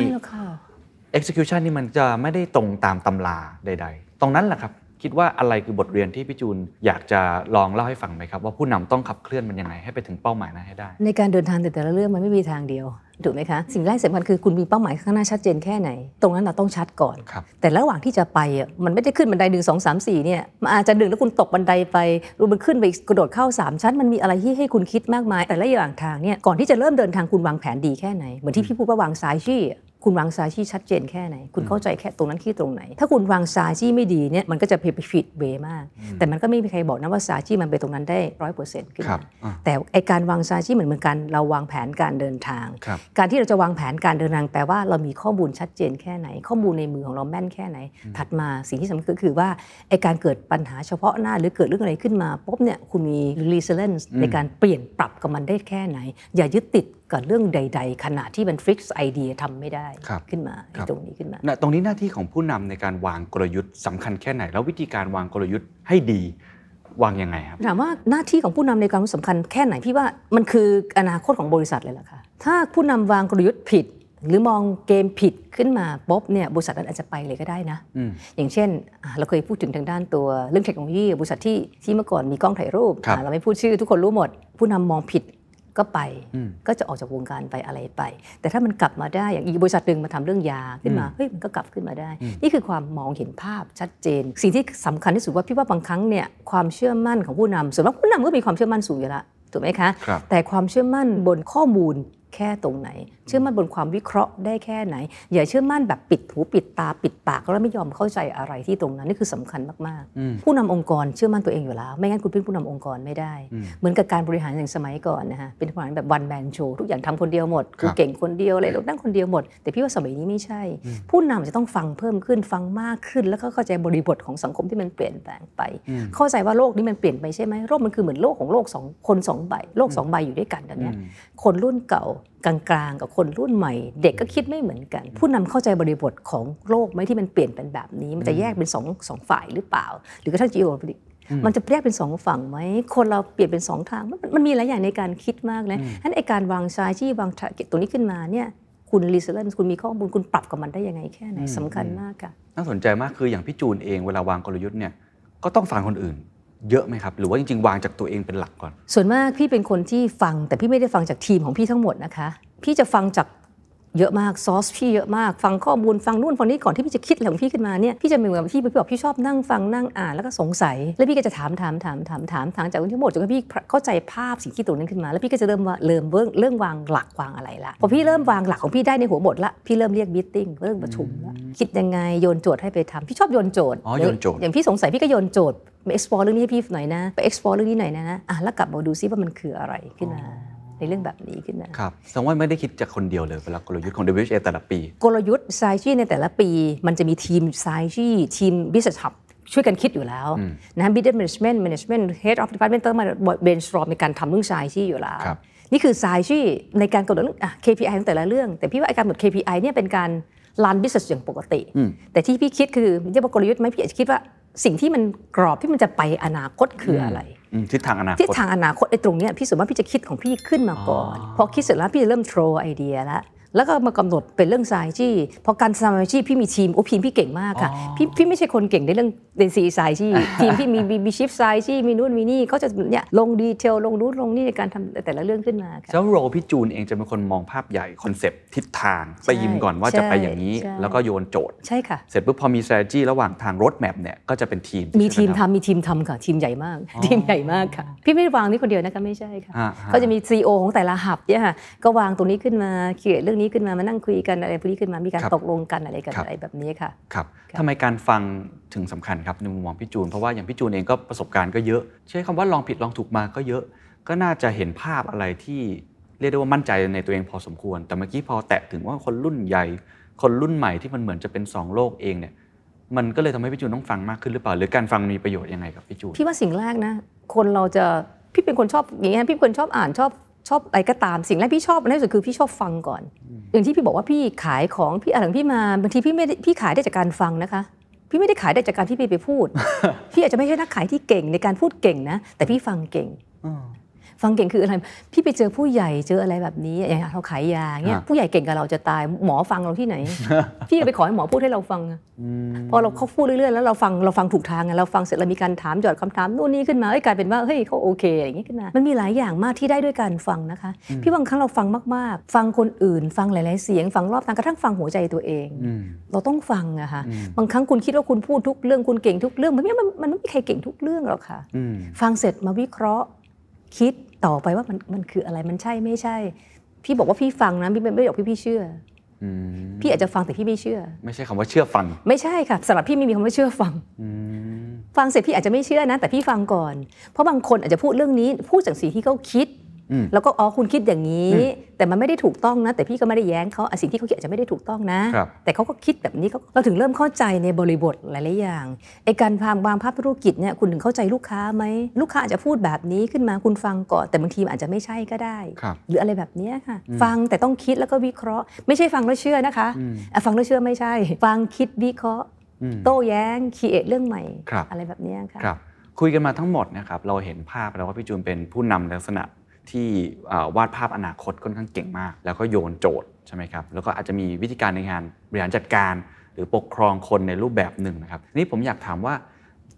execution นี่มันจะไม่ได้ตรงตามตำราใดๆตรงนั้นแหละครับคิดว่าอะไรคือบทเรียนที่พี่จูนอยากจะลองเล่าให้ฟังไหมครับว่าผู้นำต้องขับเคลื่อนมันยังไงให้ไปถึงเป้าหมายนั้นให้ได้ในการเดินทางแต่ละเรื่องมันไม่มีทางเดียวถูกไหมคะสิ่งแรกสำคัญคือคุณมีเป้าหมายข้างหน้าชัดเจนแค่ไหนตรงนั้นเราต้องชัดก่อนแต่ระหว่างที่จะไปอ่ะมันไม่ได้ขึ้นบันไดหนึ่ง สอง สาม สี่เนี่ยมันอาจจะดึงแล้วคุณตกบันไดไปหรือมันขึ้นไปกระโดดเข้าสามชั้นมันมีอะไรที่ให้คุณคิดมากมายแต่ละอย่างทางเนี่ยก่อนที่จะเริ่มเดินทางคุณวางแผนดีแค่ไหนเหมือนที่พี่พูดว่าวางสายชี้คุณวางซาชี่ชัดเจนแค่ไหนคุณเข้าใจแค่ตรงนั้นที่ตรงไหนถ้าคุณวางซาชี่ไม่ดีเนี่ยมันก็จะไปผิดเวมากแต่มันก็ไม่มีใครบอกนะว่าซาชี่มันไปตรงนั้นได้ ร้อยเปอร์เซ็นต์ ขึ้นมาแต่ไอการวางซาชี่เหมือนเหมือนกันเราวางแผนการเดินทางการที่เราจะวางแผนการเดินทางแปลว่าเรามีข้อมูลชัดเจนแค่ไหนข้อมูลในมือของเราแม่นแค่ไหนถัดมาสิ่งที่สำคัญก็คือว่าไอการเกิดปัญหาเฉพาะหน้าหรือเกิดเรื่องอะไรขึ้นมาปุ๊บเนี่ยคุณมี resilience ในการเปลี่ยนปรับกับมันได้แค่ไหนอย่ายึดติดกับเรื่องใดๆขณะที่มันฟิกซ์ไอเดียทำไม่ได้ขึ้นมาตรงนี้ขึ้นมาตรงนี้หน้าที่ของผู้นำในการวางกลยุทธ์สำคัญแค่ไหนแล้ววิธีการวางกลยุทธ์ให้ดีวางยังไงครับถามว่าหน้าที่ของผู้นำในการสำคัญแค่ไหนพี่ว่ามันคืออนาคตของบริษัทเลยล่ะค่ะถ้าผู้นำวางกลยุทธ์ผิดหรือมองเกมผิดขึ้นมาปุ๊บเนี่ยบริษัทนั้นอาจจะไปเลยก็ได้นะ อ, อย่างเช่นเราเคยพูดถึงทางด้านตัวเรื่องเทคโนโลยีบริษัทที่ที่เมื่อก่อนมีกล้องถ่ายรูปเราไม่พูดชื่อทุกคนรู้หมดผู้นำมองผิดก็ไปก็จะออกจากวงการไปอะไรไปแต่ถ้ามันกลับมาได้อย่างอีกบริษัทหนึ่งมาทำเรื่องยาขึ้นมาเฮ้ยมันก็กลับขึ้นมาได้นี่คือความมองเห็นภาพชัดเจนสิ่งที่สำคัญที่สุดว่าพี่ว่าบางครั้งเนี่ยความเชื่อมั่นของผู้นำส่วนมากผู้นำก็มีความเชื่อมั่นสูงอยู่แล้วถูกไหมคะแต่ความเชื่อมั่นบนข้อมูลแค่ตรงไหนเชื่อมั่นบนความวิเคราะห์ได้แค่ไหนอย่าเชื่อมั่นแบบปิดหูปิดตาปิดปากแล้วไม่ยอมเข้าใจอะไรที่ตรงนั้นนี่คือสำคัญมากๆผู้นำองค์กรเชื่อมั่นตัวเองอยู่แล้วไม่งั้นคุณเป็นผู้นำองค์กรไม่ได้เหมือนกับการบริหารอย่างสมัยก่อนนะฮะเป็นบริหารแบบวันแมนโชว์ทุกอย่างทำคนเดียวหมดกูเก่งคนเดียวอะไรเรานั่งคนเดียวหมดแต่พี่ว่าสมัยนี้ไม่ใช่ผู้นำจะต้องฟังเพิ่มขึ้นฟังมากขึ้นแล้วก็เข้าใจบริบทของสังคมที่มันเปลี่ยนแปลงไปเข้าใจว่าโลกนี้มันเปลี่ยนไปใช่ไหมโลกมันคือเหมือนโลกของโลกสองคนสองใบโลกสองใบอยู่ด้วยกันตอนนี้คนรุ่นเก่ากลางๆกับคนรุ่นใหม่เด็กก็คิดไม่เหมือนกันผู้นำเข้าใจบริบทของโลกไหมที่มันเปลี่ยนเป็นแบบนี้มันจะแยกเป็นสองสองฝ่ายหรือเปล่าหรือกระทั่ง geopolitics มันจะแยกเป็นสองฝั่งไหมคนเราเปลี่ยนเป็นสองทางมันมันมีหลายอย่างในการคิดมากนะฉะนั้นไอ้การวางชายที่วางตัวนี้ขึ้นมาเนี่ยคุณ resilience คุณมีข้อมูลคุณปรับกับมันได้ยังไงแค่ไหนสำคัญมากค่ะน่าสนใจมากคืออย่างพี่จูนเองเวลาวางกลยุทธ์เนี่ยก็ต้องฟังคนอื่นเยอะไหมครับหรือว่าจริงๆวางจากตัวเองเป็นหลักก่อนส่วนมากพี่เป็นคนที่ฟังแต่พี่ไม่ได้ฟังจากทีมของพี่ทั้งหมดนะคะพี่จะฟังจากเยอะมากซอสพี่เยอะมากฟังข้อมูลฟังนู่นฟังนี่ก่อนที่พี่จะคิดอะไรของพี่ขึ้นมาเนี่ยพี่จะเหมือนพี่พี่บอกพี่ชอบนั่งฟังนั่งอ่านแล้วก็สงสัยแล้วพี่ก็จะถามถามถามถามถามถามจากทั้งหมดจนกระทั่งพี่เข้าใจภาพสิ่งที่ตรงนั้นขึ้นมาแล้วพี่ก็จะเริ่มว่าเริ่มเรื่องเรื่องวางหลักวางอะไรละพอพี่เริ่มวางหลักของพี่ได้ในหัวบทละพี่เริ่มเรียกมีตติ้งเริ่มประชุมละคิดยังไงโยนโจทย์ให้ไปทำพี่ชอบโยนโจทย์อ๋อโยนโจทย์อย่างพี่สงสัยพี่ก็โยนโจทย์ไป explore เรื่องนี้ให้พี่หน่อยนะไป explore เรื่องนี้หน่อยนะอ่ะแล้วกลับมาดูซิว่ามันคืออะไรขึ้นมาในเรื่องแบบนี้ขึ้นนะครับแสดงว่าไม่ได้คิดจากคนเดียวเลยเวลากลยุทธ์ของ ดับเบิลยู เอช เอ แต่ละปีกลยุทธ์ strategy ในแต่ละปีมันจะมีทีม strategy ทีม business hub ช่วยกันคิดอยู่แล้วนะ business management management head of department ต้องมา brainstorm ในการทำเรื่อง strategy อยู่แล้วนี่คือ strategy ในการกำหนด เค พี ไอ ของแต่ละเรื่องแต่พี่ว่าการกำหนด เค พี ไอ เนี่ยเป็นการ run business อย่างปกติแต่ที่พี่คิดคือเรียกว่ากลยุทธ์ไหมพี่อาจจะคิดว่าสิ่งที่มันกรอบที่มันจะไปอนาคตคืออะไรทิศทางอนาคตทิศทางอนาคตไอ้ตรงเนี้ยพี่สมมติว่าพี่จะคิดของพี่ขึ้นมาก่อนพอคิดเสร็จแล้วพี่จะเริ่มโทรไอเดียแล้วแล้วก็มากำหนดเป็นเรื่อง strategy พอการ strategy พี่มีทีมโอ้ทีมพี่เก่งมากค่ะพี่พี่ไม่ใช่คนเก่งในเรื่อง strategy ทีมพี่มีมี chief strategy มีนู่นมีนี่เขาจะเนี่ยลงดีเทลลงนู้นลงนี่ในการทำแต่ละเรื่องขึ้นมาค่ะแล้วโรพี่จูนเองจะเป็นคนมองภาพใหญ่คอนเซปต์ทิศทางไปยิมก่อนว่าจะไปอย่างนี้แล้วก็โยนโจทย์ใช่ค่ะเสร็จปุ๊บพอมี strategy ระหว่างทาง road map เนี่ยก็จะเป็นทีมมีทีมทำมีทีมทำค่ะทีมใหญ่มากทีมใหญ่มากค่ะพี่ไม่ได้วางนี่คนเดียวนะคะไม่ใช่ค่ะก็จะมี ซี อี โอ ของแต่ละหับเนี่ยค่ะก็วางตรงนี้ขึ้นมาเขียนเรื่องนี้ขึ้นมามานั่งคุยกันอะไรพวกนี้ขึ้นมามีการตกลงกันอะไรกันอะไรแบบนี้ค่ะครับทำไมการฟังถึงสำคัญครับในมุมมองพี่จูนเพราะว่าอย่างพี่จูนเองก็ประสบการณ์ก็เยอะใช้คำว่าลองผิดลองถูกมาก็เยอะก็น่าจะเห็นภาพอะไรที่เรียกได้ว่ามั่นใจในตัวเองพอสมควรแต่เมื่อกี้พอแตะถึงว่าคนรุ่นใหญ่คนรุ่นใหม่ที่มันเหมือนจะเป็นสองโลกเองเนี่ยมันก็เลยทำให้พี่จูนต้องฟังมากขึ้นหรือเปล่าหรือการฟังมีประโยชน์ยังไงกับพี่จูนพี่ว่าสิ่งแรกนะคนเราจะพี่เป็นคนชอบอย่างเงี้ยพี่เป็นคนชอบอ่านชอบชอบอะไรก็ตามสิ่งแรกพี่ชอบอันแรกสุดคือพี่ชอบฟังก่อนอย่างที่พี่บอกว่าพี่ขายของพี่อะไรของพี่มาบางทีพี่ไม่พี่ขายได้จากการฟังนะคะพี่ไม่ได้ขายได้จากการที่พี่ไปพูด พี่อาจจะไม่ใช่นักขายที่เก่งในการพูดเก่งนะแต่พี่ฟังเก่งฟังเก่งคืออะไรพี่ไปเจอผู้ใหญ่เจออะไรแบบนี้อย่างเราขายยาเนี่ยผู้ใหญ่เก่งกับเราจะตายหมอฟังเราที่ไหน พี่ไปขอให้หมอพูดให้เราฟังพอเราเขาพูดเรื่อยๆแล้วเราฟังเราฟังถูกทางไงเราฟังเสร็จเรามีการถามหยอดคำถามนู่นนี่ขึ้นมาเอ้ยกลายเป็นว่าเฮ้ยเขาโอเคอย่างนี้ขึ้นมามันมีหลายอย่างมากที่ได้ด้วยการฟังนะคะพี่บางครั้งเราฟังมากๆฟังคนอื่นฟังหลายๆเสียงฟังรอบทางกระทั่งฟังหัวใจตัวเองเราต้องฟังอะค่ะบางครั้งคุณคิดว่าคุณพูดทุกเรื่องคุณเก่งทุกเรื่องมันไม่มันไม่มีใครเก่งทุกเรื่องหรอกค่ะฟังเสร็จมาวิเคราะห์คิดต่อไปว่ามันมันคืออะไรมันใช่ไม่ใช่พี่บอกว่าพี่ฟังนะพี่ไม่ได้บอกพี่พี่เชื่อพี่อาจจะฟังแต่พี่ไม่เชื่อไม่ใช่คำว่าเชื่อฟังไม่ใช่ค่ะสำหรับพี่ไม่มีคำว่าเชื่อฟังฟังเสร็จพี่อาจจะไม่เชื่อนะแต่พี่ฟังก่อนเพราะบางคนอาจจะพูดเรื่องนี้พูดจากสิ่งที่เขาคิดแล้วก็อ๋อคุณคิดอย่างนี้แต่มันไม่ได้ถูกต้องนะแต่พี่ก็ไม่ได้แย้งเขาสิ่งที่เขาคิดอาจจะไม่ได้ถูกต้องนะแต่เขาก็คิดแบบนี้เราถึงเริ่มเข้าใจในบริบทหลายๆอย่างไอ้การวางวางภาพธุรกิจเนี่ยคุณถึงเข้าใจลูกค้าไหมลูกค้าอาจจะพูดแบบนี้ขึ้นมาคุณฟังก่อนแต่บางทีอาจจะไม่ใช่ก็ได้หรืออะไรแบบนี้ค่ะฟังแต่ต้องคิดแล้วก็วิเคราะห์ไม่ใช่ฟังแล้วเชื่อนะคะฟังแล้วเชื่อไม่ใช่ฟังคิดวิเคราะห์โต้แย้งคิดเรื่องใหม่อะไรแบบนี้ค่ะคุยกันมาทั้งหมดนะครับเราเห็นภาพแล้วว่าพี่จูนเป็นผู้นำลักษณะที่วาดภาพอนาคตค่อนข้างเก่งมากแล้วก็โยนโจทย์ใช่ไหมครับแล้วก็อาจจะมีวิธีการในงานบริหารจัดการหรือปกครองคนในรูปแบบหนึ่งนะครับนี่ผมอยากถามว่า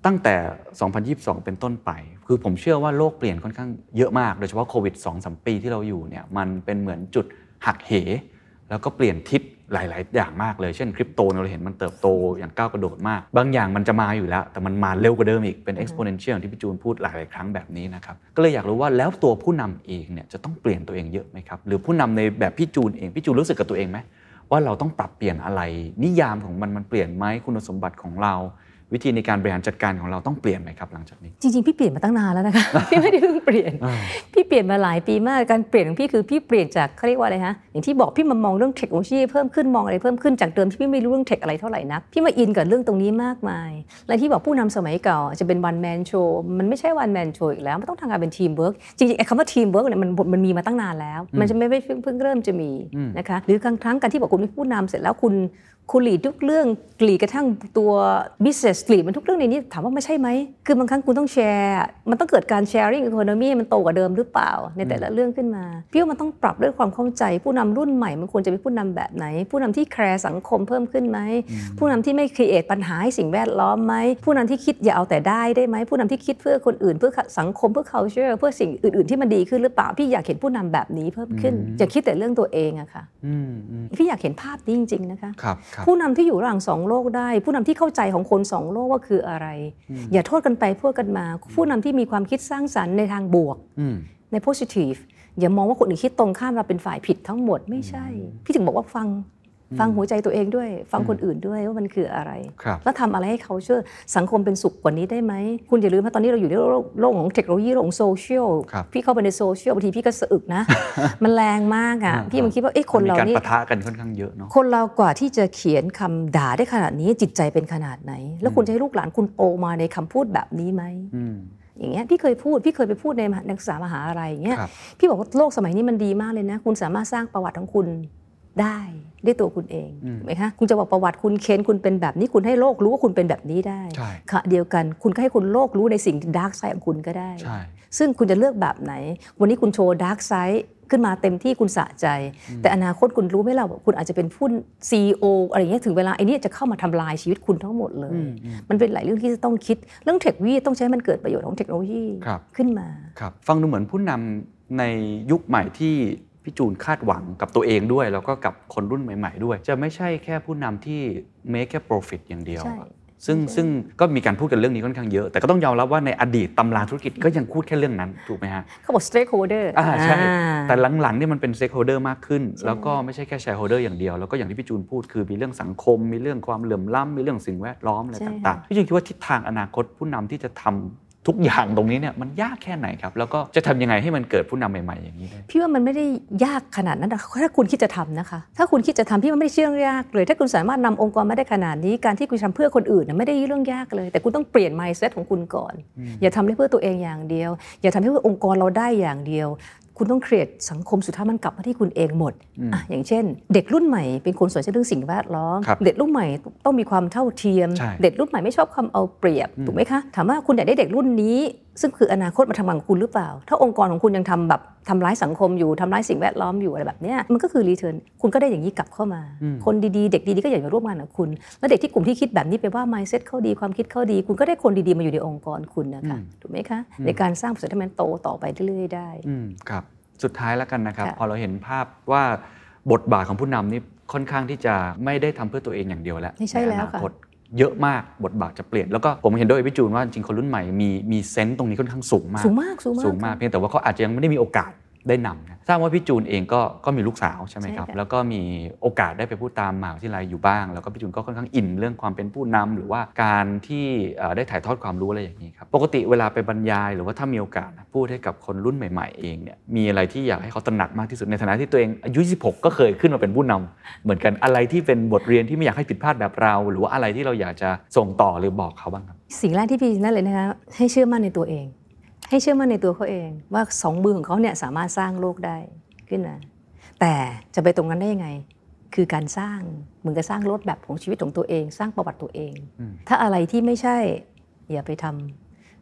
ตั้งแต่สองพันยี่สิบสองเป็นต้นไปคือผมเชื่อว่าโลกเปลี่ยนค่อนข้างเยอะมากโดยเฉพาะโควิด สองถึงสาม ปีที่เราอยู่เนี่ยมันเป็นเหมือนจุดหักเหแล้วก็เปลี่ยนทิศหลายๆอย่างมากเลยเช่นคริปโตเราเห็นมันเติบโตอย่างก้าวกระโดดมากบางอย่างมันจะมาอยู่แล้วแต่มันมาเร็วกว่าเดิมอีกเป็น exponential ที่พี่จูนพูดหลายๆครั้งแบบนี้นะครับก็เลยอยากรู้ว่าแล้วตัวผู้นำเองเนี่ยจะต้องเปลี่ยนตัวเองเยอะไหมครับหรือผู้นำในแบบพี่จูนเองพี่จูนรู้สึกกับตัวเองไหมว่าเราต้องปรับเปลี่ยนอะไรนิยามของมันมันเปลี่ยนไหมคุณสมบัติของเราวิธีในการบริหารจัดการของเราต้องเปลี่ยนไหมครับหลังจากนี้จริงๆพี่เปลี่ยนมาตั้งนานแล้วนะคะ พี่ไม่ได้เพิ่งเปลี่ยนพี่เปลี่ยนมาหลายปีมากการเปลี่ยนของพี่คือพี่เปลี่ยนจากเขาเรียกว่าอะไรฮะอย่างที่บอกพี่มามองเรื่องเทคโนโลยีเพิ่มขึ้นมองอะไรเพิ่มขึ้นจากเดิมที่พี่ไม่รู้เรื่องเทคอะไรเท่าไหร่นักพี่มาอินกับเรื่องตรงนี้มากมายและที่บอกผู้นำสมัยเก่าจะเป็นวันแมนโชว์มันไม่ใช่วันแมนโชว์อีกแล้วมันต้องทำงานเป็นทีมเวิร์กจริงๆไอ้คำว่าทีมเวิร์กเนี่ยมันมันมีมาตั้งนานแล้วมันจะไม่ไม่เพิ่งเริ่มจะมีนะคะหรือบางครั้งการที่บอกคุณเป็นผู้นำเสร็จแล้วคุณคุณหลีดทุกเรื่องกลีดกระทั่งตัว business กลีดมันทุกเรื่องในนี้ถามว่าไม่ใช่ไหมคือบางครั้งคุณต้องแชร์มันต้องเกิดการ sharing economy มันโตกว่าเดิมหรือเปล่าในแต่ละเรื่องขึ้นมาพี่ว่ามันต้องปรับด้วยความเข้าใจผู้นำรุ่นใหม่มันควรจะเป็นผู้นำแบบไหนผู้นำที่แคร์สังคมเพิ่มขึ้นไหมผู้นำที่ไม่ create ปัญหาให้สิ่งแวดล้อมไหมผู้นำที่คิดอย่าเอาแต่ได้ได้ไหมผู้นำที่คิดเพื่อคนอื่นเพื่อสังคมเพื่อ culture เพื่อสิ่งอื่นๆที่มันดีขึ้นหรือเปล่าพี่อยากเห็นผู้นำแบบนี้เพิ่มขึ้นอย่าคิดแต่เรื่องตัวเองอะค่ะพี่อยากเห็นภาพนี้จริงๆนะคะผู้นำที่อยู่ระหว่างสองโลกได้ผู้นำที่เข้าใจของคนสองโลกว่าคืออะไรอย่าโทษกันไปพูดกันมาผู้นำที่มีความคิดสร้างสรรค์ในทางบวกใน positive อย่ามองว่าคนอื่นคิดตรงข้ามเราเป็นฝ่ายผิดทั้งหมดไม่ใช่พี่ถึงบอกว่าฟังฟังหัวใจตัวเองด้วยฟังคนอื่นด้วยว่ามันคืออะไรแล้วทำอะไรให้เขาเชื่อสังคมเป็นสุขกว่านี้ได้ไหมคุณอย่าลืมว่าตอนนี้เราอยู่ในโลกของเทคโนโลยีโลกของโซเชียลพี่เข้าไปในโซเชียลบางทีพี่ก็สะอึกนะ มันแรงมากอ่ะพี่มันคิดว่าเอ๊ะคนเรานี่มีการปะทะกันค่อนข้างเยอะเนาะคนเรากว่าที่จะเขียนคำด่าได้ขนาดนี้จิตใจเป็นขนาดไหนแล้วคุณจะให้ลูกหลานคุณโตมาในคำพูดแบบนี้ไหมอย่างเงี้ยพี่เคยพูดพี่เคยไปพูดในนักศึกษามหาอะไรอย่างเงี้ยพี่บอกว่าโลกสมัยนี้มันดีมากเลยนะคุณสามารถสร้างประวัติของคุณได้ด้วยตัวคุณเองถูกไหมคะคุณจะบอกประวัติคุณเค้นคุณเป็นแบบนี้คุณให้โลกรู้ว่าคุณเป็นแบบนี้ได้ค่ะเดียวกันคุณก็ให้คุณโลกรู้ในสิ่งดาร์กไซด์ของคุณก็ได้ซึ่งคุณจะเลือกแบบไหนวันนี้คุณโชว์ดาร์กไซด์ขึ้นมาเต็มที่คุณสะใจแต่อนาคตคุณรู้ไหมล่ะว่าคุณอาจจะเป็นผู้ ซี อี โอ อะไรอย่างเงี้ยถึงเวลาไอ้นี่จะเข้ามาทำลายชีวิตคุณทั้งหมดเลยมันเป็นหลายเรื่องที่จะต้องคิดเรื่องเทคโนโลยีต้องใช้มันเกิดประโยชน์ของเทคโนโลยีขึ้นมาฟังดูเหมือนผู้นำในยุคใหม่ที่พี่จูนคาดหวังกับตัวเองด้วยแล้วก็กับคนรุ่นใหม่ๆด้วยจะไม่ใช่แค่ผู้นำที่ make แค่ profit อย่างเดียวซึ่งซึ่งก็มีการพูดกันเรื่องนี้ค่อนข้างเยอะแต่ก็ต้องยอมรับว่าในอดีตตำราธุรกิจก็ยังพูดแค่เรื่องนั้นถูกไหมฮะเขาบอก stakeholder อ่าใช่แต่หลังๆนี่มันเป็น stakeholder มากขึ้นแล้วก็ไม่ใช่แค่ shareholder อย่างเดียวแล้วก็อย่างที่พี่จูนพูดคือมีเรื่องสังคมมีเรื่องความเหลื่อมล้ำมีเรื่องสิ่งแวดล้อมอะไรต่างๆพี่จูนคิดว่าทิศทางอนาคตผู้นำที่จะทำทุกอย่างตรงนี้เนี่ยมันยากแค่ไหนครับแล้วก็จะทำยังไงให้มันเกิดผู้นำใหม่ๆอย่างนี้ได้พี่ว่ามันไม่ได้ยากขนาดนั้นนะถ้าคุณคิดจะทำนะคะถ้าคุณคิดจะทำพี่ว่าไม่ได้เรื่องยากเลยถ้าคุณสามารถนำองค์กรมาได้ขนาดนี้การที่คุณทำเพื่อคนอื่นไม่ได้เรื่องยากเลยแต่คุณต้องเปลี่ยน mindset ของคุณก่อนอย่าทำเพื่อตัวเองอย่างเดียวอย่าทำให้เพื่อองค์กรเราได้อย่างเดียวคุณต้อง create สังคมสุดท้ายมันกลับมาที่คุณเองหมด อ, อ่ะอย่างเช่นเด็กรุ่นใหม่เป็นคนสนใจเรื่องสิ่งแวดล้อมเด็กรุ่นใหม่ต้องมีความเท่าเทียมเด็กรุ่นใหม่ไม่ชอบความเอาเปรียบถูกไหมคะถามว่าคุณอยากได้เด็กรุ่นนี้ซึ่งคืออนาคตมาทำงานกับคุณหรือเปล่าถ้าองค์กรของคุณยังทำแบบทำร้ายสังคมอยู่ทำร้ายสิ่งแวดล้อมอยู่อะไรแบบนี้มันก็คือรีเทิร์นคุณก็ได้อย่างนี้กลับเข้ามาคนดีๆเด็กดีๆก็อยากจะร่วมงานกับคุณแล้วเด็กที่กลุ่มที่คิดแบบนี้ไปว่า mindset เขาดีความคิดเขาดีคุณก็ได้คนดีๆมาอยู่ในองค์กรคุณนะคะถูกไหมคะในการสร้างผลให้มันโตต่อไปเรื่อยๆได้ครับสุดท้ายแล้วกันนะครับพอเราเห็นภาพว่าบทบาทของผู้นำนี่ค่อนข้างที่จะไม่ได้ทำเพื่อตัวเองอย่างเดียวแล้วไม่ใช่แล้วค่ะเยอะมากบทบาทจะเปลี่ยนแล้วก็ผมเห็นด้วยพี่จูนว่าจริงคนรุ่นใหม่มีมีเซนส์ตรงนี้ค่อนข้างสูงมากสูงมากสูงมากสูงมากเพียงแต่ว่าเขาอาจจะยังไม่ได้มีโอกาสได้นำนะทราบว่าพี่จูนเองก็ก็มีลูกสาวใช่ไหมครับแล้วก็มีโอกาสได้ไปพูดตามมหาวิทยาลัยอยู่บ้างแล้วก็พี่จูนก็ค่อนข้างอินเรื่องความเป็นผู้นำหรือว่าการที่ได้ถ่ายทอดความรู้อะไรอย่างนี้ครับปกติเวลาไปบรรยายหรือว่าถ้ามีโอกาสพูดให้กับคนรุ่นใหม่ๆเองเนี่ยมีอะไรที่อยากให้เขาตระหนักมากที่สุดในฐานะที่ตัวเองอายุยี่สิบหกก็เคยขึ้นมาเป็นผู้นำเหมือนกันอะไรที่เป็นบทเรียนที่ไม่อยากให้ผิดพลาดแบบเราหรือว่าอะไรที่เราอยากจะส่งต่อหรือบอกเขาบ้างครับสิ่งแรกที่พี่นั่นเลยนะคะให้เชื่อมั่นในตัวเองให้เชื่อมั่นในตัวเขาเองว่าสองมือของเขาเนี่ยสามารถสร้างโลกได้ขึ้นมาแต่จะไปตรงนั้นได้ยังไงคือการสร้างเหมือนกับสร้างรถแบบของชีวิตของตัวเองสร้างประวัติตัวเองถ้าอะไรที่ไม่ใช่อย่าไปท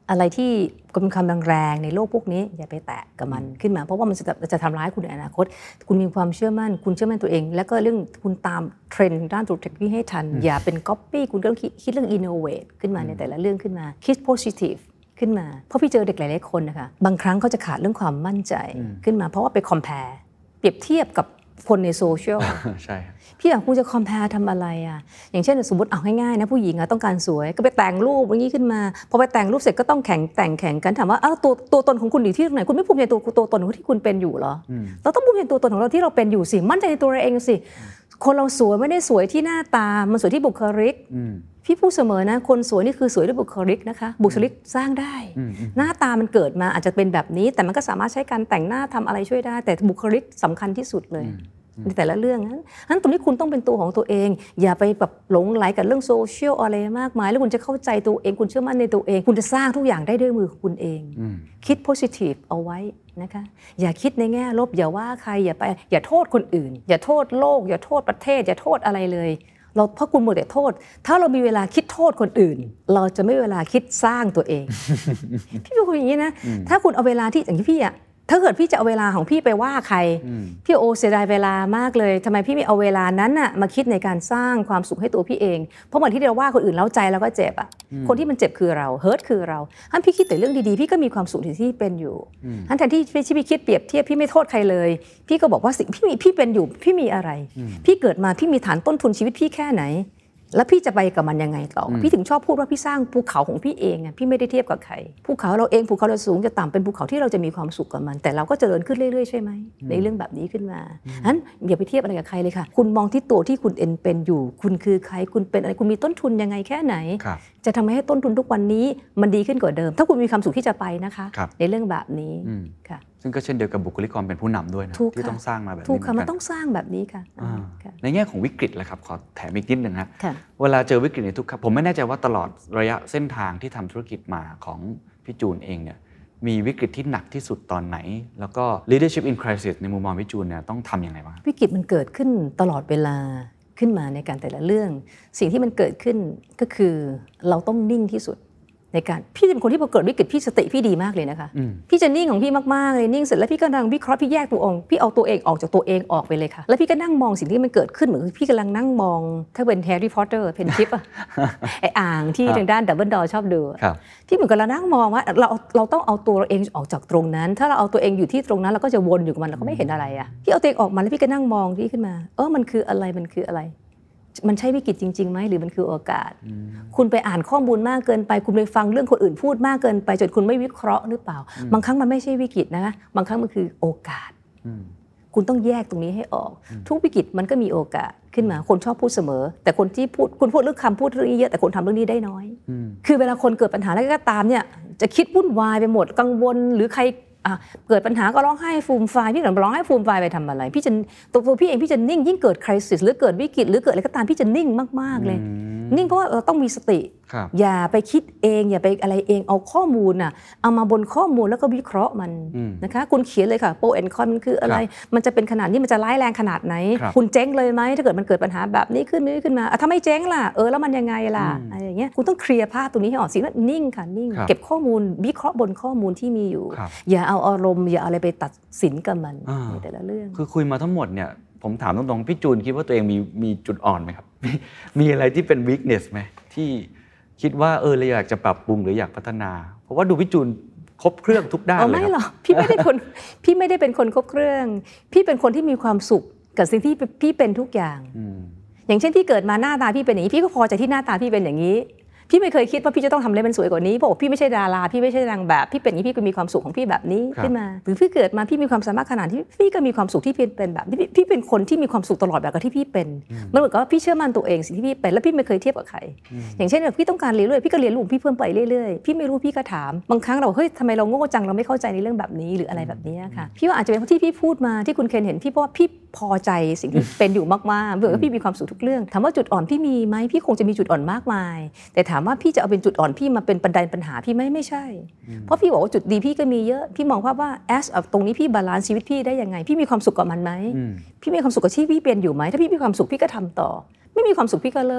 อะไรที่เป็นคำแรงๆในโลกพวกนี้อย่าไปแตะกับมันขึ้นมาเพราะว่ามันจะจะทำร้ายคุณในอนาคตคุณมีความเชื่อมั่นคุณเชื่อมั่นตัวเองแล้วก็เรื่องคุณตามเทรนด์ด้านเทคโนโลยีให้ทันอย่าเป็นก๊อปปี้คุณก็ต้องคิดเรื่อง innovate ขึ้นมาในแต่ละเรื่องขึ้นมาคิด positive ขึ้นมาเพราะพี่เจอเด็กหลายๆคนนะคะบางครั้งเขาจะขาดเรื่องความมั่นใจขึ้นมาเพราะว่าไป compare เปรียบเทียบกับคนในโซเชียลใช่พี่อยากคุณจะ compare ทำอะไรอ่ะอย่างเช่นสมมติเอาง่ายๆนะผู้หญิงอ่ะต้องการสวยก็ไปแต่งรูปอย่างนี้ขึ้นมาพอไปแต่งรูปเสร็จก็ต้องแข่งแต่งแข่งกันถามว่าอ้าวตัวตัวตนของคุณอยู่ที่ตรงไหนคุณไม่ภูมิใจตัวตัวตนของที่คุณเป็นอยู่เหรอเราต้องภูมิใจตัวตนของเราที่เราเป็นอยู่สิมั่นใจในตัวเราเองสิคนเราสวยไม่ได้สวยที่หน้าตามันสวยที่บุคลิกพี่พูดเสมอนะคนสวยนี่คือสวยด้วยบุคลิกนะคะบุคลิกสร้างได้หน้าตามันเกิดมาอาจจะเป็นแบบนี้แต่มันก็สามารถใช้การแต่งหน้าทำอะไรช่วยได้แต่บุคลิกสำคัญที่สุดเลยในแต่ละเรื่องนั้นนั้นตรงนี้คุณต้องเป็นตัวของตัวเองอย่าไปแบบหลงไหลกับเรื่องโซเชียลอะไรมากมายแล้วคุณจะเข้าใจตัวเองคุณเชื่อมั่นในตัวเองคุณจะสร้างทุกอย่างได้ด้วยมือของคุณเองคิด positive เอาไว้นะคะอย่าคิดในแง่ลบอย่าว่าใครอย่าไปอย่าโทษคนอื่นอย่าโทษโลกอย่าโทษประเทศอย่าโทษอะไรเลยเราเพราะคุณหมดแต่โทษถ้าเรามีเวลาคิดโทษคนอื่นเราจะไม่เวลาคิดสร้างตัวเอง พี่เป็นคนอย่างนี้นะถ้าคุณเอาเวลาที่อย่างที่พี่อะถ้าเกิดพี่จะเอาเวลาของพี่ไปว่าใครพี่โอเสียดายเวลามากเลยทำไมพี่ไม่เอาเวลานั้นน่ะมาคิดในการสร้างความสุขให้ตัวพี่เองเพราะบางทีเราว่าคนอื่นแล้วใจเราก็เจ็บอ่ะคนที่มันเจ็บคือเราเฮิร์ตคือเราท่านพี่คิดแต่เรื่องดีๆพี่ก็มีความสุขที่เป็นอยู่ท่านแทนที่พี่คิดเปรียบเทียบพี่ไม่โทษใครเลยพี่ก็บอกว่าสิ่งพี่มีพี่เป็นอยู่พี่มีอะไรพี่เกิดมาพี่มีฐานต้นทุนชีวิตพี่แค่ไหนแล้วพี่จะไปกับมันยังไงต่อพี่ถึงชอบพูดว่าพี่สร้างภูเขาของพี่เองอ่ะพี่ไม่ได้เทียบกับใครภูเขาเราเองภูเขาเราสูงจะต่ำเป็นภูเขาที่เราจะมีความสุขกับมันแต่เราก็เจริญขึ้นเรื่อยๆใช่ไหมในเรื่องแบบนี้ขึ้นมางั้นอย่าไปเทียบอะไรกับใครเลยค่ะคุณมองที่ตัวที่คุณเองเป็นอยู่คุณคือใครคุณเป็นอะไรคุณมีต้นทุนยังไงแค่ไหนจะทำให้ต้นทุนทุกวันนี้มันดีขึ้นกว่าเดิมถ้าคุณมีความสุขที่จะไปนะคะในเรื่องแบบนี้ค่ะซึ่งก็เช่นเดียวกับบุคลิกความเป็นผู้นำด้วยนะที่ต้องสร้างมาแบบนี้ถูกค่ะมันต้องสร้างแบบนี้ค่ะในแง่ของวิกฤตแหละครับขอแถมอีกนิดนึงนะเวลาเจอวิกฤตในทุกครับผมไม่แน่ใจว่าตลอดระยะเส้นทางที่ทำธุรกิจมาของพี่จูนเองเนี่ยมีวิกฤตที่หนักที่สุดตอนไหนแล้วก็ leadership in crisis ในมุมมองพี่จูนเนี่ยต้องทำยังไงบ้างวิกฤตมันเกิดขึ้นตลอดเวลาขึ้นมาในการแต่ละเรื่องสิ่งที่มันเกิดขึ้นก็คือเราต้องนิ่งที่สุดในการพี่เป็นคนที่พอเกิดวิกฤตพี่สติพี่ดีมากเลยนะคะพี่จะนิ่งของพี่มากๆเลยนิ่งเสร็จแล้วพี่ก็นั่งวิเคราะห์พี่แยกตัวเองพี่เอาตัวเองออกจากตัวเองออกไปเลยค่ะแล้วพี่ก็นั่งมองสิ่งที่มันเกิดขึ้นเหมือนพี่กำลังนั่งมองถ้าเป็นแฮร์รี่พอตเตอร์เพนทิปอะไออ่างที่ทางด้านดับเบิลดอร์ชอบดูพี่เหมือนกับเรานั่งมองว่าเราเราต้องเอาตัวเราเองออกจากตรงนั้นถ้าเราเอาตัวเองอยู่ที่ตรงนั้นเราก็จะวนอยู่กับมันเราก็ไม่เห็นอะไรอะพี่เอาตัวเองออกมาแล้วพี่ก็นั่งมองพี่ขึ้นมาเออมันคืออะไรมันคืออะไรมันใช่วิกฤตจริงๆไหมหรือมันคือโอกาสคุณไปอ่านข้อมูลมากเกินไปคุณไปฟังเรื่องคนอื่นพูดมากเกินไปจนคุณไม่วิเคราะห์หรือเปล่าบางครั้งมันไม่ใช่วิกฤตนะบางครั้งมันคือโอกาสคุณต้องแยกตรงนี้ให้ออกทุกวิกฤตมันก็มีโอกาสขึ้นมาคนชอบพูดเสมอแต่คนที่พูดคุณพูดเรื่องคำพูดเรื่องนี้เยอะแต่คนทำเรื่องนี้ได้น้อยคือเวลาคนเกิดปัญหาแล้วก็ตามเนี่ยจะคิดวุ่นวายไปหมดกังวลหรือใครเกิดปัญหาก็ร้องไห้ฟูมฟายพี่หลังร้องไห้ฟูมฟายไปทำอะไรพี่จะตัวตัวพี่เองพี่จะนิ่งยิ่งเกิดคริสิสหรือเกิดวิกฤตหรือเกิดอะไรก็ตามพี่จะนิ่งมากๆเลยนิ่งเพราะว่าเราต้องมีสติอย่าไปคิดเองอย่าไปอะไรเองเอาข้อมูลน่ะเอามาบนข้อมูลแล้วก็วิเคราะห์มันนะคะคุณเขียนเลยค่ะโปรแอนด์คอนมันคืออะไรมันจะเป็นขนาดนี้มันจะร้ายแรงขนาดไหนคุณเจ๊งเลยไหมถ้าเกิดมันเกิดปัญหาแบบนี้ขึ้นนี้ขึ้นมาถ้าไม่เจ๊งล่ะเออแล้วมันยังไงล่ะอะไรอย่างเงี้ยคุณต้องเคลียร์ภาพตรงนี้ให้ออกสิว่านิ่งค่ะนิ่งเก็บข้อมูลวิเคราะห์บนข้อมูลที่มีอยู่อย่าเอาอารมณ์อย่าอะไรไปตัดสินกับมันในแต่ละเรื่องคือคุยมาทั้งหมดเนี่ยผมถามตรงๆพี่จูนคิดว่าตัวเองมีมีจุดอ่อนไหมครับ มีอะไรที่เป็น weakness ไหมที่คิดว่าเออเราอยากจะปรับปรุงหรืออยากพัฒนาเพราะว่าดูพี่จูนครบเครื่องทุกด้านเลยครับไม่หรอกพี่ไม่ได้คนพี่ไม่ได้เป็นคนครบเครื่องพี่เป็นคนที่มีความสุขกับสิ่งที่พี่เป็นทุกอย่างอย่างเช่นพี่เกิดมาหน้าตาพี่เป็นอย่างนี้พี่ก็พอใจที่หน้าตาพี่เป็นอย่างนี้พี่ไม่เคยคิดว่าพี่จะต้องทำอะไรมันสวยกว่านี้เพราะพี่ไม่ใช่ดาราพี่ไม่ใช่นางแบบพี่เป็นอย่างนี้พี่ก็มีความสุขของพี่แบบนี้ขึ้นมาหรือพี่เกิดมาพี่มีความสามารถขนาดที่พี่ก็มีความสุขที่เป็นแบบพี่เป็นคนที่มีความสุขตลอดแบบกับที่พี่เป็นมันเหมือนกับว่าพี่เชื่อมั่นตัวเองสิ่งที่พี่เป็นแล้วพี่ไม่เคยเทียบกับใครอย่างเช่นแบบพี่ต้องการเรียนรู้พี่ก็เรียนรู้พี่เพิ่มไปเรื่อยๆพี่ไม่รู้พี่ก็ถามบางครั้งเราเฮ้ยทำไมเราโง่จังเราไม่เข้าใจในเรื่องแบบนี้หรืออะไรแบบนี้ค่ะพี่ว่าอาจจะเป็นเพราะที่พี่พูดมาที่คุณเคนเห็นพี่เพราะว่าพี่พอใจสิ่งที่เป็นอยู่มากๆเหมือนว่าพี่มีความสุขทุกเรื่องถามว่าจุดอ่อนพี่มีไหมพี่คงจะมีจุดอ่อนมากมายแต่ถามว่าพี่จะเอาเป็นจุดอ่อนพี่มาเป็นประเด็นปัญหาพี่ไม่ไม่ใช่เพราะพี่บอกว่าจุดดีพี่ก็มีเยอะพี่มองว่าว่าแอสตรงนี้พี่บาลานซ์ชีวิตพี่ได้ยังไงพี่มีความสุขกับมันไหมพี่มีความสุขกับที่พี่เป็นอยู่ไหมถ้าพี่มีความสุขพี่ก็ทำต่อไม่มีความสุขพี่ก็เลิก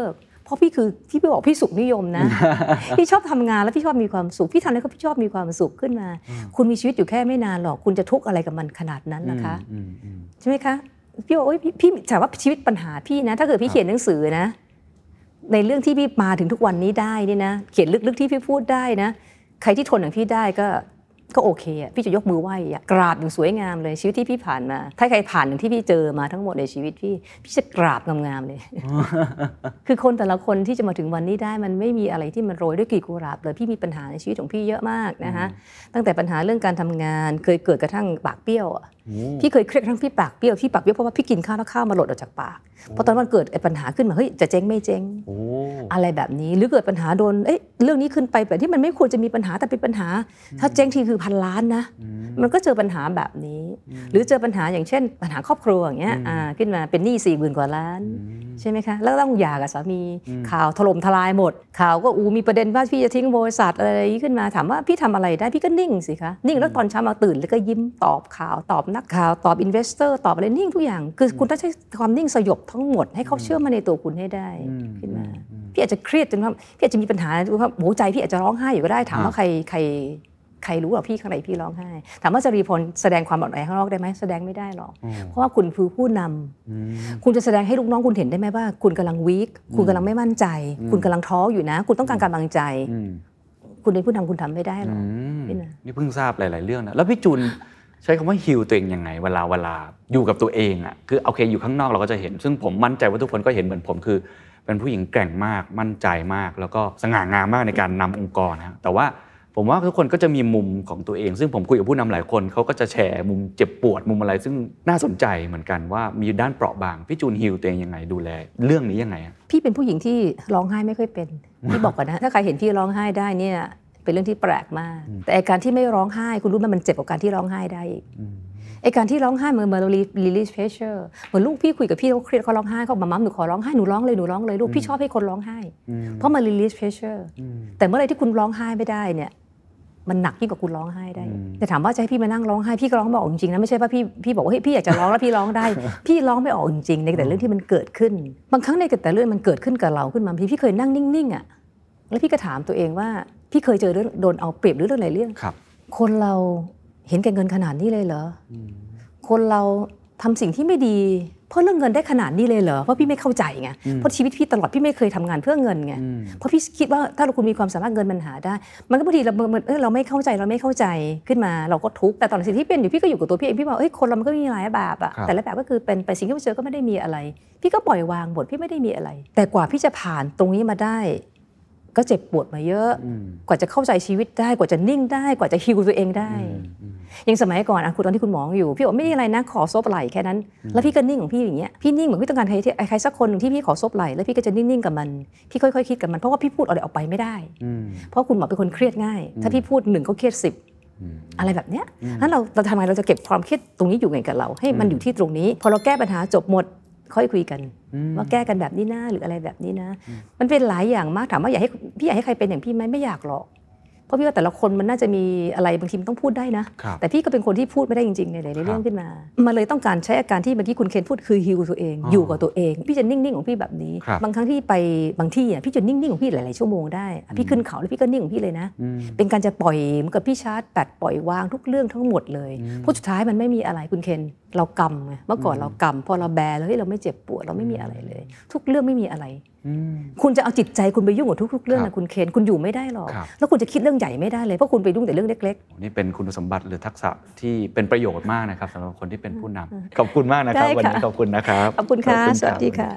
เพราะพี่คือที่พี่บอกพี่สุขนิยมนะ พี่ชอบทำงานแล้วพี่ชอบมีความสุขพี่ทำอะไรก็พี่ชอบมีความสุขขึ้นมาคุณมีชีวิตอยู่แค่ไม่นานหรอกคุณจะทุกข์อะไรกับมันขนาดนั้นนะคะใช่ไหมคะพี่บอกโอ๊ยพี่แต่ว่าชีวิตปัญหาพี่นะถ้าเกิดพี่เขียนหนังสือนะในเรื่องที่พี่มาถึงทุกวันนี้ได้นี่นะเขียนลึกๆที่พี่พูดได้นะใครที่ทนอย่างพี่ได้ก็ก็โอเคอ่ะพี่จะยกมือไหว้อ่ะกราบอย่างสวยงามเลยชีวิตที่พี่ผ่านมาถ้าใครผ่านอย่างที่พี่เจอมาทั้งหมดในชีวิตพี่พี่จะกราบงามๆเลย คือคนแต่ละคนที่จะมาถึงวันนี้ได้มันไม่มีอะไรที่มันโรยด้วยกลีบกุหลาบเลยพี่มีปัญหาในชีวิตของพี่เยอะมากนะคะตั้งแต่ปัญหาเรื่องการทำงานเคยเกิดกระทั่งปากเปรี้ยวพี่เคยเครียดกระทั่งพี่ปากเปรี้ยวที่ปากเปรี้ยวเพราะว่าพี่กินข้าวแล้วข้าวมาหล่นออกจากปากเพราะตอนนั้นเกิดปัญหาขึ้นมาเฮ้ยจะเจ๊งไม่เจ๊งอะไรแบบนี้หรือเกิดปัญหาโดนเอ้ยเรื่องนี้ขึ้นไปแบบที่มันไม่ควรจะมีปัญหาแต่เป็นปัญหาถ้าเจ๊งทีคือพันล้านนะมันก็เจอปัญหาแบบนี้หรือเจอปัญหาอย่างเช่นปัญหาครอบครัวอย่างเงี้ยขึ้นมาเป็นหนี้สี่หมื่นกว่าล้านใช่ไหมคะแล้วต้องหย่ากับสามีข่าวถล่มทลายหมดข่าวก็อูมีประเด็นว่าพี่จะทิ้งบริษัทอะไรขึ้นมาถามว่าพี่ทำอะไรได้พี่ก็นิ่งสิคะนิ่งแล้วตอนเช้ามาตื่นแล้วก็ยิ้มตอบข่าวตอบนักข่าวตอบอินเวสเตอร์ตอบอะไรนิ่งทุกอย่างคือคุณต้องใช้ความนิ่งสยบทั้งหมดให้เขาเชื่อมั่นในตัวคุณให้ได้ขึ้นมาพี่อาจจะเครียดจนว่าพี่อาจจะมีปัญหาว่าหัวใจพี่อาจจะร้องไห้อยู่ก็ได้ถามว่าใครใครใครรู้หรอพี่ข้างในพี่ร้องไห้ถามว่าจรีพลแสดงความอ่อนแอข้างนอกได้ไหมแสดงไม่ได้หรอกเพราะว่าคุณคือผู้นำคุณจะแสดงให้ลูกน้องคุณเห็นได้ไหมว่าคุณกำลังวีคคุณกำลังไม่มั่นใจคุณกำลังท้ออยู่นะคุณต้องการกำลังใจคุณเป็นผู้นำคุณทำไม่ได้หรอกนี่เพิ่งทราบหลายๆเรื่องนะแล้วพี่จูนใช้คำว่าฮีลตัวเองยังไงเวลาเวลาอยู่กับตัวเองอ่ะคือโอเคอยู่ข้างนอกเราก็จะเห็นซึ่งผมมั่นใจว่าทุกคนก็เห็นเหมือนผมคือเป็นผู้หญิงแกร่งมากมั่นใจมากแล้วก็สง่างามมากในการนำองค์กรนะแต่ว่าผมว่าทุกคนก็จะมีมุมของตัวเองซึ่งผมคุยกับผู้นำหลายคนเขาก็จะแชร์มุมเจ็บปวดมุมอะไรซึ่งน่าสนใจเหมือนกันว่ามีด้านเปราะบางพี่จูนฮีลตัวเองยังไงดูแลเรื่องนี้ยังไงพี่เป็นผู้หญิงที่ร้องไห้ไม่ค่อยเป็นพี่บอกก่อนนะถ้าใครเห็นพี่ร้องไห้ได้เนี่ยเป็นเรื่องที่แปลกมากแต่การที่ไม่ร้องไห้คุณรู้ไหมมันเจ็บกว่าการที่ร้องไห้ได้อีกไอ้การที่ร้องไห้เหมือนเหมือนเรา release pressure เหมือนลูกพี่คุยกับพี่เขาเครียดเขาร้องไห้เขาบอกมัมหนูขอร้องไห้หนูร้องเลยหนูร้องเลยลูกพี่ชอบให้คนร้องไห้เพราะมัน release pressure แต่เมื่อไรที่คุณร้องไห้ไม่ได้เนี่ยมันหนักยิ่งกว่าคุณร้องไห้ได้แต่ถามว่าจะให้พี่มานั่งร้องไห้พี่ก็ร้องไม่ออกจริงๆนะไม่ใช่ว่าพี่พี่บอกว่าเฮ้ยพี่อยากจะร้องแล้วพี่ร้องได้พี่ร้องไม่ออกจริงๆในแต่เรื่องที่มันเกิดขึ้นบางครั้งในแต่เรื่องมันเกิดขึ้นกับเราขึ้นมาพี่เคยนั่งนิ่งๆอ่ะแล้วพี่ก็ถามตัวเองว่าพี่เคยเจอเรื่องโดนเอาเปรียบหรือเรื่องอะไรเรื่องคนเราเห็นแก่เงินขนาดนี้เลยเหรอคนเราทำสิ่งที่ไม่ดีเพราะเรื่องเงินได้ขนาดนี้เลยเหรอเพราะพี่ไม่เข้าใจไงเพราะชีวิตพี่ตลอดพี่ไม่เคยทำงานเพื่อเงินไงเพราะพี่คิดว่าถ้าเราคุณมีความสามารถเงินมันหาได้มันก็บางทีเราเออเราไม่เข้าใจเราไม่เข้าใจขึ้นมาเราก็ทุกข์แต่ตอนสิ่งที่เป็นอยู่พี่ก็อยู่กับตัวพี่เองพี่บอกเอ้ยคนเรามันก็มีหลายแบบอะแต่ละแบบก็คือเป็นไปสิ่งที่เราเจอก็ไม่ได้มีอะไรพี่ก็ปล่อยวางหมดพี่ไม่ได้มีอะไรแต่กว่าพี่จะผ่านตรงนี้มาได้ก็เจ็บปวดมาเยอะกว่าจะเข้าใจชีวิตได้กว่าจะนิ่งได้กว่าจะฮีลตัวเองได้อย่างสมัยก่อนอ่ะคุณตอนที่คุณหมออยู่พี่บอกไม่มีอะไรนะขอซบไหล่แค่นั้นแล้วพี่ก็นิ่งของพี่อย่างเงี้ยพี่นิ่งเหมือนพี่ต้องการใครที่ใครสักคนนึงที่พี่ขอซบไหล่แล้วพี่ก็จะนิ่งๆกับมันพี่ค่อยๆคิดกับมันเพราะว่าพี่พูดอะไรออกไปไม่ได้เพราะคุณหมอเป็นคนเครียดง่ายถ้าพี่พูดหนึ่งเขาเครียดสิบอะไรแบบเนี้ยงั้นเราเราทำไงเราจะเก็บความเครียดตรงนี้อยู่ไงกับเราให้มันอยู่ที่ตรงนี้พอเราแก้ปัญหาจบหมดค่อยคุยกันว่าแก้กันแบบนี้นะหรืออะไรแบบนี้นะมันเป็นหลายอย่างมากถามว่าอยากให้พี่อยากให้ใครเป็นอย่างพี่ไหมไม่อยากหรอกเพราะพี่ว่าแต่ละคนมันน่าจะมีอะไรบางทีมันต้องพูดได้นะแต่พี่ก็เป็นคนที่พูดไม่ได้จริงๆในหลายๆเรื่องขึ้นมามันเลยต้องการใช้อาการที่เมื่อกี้คุณเคนพูดคือฮีลตัวเองอยู่กับตัวเองพี่จะนิ่งๆของพี่แบบนี้บางครั้งที่ไปบางที่อ่ะพี่จะนิ่งๆของพี่หลายๆชั่วโมงได้พี่ขึ้นเขาแล้วพี่ก็นิ่งของพี่เลยนะเป็นการจะปล่อยเหมือนกับพี่ชาร์จแบตปล่อยวางทุกเรื่องทั้งหมดเลยเพราะสุดท้ายมันไม่มีอะไรคุณเคนเรากำไงเมื่อก่อนเรากำพอเราแบแล้วเฮ้ยเราไม่เจ็บปวดเราไม่มีอะไรเลยทุกเรื่องไม่มีอะไรคุณจะเอาจิตใจคุณไปยุ่งกับทุกๆเรื่องนะคุณเคนคุณอยู่ไม่ได้หรอกแล้วคุณจะคิดเรื่องใหญ่ไม่ได้เลยเพราะคุณไปยุ่งแต่เรื่องเล็กๆนี่เป็นคุณสมบัติหรือทักษะที่เป็นประโยชน์มากนะครับสำหรับคนที่เป็นผู้นำขอบคุณมากนะครับวันนี้ขอบคุณนะครับขอบคุณค่ะสวัสดีค่ะ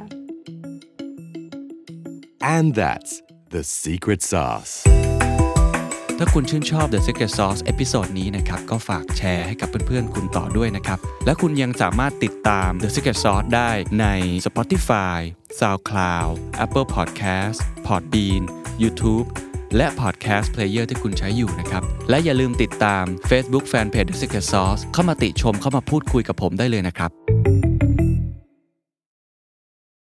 And that's the secret sauce ถ้าคุณชื่นชอบ The Secret Sauce เอพิโซดนี้นะครับก็ฝากแชร์ให้กับเพื่อนๆคุณต่อด้วยนะครับและคุณยังสามารถติดตาม The Secret Sauce ได้ใน Spotify, SoundCloud, Apple Podcast, Podbean, YouTube และ Podcast Player ที่คุณใช้อยู่นะครับและอย่าลืมติดตาม Facebook Fanpage The Secret Sauce เข้ามาติชมเข้ามาพูดคุยกับผมได้เลยนะครับ